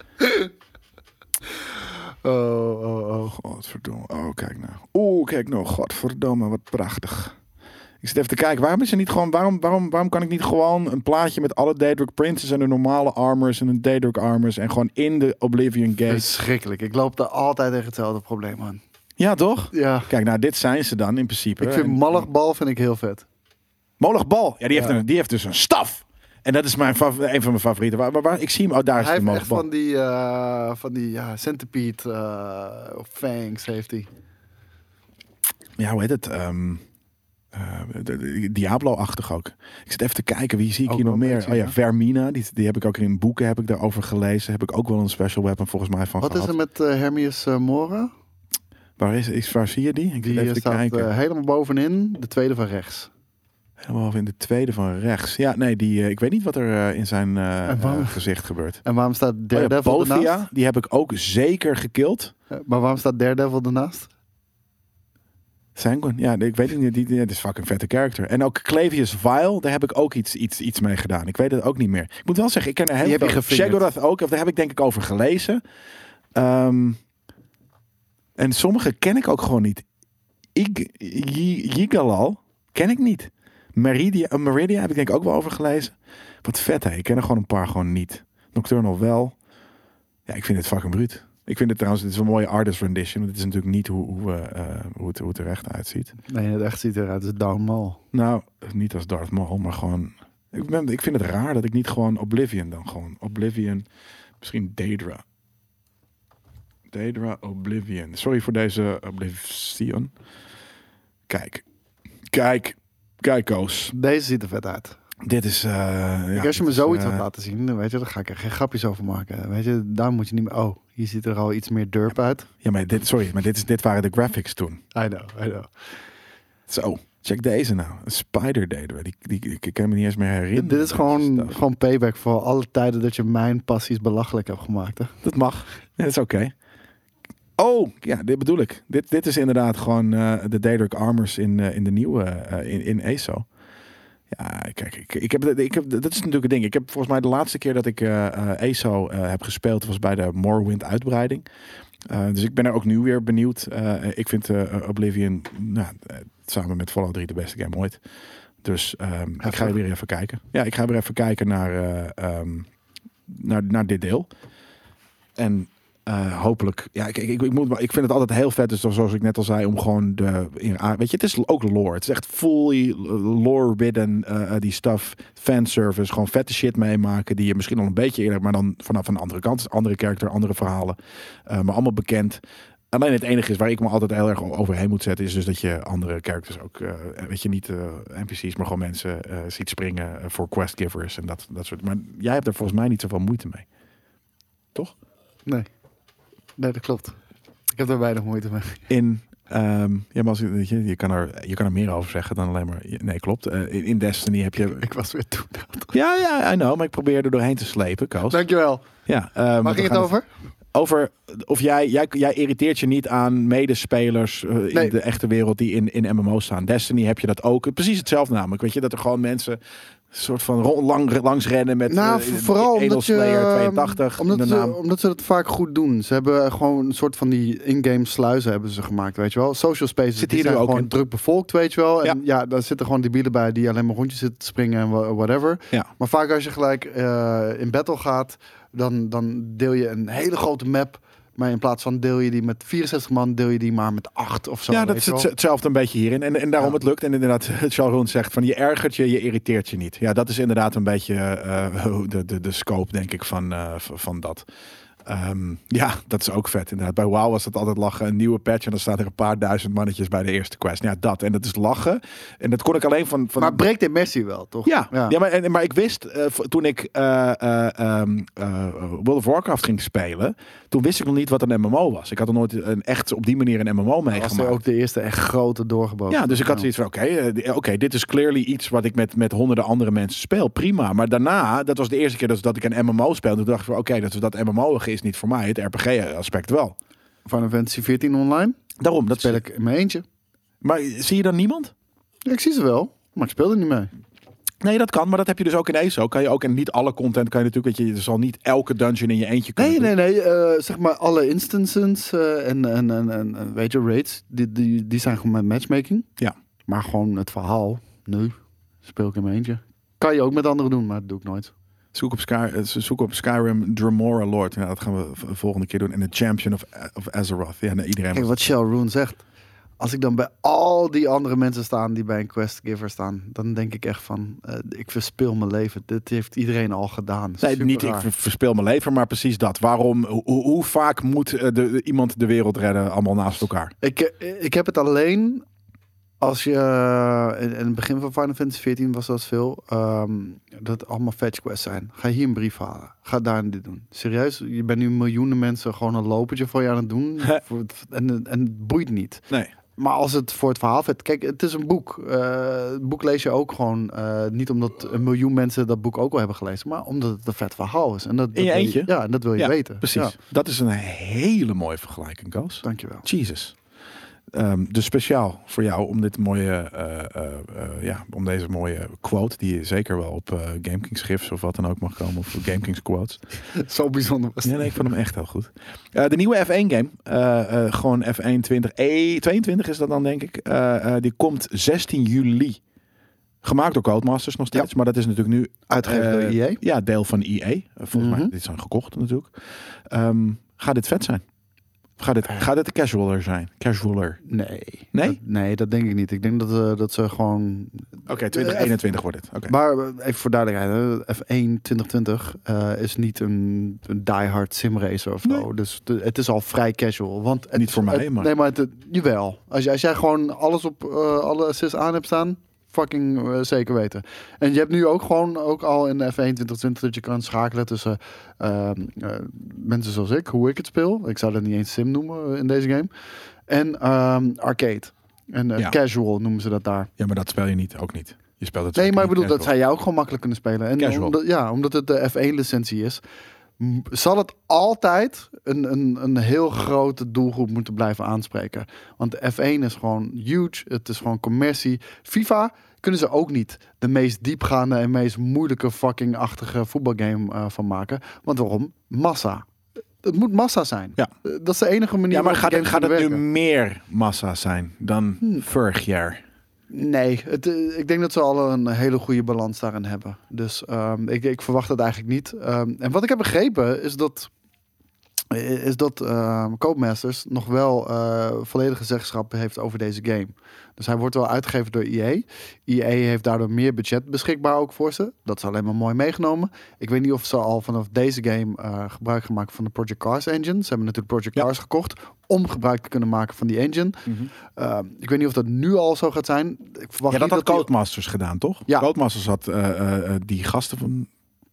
Oh. Godverdomme. Oh, kijk nou. Oeh, kijk nou. Godverdomme, wat prachtig. Ik zit even te kijken. Waarom is er niet gewoon... Waarom kan ik niet gewoon een plaatje met alle Daedric Princes en de normale armors en een Daedric armors en gewoon in de Oblivion Gate? Verschrikkelijk. Ik loop daar altijd tegen hetzelfde probleem aan. Ja, toch? Ja. Kijk, nou, dit zijn ze dan in principe. Ik vind Malagbal heel vet. Molochbal. Ja, Ja. Die heeft dus een staf. En dat is een van mijn favorieten. Waar ik zie hem... Oh, daar is Hij de heeft echt Molochbal. van die centipede of fangs heeft hij. Ja, hoe heet het? Diablo-achtig ook. Ik zit even te kijken, wie zie ik Ook hier nog wel een meer? beetje, Oh ja, ja. Vermina. Die heb ik ook in boeken heb ik daarover gelezen. Heb ik ook wel een special weapon volgens mij van Wat gehad. is er met Hermius Mora? Waar zie je die? Ik zit Die even te staat kijken. helemaal bovenin, de tweede van rechts. Helemaal in de tweede van rechts. Ja, nee, ik weet niet wat er in zijn waarom- gezicht gebeurt. En waarom staat Daredevil Bothia, ernaast? die heb ik ook zeker gekild. Maar waarom staat Daredevil ernaast? Sanguine, ja, ik weet niet. Het is fucking vette character. En ook Clavius Vile, daar heb ik ook iets mee gedaan. Ik weet het ook niet meer. Ik moet wel zeggen, ik ken er heel Die heb je veel. gefingerd. Shaggorath ook, of daar heb ik denk ik over gelezen. En sommige ken ik ook gewoon niet. Yigalal ken ik niet. Meridia heb ik denk ik ook wel over gelezen. Wat vet, hè. Ik ken er gewoon een paar gewoon niet. Nocturnal wel. Ja, ik vind het fucking bruut. Ik vind het trouwens, het is een mooie artist rendition. Het is natuurlijk niet hoe het er echt uitziet. Nee, het echt ziet eruit als Darth Maul. Nou, niet als Darth Maul, maar gewoon... Ik vind het raar dat ik niet gewoon Oblivion dan gewoon... Oblivion, misschien Daedra. Daedra Oblivion. Sorry voor deze Oblivion. Kijk, Koos. Deze ziet er vet uit. Dit is... Kijk, als je me zoiets had laten zien, dan weet je, dan ga ik er geen grapjes over maken. Weet je, daar moet je niet meer... Oh, hier ziet er al iets meer derp uit. Ja, maar dit waren de graphics toen. I know. Zo. Check deze nou. Een Spider Date. Ik kan me niet eens meer herinneren. Dit is gewoon payback voor alle tijden dat je mijn passies belachelijk hebt gemaakt. Hè? Dat mag. Ja, dat is oké. Oh, ja, dit bedoel ik. Dit is inderdaad gewoon de Daedric Armors in de nieuwe in ESO. Ja, kijk, ik heb, dat is natuurlijk het ding. Ik heb volgens mij de laatste keer dat ik ESO heb gespeeld was bij de Morrowind uitbreiding. Dus ik ben er ook nu weer benieuwd. Ik vind Oblivion samen met Fallout 3 de beste game ooit. Dus ik ga weer even kijken. Ja, ik ga weer even kijken naar dit deel. En hopelijk, ja, ik vind het altijd heel vet, dus zoals ik net al zei, om gewoon weet je, het is ook lore. Het is echt fully lore-ridden, die stuff, fanservice, gewoon vette shit meemaken, die je misschien al een beetje eerder, maar dan vanaf een andere kant, andere karakter, andere verhalen, maar allemaal bekend. Alleen het enige is waar ik me altijd heel erg overheen moet zetten, is dus dat je andere characters ook, weet je, niet NPC's, maar gewoon mensen ziet springen voor questgivers en dat soort. Maar jij hebt er volgens mij niet zoveel moeite mee. Toch? Nee, dat klopt. Ik heb er weinig moeite mee. Ja, maar als je kan er meer over zeggen dan alleen maar. Nee, klopt. In Destiny heb je. Ik was weer toen. Ja, I know, maar ik probeer er doorheen te slepen, Koos. Dankjewel. Ja, waar ging het over? Over of jij irriteert je niet aan medespelers in de echte wereld die in MMO's staan. Destiny heb je dat ook. Precies hetzelfde namelijk. Weet je, dat er gewoon mensen soort van langs rennen met vooral omdat Slayer 82. Omdat ze het vaak goed doen. Ze hebben gewoon een soort van die in-game sluizen hebben ze gemaakt, weet je wel. Social spaces zit die hier zijn ook gewoon in. druk bevolkt, weet je wel. Ja. En ja, daar zitten gewoon debielen bij die alleen maar rondjes zitten te springen en whatever. Ja. Maar vaak als je gelijk in battle gaat, dan deel je een hele grote map. Maar in plaats van deel je die met 64 man, deel je die maar met 8 of zo. Ja, dat is hetzelfde een beetje hierin. En daarom het lukt. En inderdaad, Charles zegt van je ergert je irriteert je niet. Ja, dat is inderdaad een beetje de scope, denk ik, van dat. Ja, dat is ook vet inderdaad. Bij WoW was dat altijd lachen. Een nieuwe patch en dan staat er een paar duizend mannetjes bij de eerste quest. Ja, dat. En dat is lachen. En dat kon ik alleen van... Maar breekt immersie wel, toch? Ja. Maar ik wist toen ik World of Warcraft ging spelen, toen wist ik nog niet wat een MMO was. Ik had nog nooit echt op die manier een MMO meegemaakt. Was er ook de eerste echt grote doorgebogen. Ja, dus ik had zoiets van, oké, dit is clearly iets wat ik met honderden andere mensen speel. Prima. Maar daarna, dat was de eerste keer dat ik een MMO speelde. Toen dacht ik van, oké, dat MMO is niet voor mij. Het RPG-aspect wel. Final Fantasy 14 online? Daarom. Dat speel ik in mijn eentje. Maar zie je dan niemand? Ja, ik zie ze wel, maar ik speel er niet mee. Nee, dat kan, maar dat heb je dus ook in ESO. Kan je ook, en niet alle content kan je natuurlijk, weet je zal niet elke dungeon in je eentje kunnen doen. Nee. Zeg maar alle instances en weet je, raids, die zijn gewoon met matchmaking. Ja. Maar gewoon het verhaal, nu speel ik in mijn eentje. Kan je ook met anderen doen, maar dat doe ik nooit. Zoek op Skyrim Dremora Lord. Ja, dat gaan we de volgende keer doen. En de Champion of Azeroth. Ja, nee, iedereen. Kijk, wat Shell Rune zegt. Als ik dan bij al die andere mensen staan die bij een questgiver staan, dan denk ik echt van, ik verspil mijn leven. Dit heeft iedereen al gedaan. Nee, niet ik verspil mijn leven, maar precies dat. Waarom, hoe vaak moet iemand de wereld redden, allemaal naast elkaar? Ik heb het alleen als je in het begin van Final Fantasy 14 was dat veel, dat het allemaal fetch quests zijn. Ga hier een brief halen. Ga daar dit doen. Serieus, je bent nu miljoenen mensen gewoon een lopertje voor je aan het doen. En het boeit niet. Nee. Maar als het voor het verhaal vet... Kijk, het is een boek. Het boek lees je ook gewoon... niet omdat een miljoen mensen dat boek ook al hebben gelezen... maar omdat het een vet verhaal is. En dat in je eentje? Ja, en dat wil je weten. Precies. Ja. Dat is een hele mooie vergelijking, Koos. Dankjewel. Jesus. Dus speciaal voor jou om dit mooie, om deze mooie quote, die zeker wel op GameKings GIFs of wat dan ook mag komen, of GameKings quotes. Zo bijzonder was het. Nee, ik vond hem echt heel goed. De nieuwe F1 game, gewoon F1 22 is dat dan, denk ik. Die komt 16 juli. Gemaakt door Codemasters nog steeds, maar dat is natuurlijk nu uitgegeven door EA. Ja, deel van EA. Volgens mij, dit zijn gekocht natuurlijk. Gaat dit vet zijn? Gaat het casualer zijn? Casualer? Nee. Nee? Nee, dat denk ik niet. Ik denk dat ze gewoon... Oké, 2021 wordt het. Okay. Maar even voor duidelijkheid. F1 2020 is niet een diehard simracer of zo. Dus het is al vrij casual. Want niet voor mij, maar... Nee, maar jawel. Als jij gewoon alles op alle assists aan hebt staan... fucking zeker weten. En je hebt nu ook gewoon ook al in F1 2020 dat je kan schakelen tussen mensen zoals ik, hoe ik het speel. Ik zou dat niet eens sim noemen in deze game. En arcade. En Ja. casual noemen ze dat daar. Ja, maar dat speel je niet, ook niet. Je speelt het Nee, zeker maar ik niet bedoel, dat casual. zou jij ook gewoon makkelijk kunnen spelen. En Casual. omdat het de F1-licentie is, zal het altijd een heel grote doelgroep moeten blijven aanspreken. Want de F1 is gewoon huge. Het is gewoon commercie. FIFA kunnen ze ook niet de meest diepgaande en meest moeilijke fucking-achtige voetbalgame van maken. Want waarom? Massa. Het moet massa zijn. Ja. Dat is de enige manier Ja, maar waarop games gaat het kunnen nu werken. meer massa zijn dan vorig jaar? Nee, ik denk dat ze al een hele goede balans daarin hebben. Dus ik verwacht dat eigenlijk niet. En wat ik heb begrepen is dat Codemasters nog wel volledige zeggenschap heeft over deze game. Dus hij wordt wel uitgegeven door EA. EA heeft daardoor meer budget beschikbaar ook voor ze. Dat is alleen maar mooi meegenomen. Ik weet niet of ze al vanaf deze game gebruik gaan maken van de Project Cars engine. Ze hebben natuurlijk Project Cars gekocht om gebruik te kunnen maken van die engine. Ik weet niet of dat nu al zo gaat zijn. Ik verwacht Ja, dat niet had die- Codemasters gedaan, toch? Ja. Codemasters had die gasten van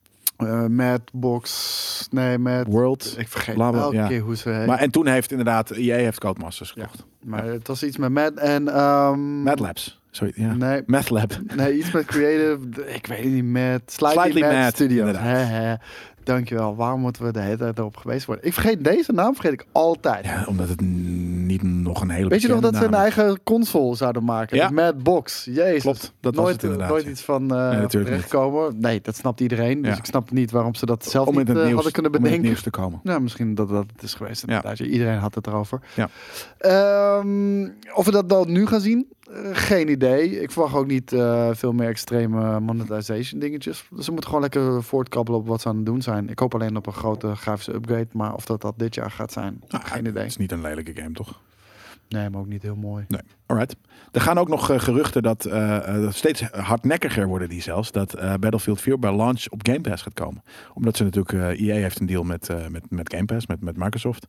Madbox, nee, World. ik vergeet Bla, bla, elke ja. keer hoe ze heet. Maar en toen heeft inderdaad EA heeft Codemasters Ja. gekocht. Maar het was iets met Mad en... Mad Labs. Sorry, ja. Nee, Math Lab. nee, iets met creative... Ik weet het niet, met Slightly Slightly Mad, Mad, Studios. inderdaad. Dankjewel. Waarom moeten we de hele tijd erop geweest worden? Ik vergeet deze naam, vergeet ik altijd. Ja, omdat het niet nog een hele Weet je nog dat ze bekende een naam is. eigen console zouden maken? Ja. De Madbox. Jezus. Klopt, dat was nooit, het inderdaad, Nooit ja. iets van natuurlijk terechtkomen. Nee, dat snapt iedereen. Dus Ja. ik snap niet waarom ze dat zelf Om in niet het nieuws, hadden kunnen om in het bedenken. nieuws te komen. Ja, misschien dat het is geweest. Inderdaad. Iedereen had het erover. Ja. Of we dat dan nu gaan zien? Geen idee. Ik verwacht ook niet veel meer extreme monetization dingetjes. Dus ze moeten gewoon lekker voortkabbelen op wat ze aan het doen zijn. Ik hoop alleen op een grote grafische upgrade. Maar of dat dit jaar gaat zijn, geen idee. Het is niet een lelijke game, toch? Nee, maar ook niet heel mooi. Nee. Alright. Er gaan ook nog geruchten dat steeds hardnekkiger worden die zelfs. Dat Battlefield 4 bij launch op Game Pass gaat komen. Omdat ze natuurlijk... EA heeft een deal met Game Pass, met Microsoft.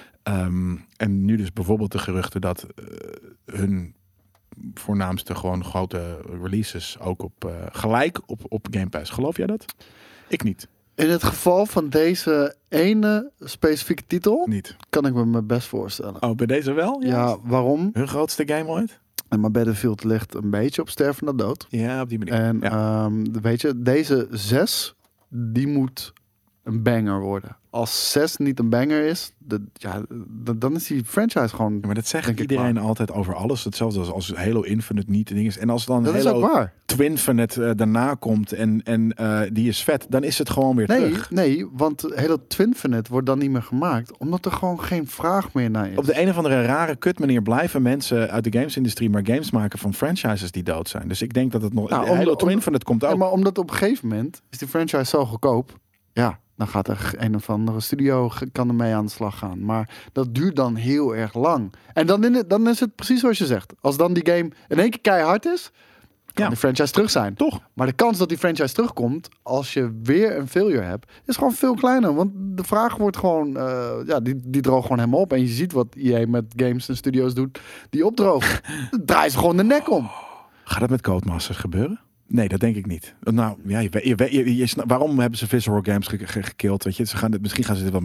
En nu dus bijvoorbeeld de geruchten dat hun voornaamste gewoon grote releases ook gelijk op Game Pass. Geloof jij dat? Ik niet. In het geval van deze ene specifieke titel Niet. kan ik me best voorstellen. Oh, bij deze wel? Ja, waarom? Hun grootste game ooit? Maar Battlefield ligt een beetje op stervende dood. Ja, op die manier. En Ja. weet je, deze 6, die moet een banger worden. Als 6 niet een banger is, dan is die franchise gewoon... Ja, maar dat zegt denk ik iedereen altijd over alles. Hetzelfde als Halo Infinite niet ding is. En als dan Dat is Halo ook waar. Twinfinite daarna komt en die is vet, dan is het gewoon weer terug. Nee, want Halo Twinfinite wordt dan niet meer gemaakt. Omdat er gewoon geen vraag meer naar is. Op de een of andere rare kut manier blijven mensen uit de gamesindustrie maar games maken van franchises die dood zijn. Dus ik denk dat het nog... Nou, Halo Twinfinite komt ook. Ja, maar omdat op een gegeven moment is die franchise zo goedkoop. Ja, dan gaat er een of andere studio kan ermee aan de slag gaan. Maar dat duurt dan heel erg lang. En dan is het precies zoals je zegt. Als dan die game in één keer keihard is, kan Ja. de franchise terug zijn. Toch? Maar de kans dat die franchise terugkomt als je weer een failure hebt, is gewoon veel kleiner. Want de vraag wordt gewoon, die droogt gewoon helemaal op. En je ziet wat EA met games en studios doet, die opdrogen. Dan draaien ze gewoon de nek om. Gaat dat met Codemasters gebeuren? Nee, dat denk ik niet. Nou, ja, waarom hebben ze Visceral Games gekild? Weet je, misschien gaan ze dit wel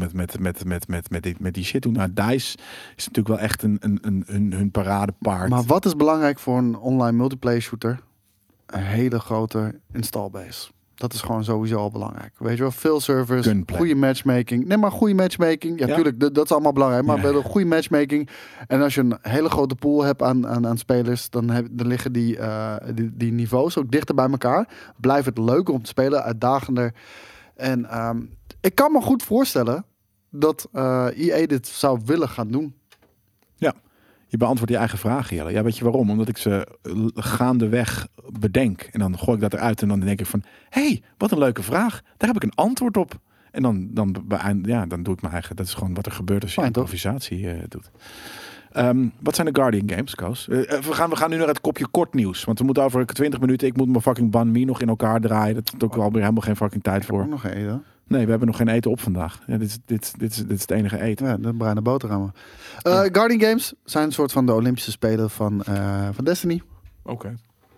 met die shit doen. Nou, DICE is natuurlijk wel echt hun paradepaard. Maar wat is belangrijk voor een online multiplayer shooter? Een hele grote installbase. Dat is gewoon sowieso al belangrijk. Weet je wel, veel servers, Gunplay. goede matchmaking. Nee, maar goede matchmaking. Ja, Ja. tuurlijk, dat is allemaal belangrijk. Maar Ja. wel een goede matchmaking. En als je een hele grote pool hebt aan spelers, dan liggen die niveaus ook dichter bij elkaar. Blijft het leuker om te spelen, uitdagender. En ik kan me goed voorstellen dat EA dit zou willen gaan doen. Ja, je beantwoordt je eigen vragen, Jelle. Ja, weet je waarom? Omdat ik ze gaandeweg bedenk. En dan gooi ik dat eruit en dan denk ik van... hey, wat een leuke vraag. Daar heb ik een antwoord op. En dan doe ik mijn eigen... Dat is gewoon wat er gebeurt als je Fijn, toch? improvisatie doet. Wat zijn de Guardian Games, Koos? We gaan nu naar het kopje kort nieuws. Want we moeten over 20 minuten... Ik moet mijn fucking Banh Mi nog in elkaar draaien. Dat is ook wel weer helemaal geen fucking tijd Ook voor. nog eten. Nee, we hebben nog geen eten op vandaag. Ja, dit is het enige eten. Ja, de bruine boterhammen. Guardian Games zijn een soort van de Olympische Spelen van Destiny. Oké.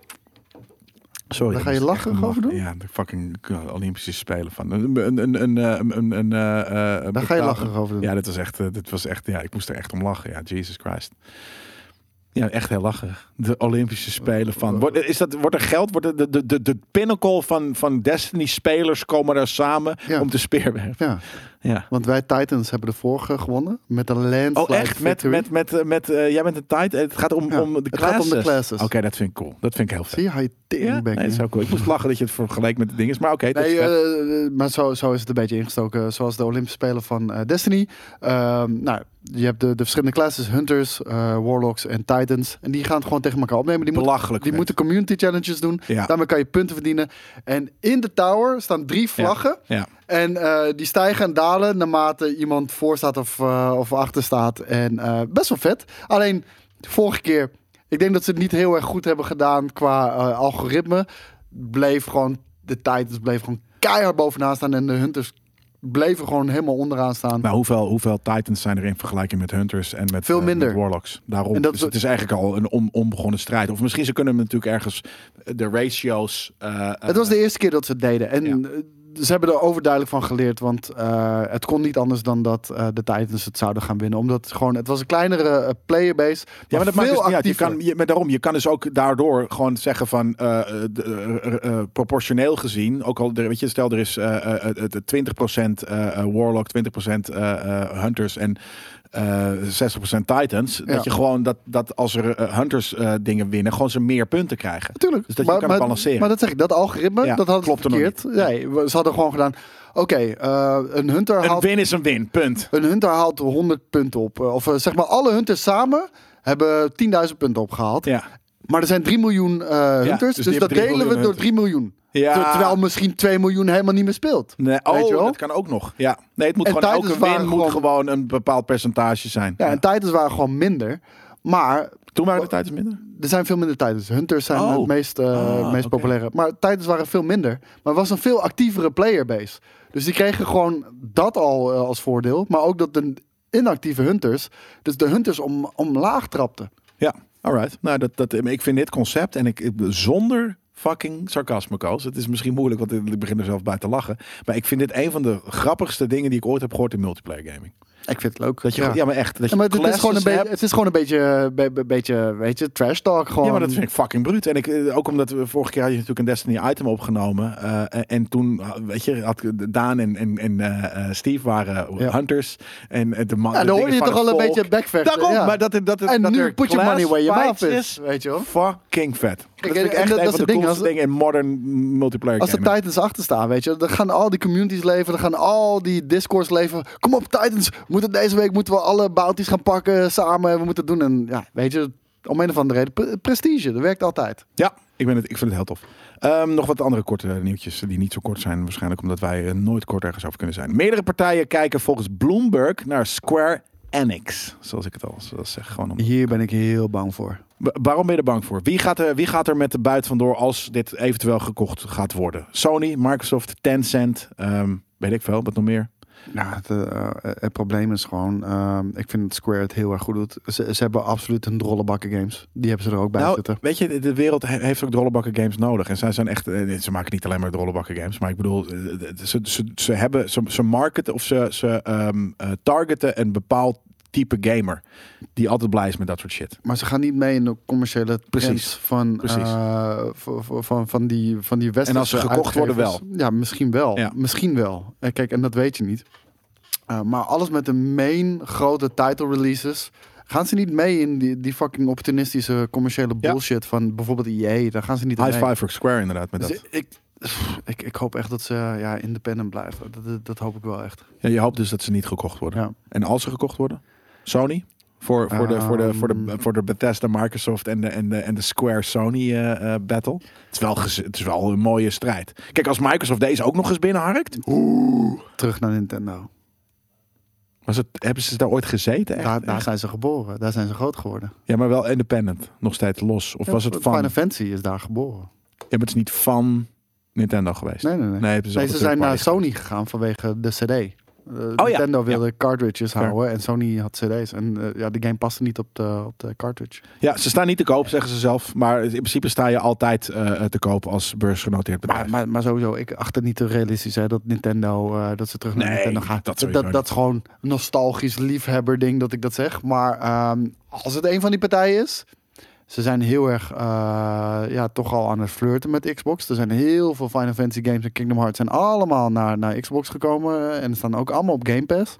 Sorry. Daar ga ik je moest lachen echt om over doen? Ja, de fucking Olympische Spelen van. Daar ga je lachen over doen. Ja, dit was echt. Ja, ik moest er echt om lachen. Ja, Jesus Christ. Ja, echt heel lachig. De Olympische Spelen van... Wordt er geld? Wordt de pinnacle van Destiny-spelers komen daar samen om te speerwerven? Ja. Ja. Want wij Titans hebben de vorige gewonnen. Met een landslide Oh, echt? victory. Jij bent een Titan? Het gaat om de het classes? gaat om de classes. Oké, dat vind ik cool. Dat vind ik heel vet. Zie je, hij Ja? teringbek. Nee, dat is ook cool. Ik moest lachen dat je het vergelijkt met de dingen. Maar oké, dat is vet. maar zo is het een beetje ingestoken. Zoals de Olympische Spelen van Destiny. Je hebt de verschillende classes. Hunters, Warlocks en Titans. En die gaan het gewoon tegen elkaar opnemen. Belachelijk Die vet. moeten community challenges doen. Ja. Daarmee kan je punten verdienen. En in de tower staan 3 vlaggen. Ja. En die stijgen en dalen naarmate iemand voor staat of achter staat. En best wel vet. Alleen, de vorige keer... Ik denk dat ze het niet heel erg goed hebben gedaan qua algoritme. De Titans bleven gewoon keihard bovenaan staan. En de Hunters bleven gewoon helemaal onderaan staan. Nou, hoeveel Titans zijn er in vergelijking met Hunters en met, Veel minder. met Warlocks? Daarom. En dat Dus we- het is eigenlijk al een onbegonnen strijd. Of misschien ze kunnen natuurlijk ergens de ratio's... Het was de eerste keer dat ze het deden. En Ja. ze hebben er overduidelijk van geleerd. Want het kon niet anders dan dat de Titans het zouden gaan winnen. Omdat het was een kleinere playerbase. Ja, maar dat maakt veel dus niet uit. actiever. Je kan dus ook daardoor gewoon zeggen van proportioneel gezien, ook al weet je, stel er is 20% Warlock, 20% Hunters en 60% Titans, Ja. dat je gewoon dat als er Hunters dingen winnen, gewoon ze meer punten krijgen. Natuurlijk. Dus dat je kan balanceren. Maar dat zeg ik, dat algoritme, Ja, dat hadden klopt ze er nog verkeerd. Nee, ze hadden gewoon gedaan, een Hunter Een haalt... win is een win, punt. Een Hunter haalt 100 punten op. Of zeg maar, alle Hunters samen hebben 10.000 punten opgehaald. Ja. Maar er zijn 3 miljoen Hunters, dus dus die dat hebben 3 delen we miljoen door 3 miljoen. Ja. Terwijl misschien 2 miljoen helemaal niet meer speelt. Nee, Weet je wel? dat kan ook nog. Ja. Nee, het moet En gewoon elke Titans win waren moet gewoon- gewoon een bepaald percentage zijn. Ja, en Titans waren gewoon minder. Maar Toen waren de Titans minder. er zijn veel minder Titans. Hunters zijn het meest oké. populaire. Maar Titans waren veel minder. Maar het was een veel actievere playerbase. Dus die kregen gewoon dat al als voordeel. Maar ook dat de inactieve Hunters, dus de Hunters omlaag trapten. Ja, alright. Nou, ik vind dit concept en zonder fucking sarcasme, Koos. Het is misschien moeilijk, want ik begin er zelf bij te lachen. Maar ik vind dit een van de grappigste dingen die ik ooit heb gehoord in multiplayer gaming. Ik vind het leuk. Dat je, ja, maar echt. Dat je maar het is gewoon een classes hebt. het is gewoon een beetje, weet je, trash talk. Gewoon. Ja, maar dat vind ik fucking bruut. En ook omdat we vorige keer had je natuurlijk een Destiny item opgenomen. En toen, weet je, had Daan en Steve waren Hunters. En de man. Ja, dan hoor je toch al een beetje backvechten. Daarom, ja. maar dat En dat nu er put your money where your class mouth fights is. Weet je wel. Fucking vet. Dat vind ik en echt dat een is van het de ding, coolste dingen in modern multiplayer Als de gaming. Titans achter staan, weet je, dan gaan al die communities leven, dan gaan al die discords leven. Kom op Titans, deze week moeten we alle bounties gaan pakken samen, we moeten het doen. En ja, weet je, om een of andere reden, prestige, dat werkt altijd. Ja, ik vind het heel tof. Nog wat andere korte nieuwtjes die niet zo kort zijn. Waarschijnlijk omdat wij nooit kort ergens over kunnen zijn. Meerdere partijen kijken volgens Bloomberg naar Square Enix. Zoals ik het al zeg. Gewoon om... Hier ben ik heel bang voor. Waarom ben je er bang voor? Wie gaat er met de buit vandoor als dit eventueel gekocht gaat worden? Sony, Microsoft, Tencent, weet ik veel, wat nog meer? Nou, het probleem is gewoon, ik vind dat Square het heel erg goed doet. Ze hebben absoluut een drollenbakken games. Die hebben ze er ook bij zitten. Weet je, de wereld heeft ook drollenbakken games nodig. En zij zijn echt, ze maken niet alleen maar drollenbakken games. Maar ik bedoel, ze marketen of ze targeten een bepaald type gamer. Die altijd blij is met dat soort shit. Maar ze gaan niet mee in de commerciële trends van die westerse En als ze gekocht worden wel. Ja, misschien wel. Ja. Misschien wel. En kijk, en dat weet je niet. Maar alles met de main grote title releases... Gaan ze niet mee in die fucking opportunistische commerciële bullshit van bijvoorbeeld EA? Daar gaan ze niet High mee. five voor Square inderdaad met dat. Dus ik hoop echt dat ze independent blijven. Dat hoop ik wel echt. Ja, je hoopt dus dat ze niet gekocht worden. Ja. En als ze gekocht worden? Sony? Voor de Bethesda, Microsoft en de Square Sony battle. Het is wel een mooie strijd. Kijk, als Microsoft deze ook nog eens binnenharkt. Terug naar Nintendo. Hebben ze daar ooit gezeten? Echt? Daar zijn ze geboren. Daar zijn ze groot geworden. Ja, maar wel independent. Nog steeds los. Of was het van... Final Fantasy is daar geboren. Ja, maar het is niet van Nintendo geweest. Nee. het is Nee, altijd ze zijn naar third party Sony gegaan vanwege de CD. ja. Nintendo wilde Ja. cartridges Fair. houden en Sony had CD's. En de game paste niet op de cartridge. Ja, ze staan niet te koop, zeggen ze zelf. Maar in principe sta je altijd te koop als beursgenoteerd bedrijf. Maar sowieso, ik acht het niet te realistisch hè, dat Nintendo, dat ze terug naar Nee, Nintendo gaan. dat sowieso Dat is gewoon een nostalgisch liefhebber ding dat ik dat zeg. Maar als het een van die partijen is, Ze zijn heel erg toch al aan het flirten met Xbox. Er zijn heel veel Final Fantasy games en Kingdom Hearts zijn allemaal naar Xbox gekomen. En staan ook allemaal op Game Pass.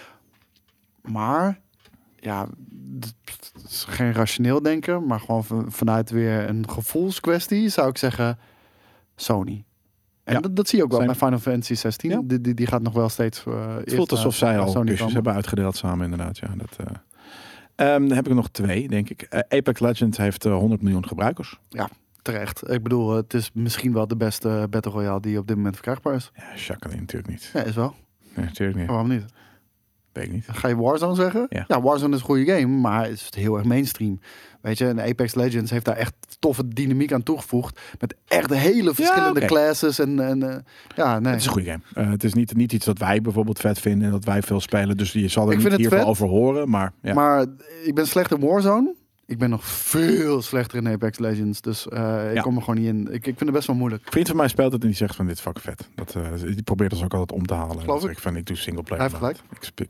Maar ja, het is geen rationeel denken. Maar gewoon vanuit weer een gevoelskwestie zou ik zeggen Sony. En Ja. dat zie je ook wel Zijn- bij Final Fantasy 16. Ja. Die gaat nog wel steeds... Het voelt alsof zij al kusjes hebben uitgedeeld samen inderdaad. Ja, dan heb ik er nog 2, denk ik. Apex Legends heeft 100 miljoen gebruikers. Terecht. Ik bedoel, het is misschien wel de beste Battle Royale die op dit moment verkrijgbaar is. Ja, Jacqueline natuurlijk niet. Ja, is wel. Nee, natuurlijk niet. Waarom niet? Weet ik niet. Ga je Warzone zeggen? Ja. Warzone is een goede game, maar het is heel erg mainstream. Weet je, en Apex Legends heeft daar echt toffe dynamiek aan toegevoegd. Met echt hele verschillende oké. classes. Nee. Het is een goede game. Het is niet iets dat wij bijvoorbeeld vet vinden en dat wij veel spelen. Dus je zal er Ik niet vind het hiervan vet. over horen. Maar ja. Maar ik ben slecht in Warzone. Ik ben nog veel slechter in Apex Legends. Dus ik kom er gewoon niet in. Ik vind het best wel moeilijk. Een vriend van mij speelt het en die zegt van dit is fucking vet. Die probeert ons ook altijd om te halen. Geloof Dus ik. ik doe singleplayer. Hij heeft gelijk.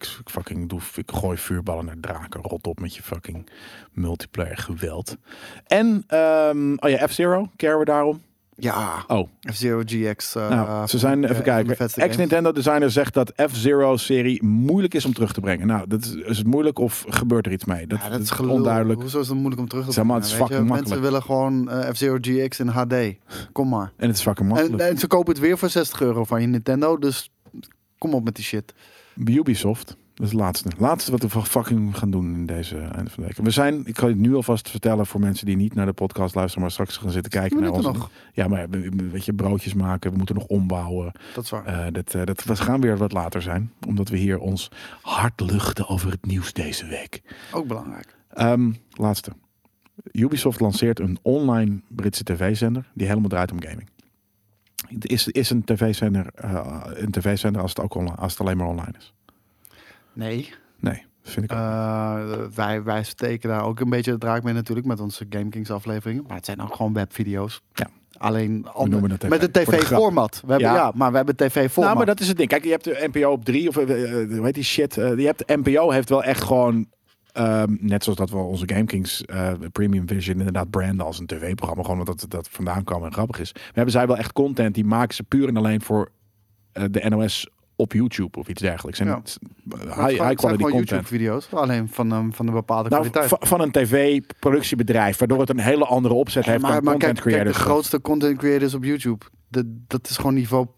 Ik gooi vuurballen naar draken. Rot op met je fucking multiplayer geweld. En F-Zero, caren we daarom? Ja. Oh, F-Zero GX. ze zijn, even van de kijken. vetste games. Ex-Nintendo designer zegt dat F-Zero-serie moeilijk is om terug te brengen. Nou, is het moeilijk of gebeurt er iets mee? Dat Dat is is onduidelijk. Hoezo is het moeilijk om terug te Zeg maar, brengen? het is weet je? fucking Mensen willen gewoon F-Zero GX in HD. Kom maar. En het is fucking makkelijk. En ze kopen het weer voor €60 van je Nintendo. Dus kom op met die shit. Ubisoft, dat is het laatste. Laatste wat we fucking gaan doen in deze einde van de week. Ik kan het nu alvast vertellen voor mensen die niet naar de podcast luisteren, maar straks gaan zitten kijken naar ons. nog. Ja, maar weet je, broodjes maken, we moeten nog ombouwen. Dat is waar. We gaan weer wat later zijn, omdat we hier ons hart luchten over het nieuws deze week. Ook belangrijk. Laatste. Ubisoft lanceert een online Britse tv-zender die helemaal draait om gaming. Het is een tv-zender als het alleen maar online is. Nee. Nee, dat vind ik ook. Wij steken daar ook een beetje de draak mee natuurlijk met onze GameKings afleveringen. Maar het zijn ook gewoon webvideo's. Ja. Alleen noemen dat tv. met een Voor de grap. tv-format. We hebben tv-format. Nou, maar dat is het ding. Kijk, je hebt de NPO op 3 of hoe heet die shit? Je hebt de NPO heeft wel echt gewoon net zoals dat we onze GameKings Premium Vision inderdaad branden als een tv-programma, gewoon omdat dat vandaan kwam en grappig is. Maar hebben zij wel echt content die maken ze puur en alleen voor de NOS op YouTube of iets dergelijks. En high quality content. YouTube-video's, alleen van een bepaalde Nou, kwaliteit. van een tv-productiebedrijf, waardoor het een hele andere opzet heeft dan content kijk, creators. de grootste content creators op YouTube. Dat is gewoon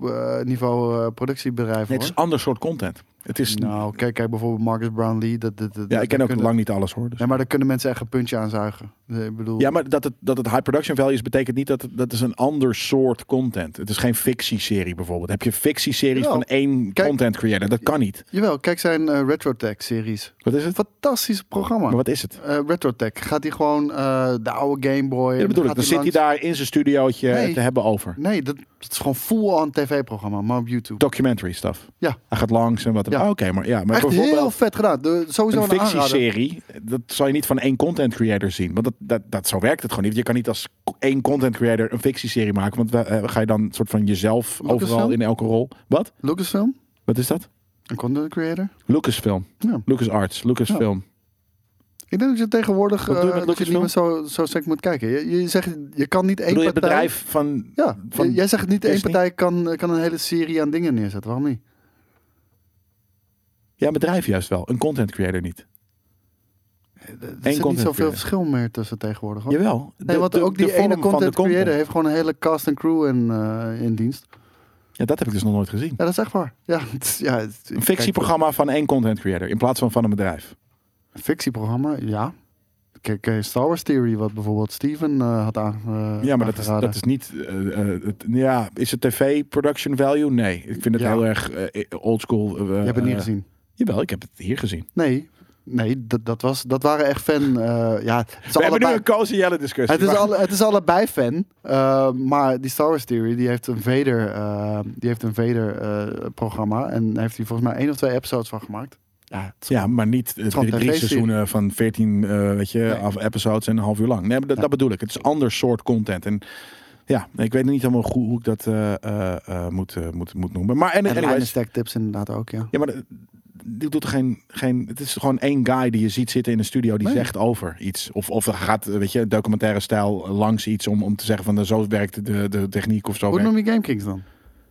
niveau productiebedrijf. Nee, het is een ander soort content. Het is, Nou, kijk bijvoorbeeld Marcus Brownlee. ik ken ook lang niet alles hoor. Dus. Nee, maar daar kunnen mensen echt een puntje aan zuigen. Ik bedoel, Ja, maar dat het high production value is, betekent niet dat is een ander soort content. Het is geen fictieserie bijvoorbeeld. Heb je fictieseries Jawel. van één Kijk, content creator? Dat kan niet. Jawel, kijk zijn RetroTech-series. Wat is het? Fantastisch programma. Maar wat is het? RetroTech. Gaat hij gewoon de oude Game Boy... Ja, dat bedoel ik. gaat Dan zit hij langs- daar in zijn studiootje Nee. te hebben over. Nee, dat is gewoon full-on tv-programma, maar op YouTube. Documentary stuff. Ja. Hij gaat langs en wat. Ja. Oké, maar ja, maar Echt heel bijvoorbeeld vet gedaan. Sowieso een een aanrader. fictieserie, dat zal je niet van één content creator zien. Want dat zo werkt het gewoon niet. Je kan niet als één content creator een fictieserie maken. Want ga je dan een soort van jezelf Lucasfilm? overal in elke rol. Wat? Lucasfilm, Wat is dat? een content creator. Lucasfilm. Ja. LucasArts. Lucasfilm. Ik denk dat je tegenwoordig Wat doe je met dat je niet Lucasfilm? meer zo strikt moet kijken. Je zegt, je kan niet één Bedoel je partij... bedrijf van... Ja, van jij zegt niet één Disney? partij kan een hele serie aan dingen neerzetten. Waarom niet? Ja, een bedrijf juist wel. Een content creator niet. Er zit niet content zoveel creator. verschil meer tussen tegenwoordig. Hoor. Jawel. Nee, want ook die vorm ene van de content creator heeft gewoon een hele cast en crew in dienst. Ja, dat heb ik dus nog nooit gezien. Ja, dat is echt waar. Ja, Een fictieprogramma van één content creator in plaats van een bedrijf. Een fictieprogramma, ja. Kijk, Star Wars Theory, wat bijvoorbeeld Steven had Ja, maar dat is niet... is het tv production value? Nee. Ik vind het Ja. heel erg oldschool. Je hebt het niet gezien. Jawel, ik heb het hier gezien. Nee, dat waren echt fan. Het is We hebben nu allebei, een cozy Jelle discussie. het is allebei fan. Maar die Star Wars Theory, die heeft een Vader programma. En heeft hij volgens mij 1 of 2 episodes van gemaakt. Ja, het is Ja, maar niet gewoon 3 tv-serie. seizoenen van 14 Nee. episodes en een half uur lang. Nee, maar dat bedoel ik. Het is ander soort content. En ja, ik weet niet helemaal goed hoe ik dat moet noemen. Maar En anyways, stack tips inderdaad ook, ja. ja, maar die doet er geen. Het is gewoon één guy die je ziet zitten in een studio die zegt over iets. Of er gaat, weet je, documentaire stijl langs iets om te zeggen van zo werkt de techniek of zo. Hoe noem je GameKings dan?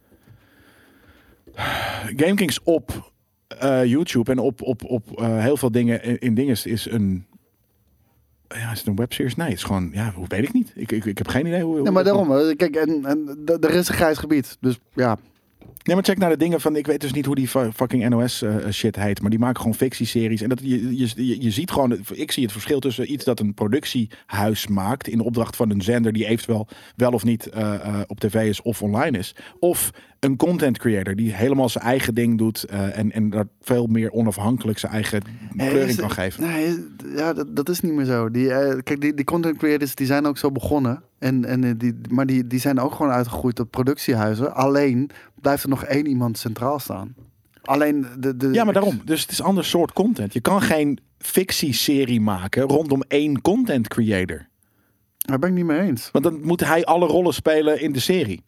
GameKings op YouTube en op heel veel dingen in dingen is een. Ja, is het een webseries? Nee, het is gewoon, ja, hoe weet ik niet. Ik heb geen idee hoe. Ja, maar daarom. Kijk, er is een grijs gebied. Dus ja. Nee, maar check naar de dingen van... Ik weet dus niet hoe die fucking NOS shit heet. Maar die maken gewoon fictieseries. En dat, je ziet gewoon... Ik zie het verschil tussen iets dat een productiehuis maakt... in opdracht van een zender die eventueel wel of niet op tv is of online is. Of een content creator die helemaal zijn eigen ding doet... en daar veel meer onafhankelijk zijn eigen kleuring kan geven. Nee, ja, dat is niet meer zo. Kijk, die content creators die zijn ook zo begonnen. Maar die zijn ook gewoon uitgegroeid tot productiehuizen. Alleen blijft er nog één iemand centraal staan. Alleen Ja, maar daarom. Dus het is een ander soort content. Je kan geen fictieserie maken rondom één content creator. Daar ben ik niet mee eens. Want dan moet hij alle rollen spelen in de serie.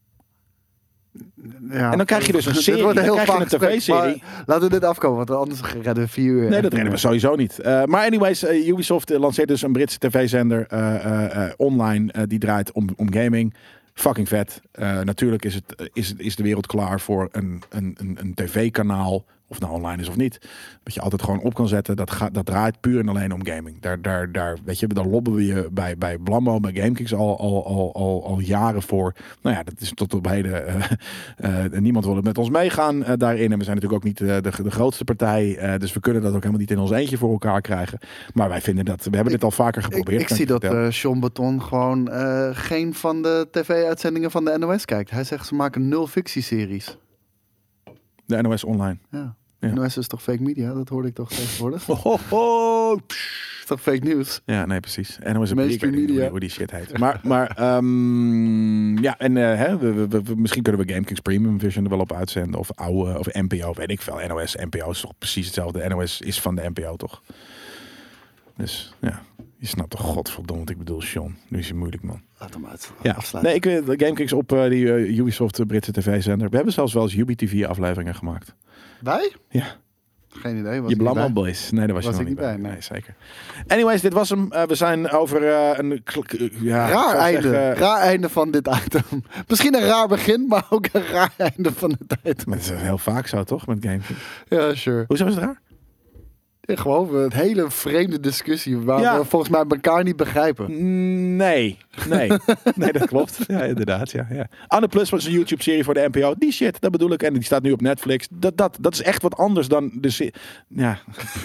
Ja. En dan krijg je dus een Dit serie, wordt dan heel krijg je vaak een tv-serie. Laten we dit afkomen, want anders redden we 4 uur. Nee, dat redden we sowieso niet. Maar anyways, Ubisoft lanceert dus een Britse tv-zender online. Die draait om gaming. Fucking vet. Natuurlijk is de wereld klaar voor een tv-kanaal. Of nou online is of niet. Wat je altijd gewoon op kan zetten. Dat draait puur en alleen om gaming. Daar weet je, daar lobben we je bij Blammo, bij GameKings al jaren voor. Nou ja, dat is tot op heden. Niemand wil het met ons meegaan daarin. En we zijn natuurlijk ook niet de grootste partij. Dus we kunnen dat ook helemaal niet in ons eentje voor elkaar krijgen. Maar wij vinden dat... We hebben dit al vaker geprobeerd. Ik zie dat Sean Baton gewoon geen van de tv-uitzendingen van de NOS kijkt. Hij zegt ze maken 0 fictieseries. De NOS online. Ja. Ja. NOS is toch fake media? Dat hoorde ik toch tegenwoordig? Psh. Is toch fake nieuws? Ja, nee, precies. En NOS Mainstream media. hoe die shit heet. Maar ja, en misschien kunnen we GameKings Premium Vision er wel op uitzenden. Of oude, of NPO, weet ik veel. NOS, NPO is toch precies hetzelfde. NOS is van de NPO, toch? Dus ja, je snapt toch godverdomme wat ik bedoel, Sean. Nu is het moeilijk, man. Laat hem uit. Ja, Afsluiten. nee, ik wil GameKings op die Ubisoft Britse tv-zender. We hebben zelfs wel eens UbiTV afleveringen gemaakt. Wij? Ja. Geen idee. Was Je ik niet Blammo bij. Boys. Nee, daar was je nog ik niet niet bij. bij, nee. Nee, zeker. Anyways, dit was hem. We zijn over een... ja, Raar ik zou einde. zeggen- Raar einde van dit item. Misschien een raar begin, maar ook een raar einde van het item. Maar het is heel vaak zo, toch? Met GameKings. Ja, sure. Hoezo is het raar? Ja, gewoon een hele vreemde discussie waar Ja. we volgens mij elkaar niet begrijpen. Nee, dat klopt. Ja, inderdaad. Ja. Anne Plus was een YouTube-serie voor de NPO. Die shit, dat bedoel ik. En die staat nu op Netflix. Dat is echt wat anders dan de ja.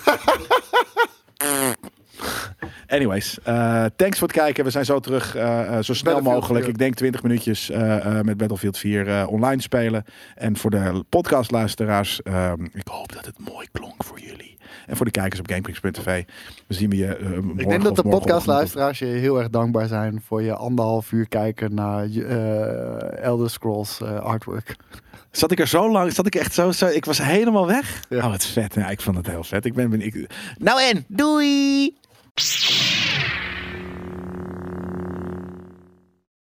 Anyways, thanks voor het kijken. We zijn zo terug, zo snel Battlefield mogelijk. 4. Ik denk 20 minuutjes met Battlefield 4 online spelen. En voor de podcastluisteraars, ik hoop dat het mooi klonk voor jullie. En voor de kijkers op GameKings.tv. We zien we je morgen. Ik denk dat de of morgenochtend. podcastluisteraars je heel erg dankbaar zijn voor je 1,5 uur kijken naar Elder Scrolls artwork. Zat ik er zo lang? Zat ik echt zo? Ik was helemaal weg? Ja. Oh, wat vet. Ja, ik vond het heel vet. Nou en, doei!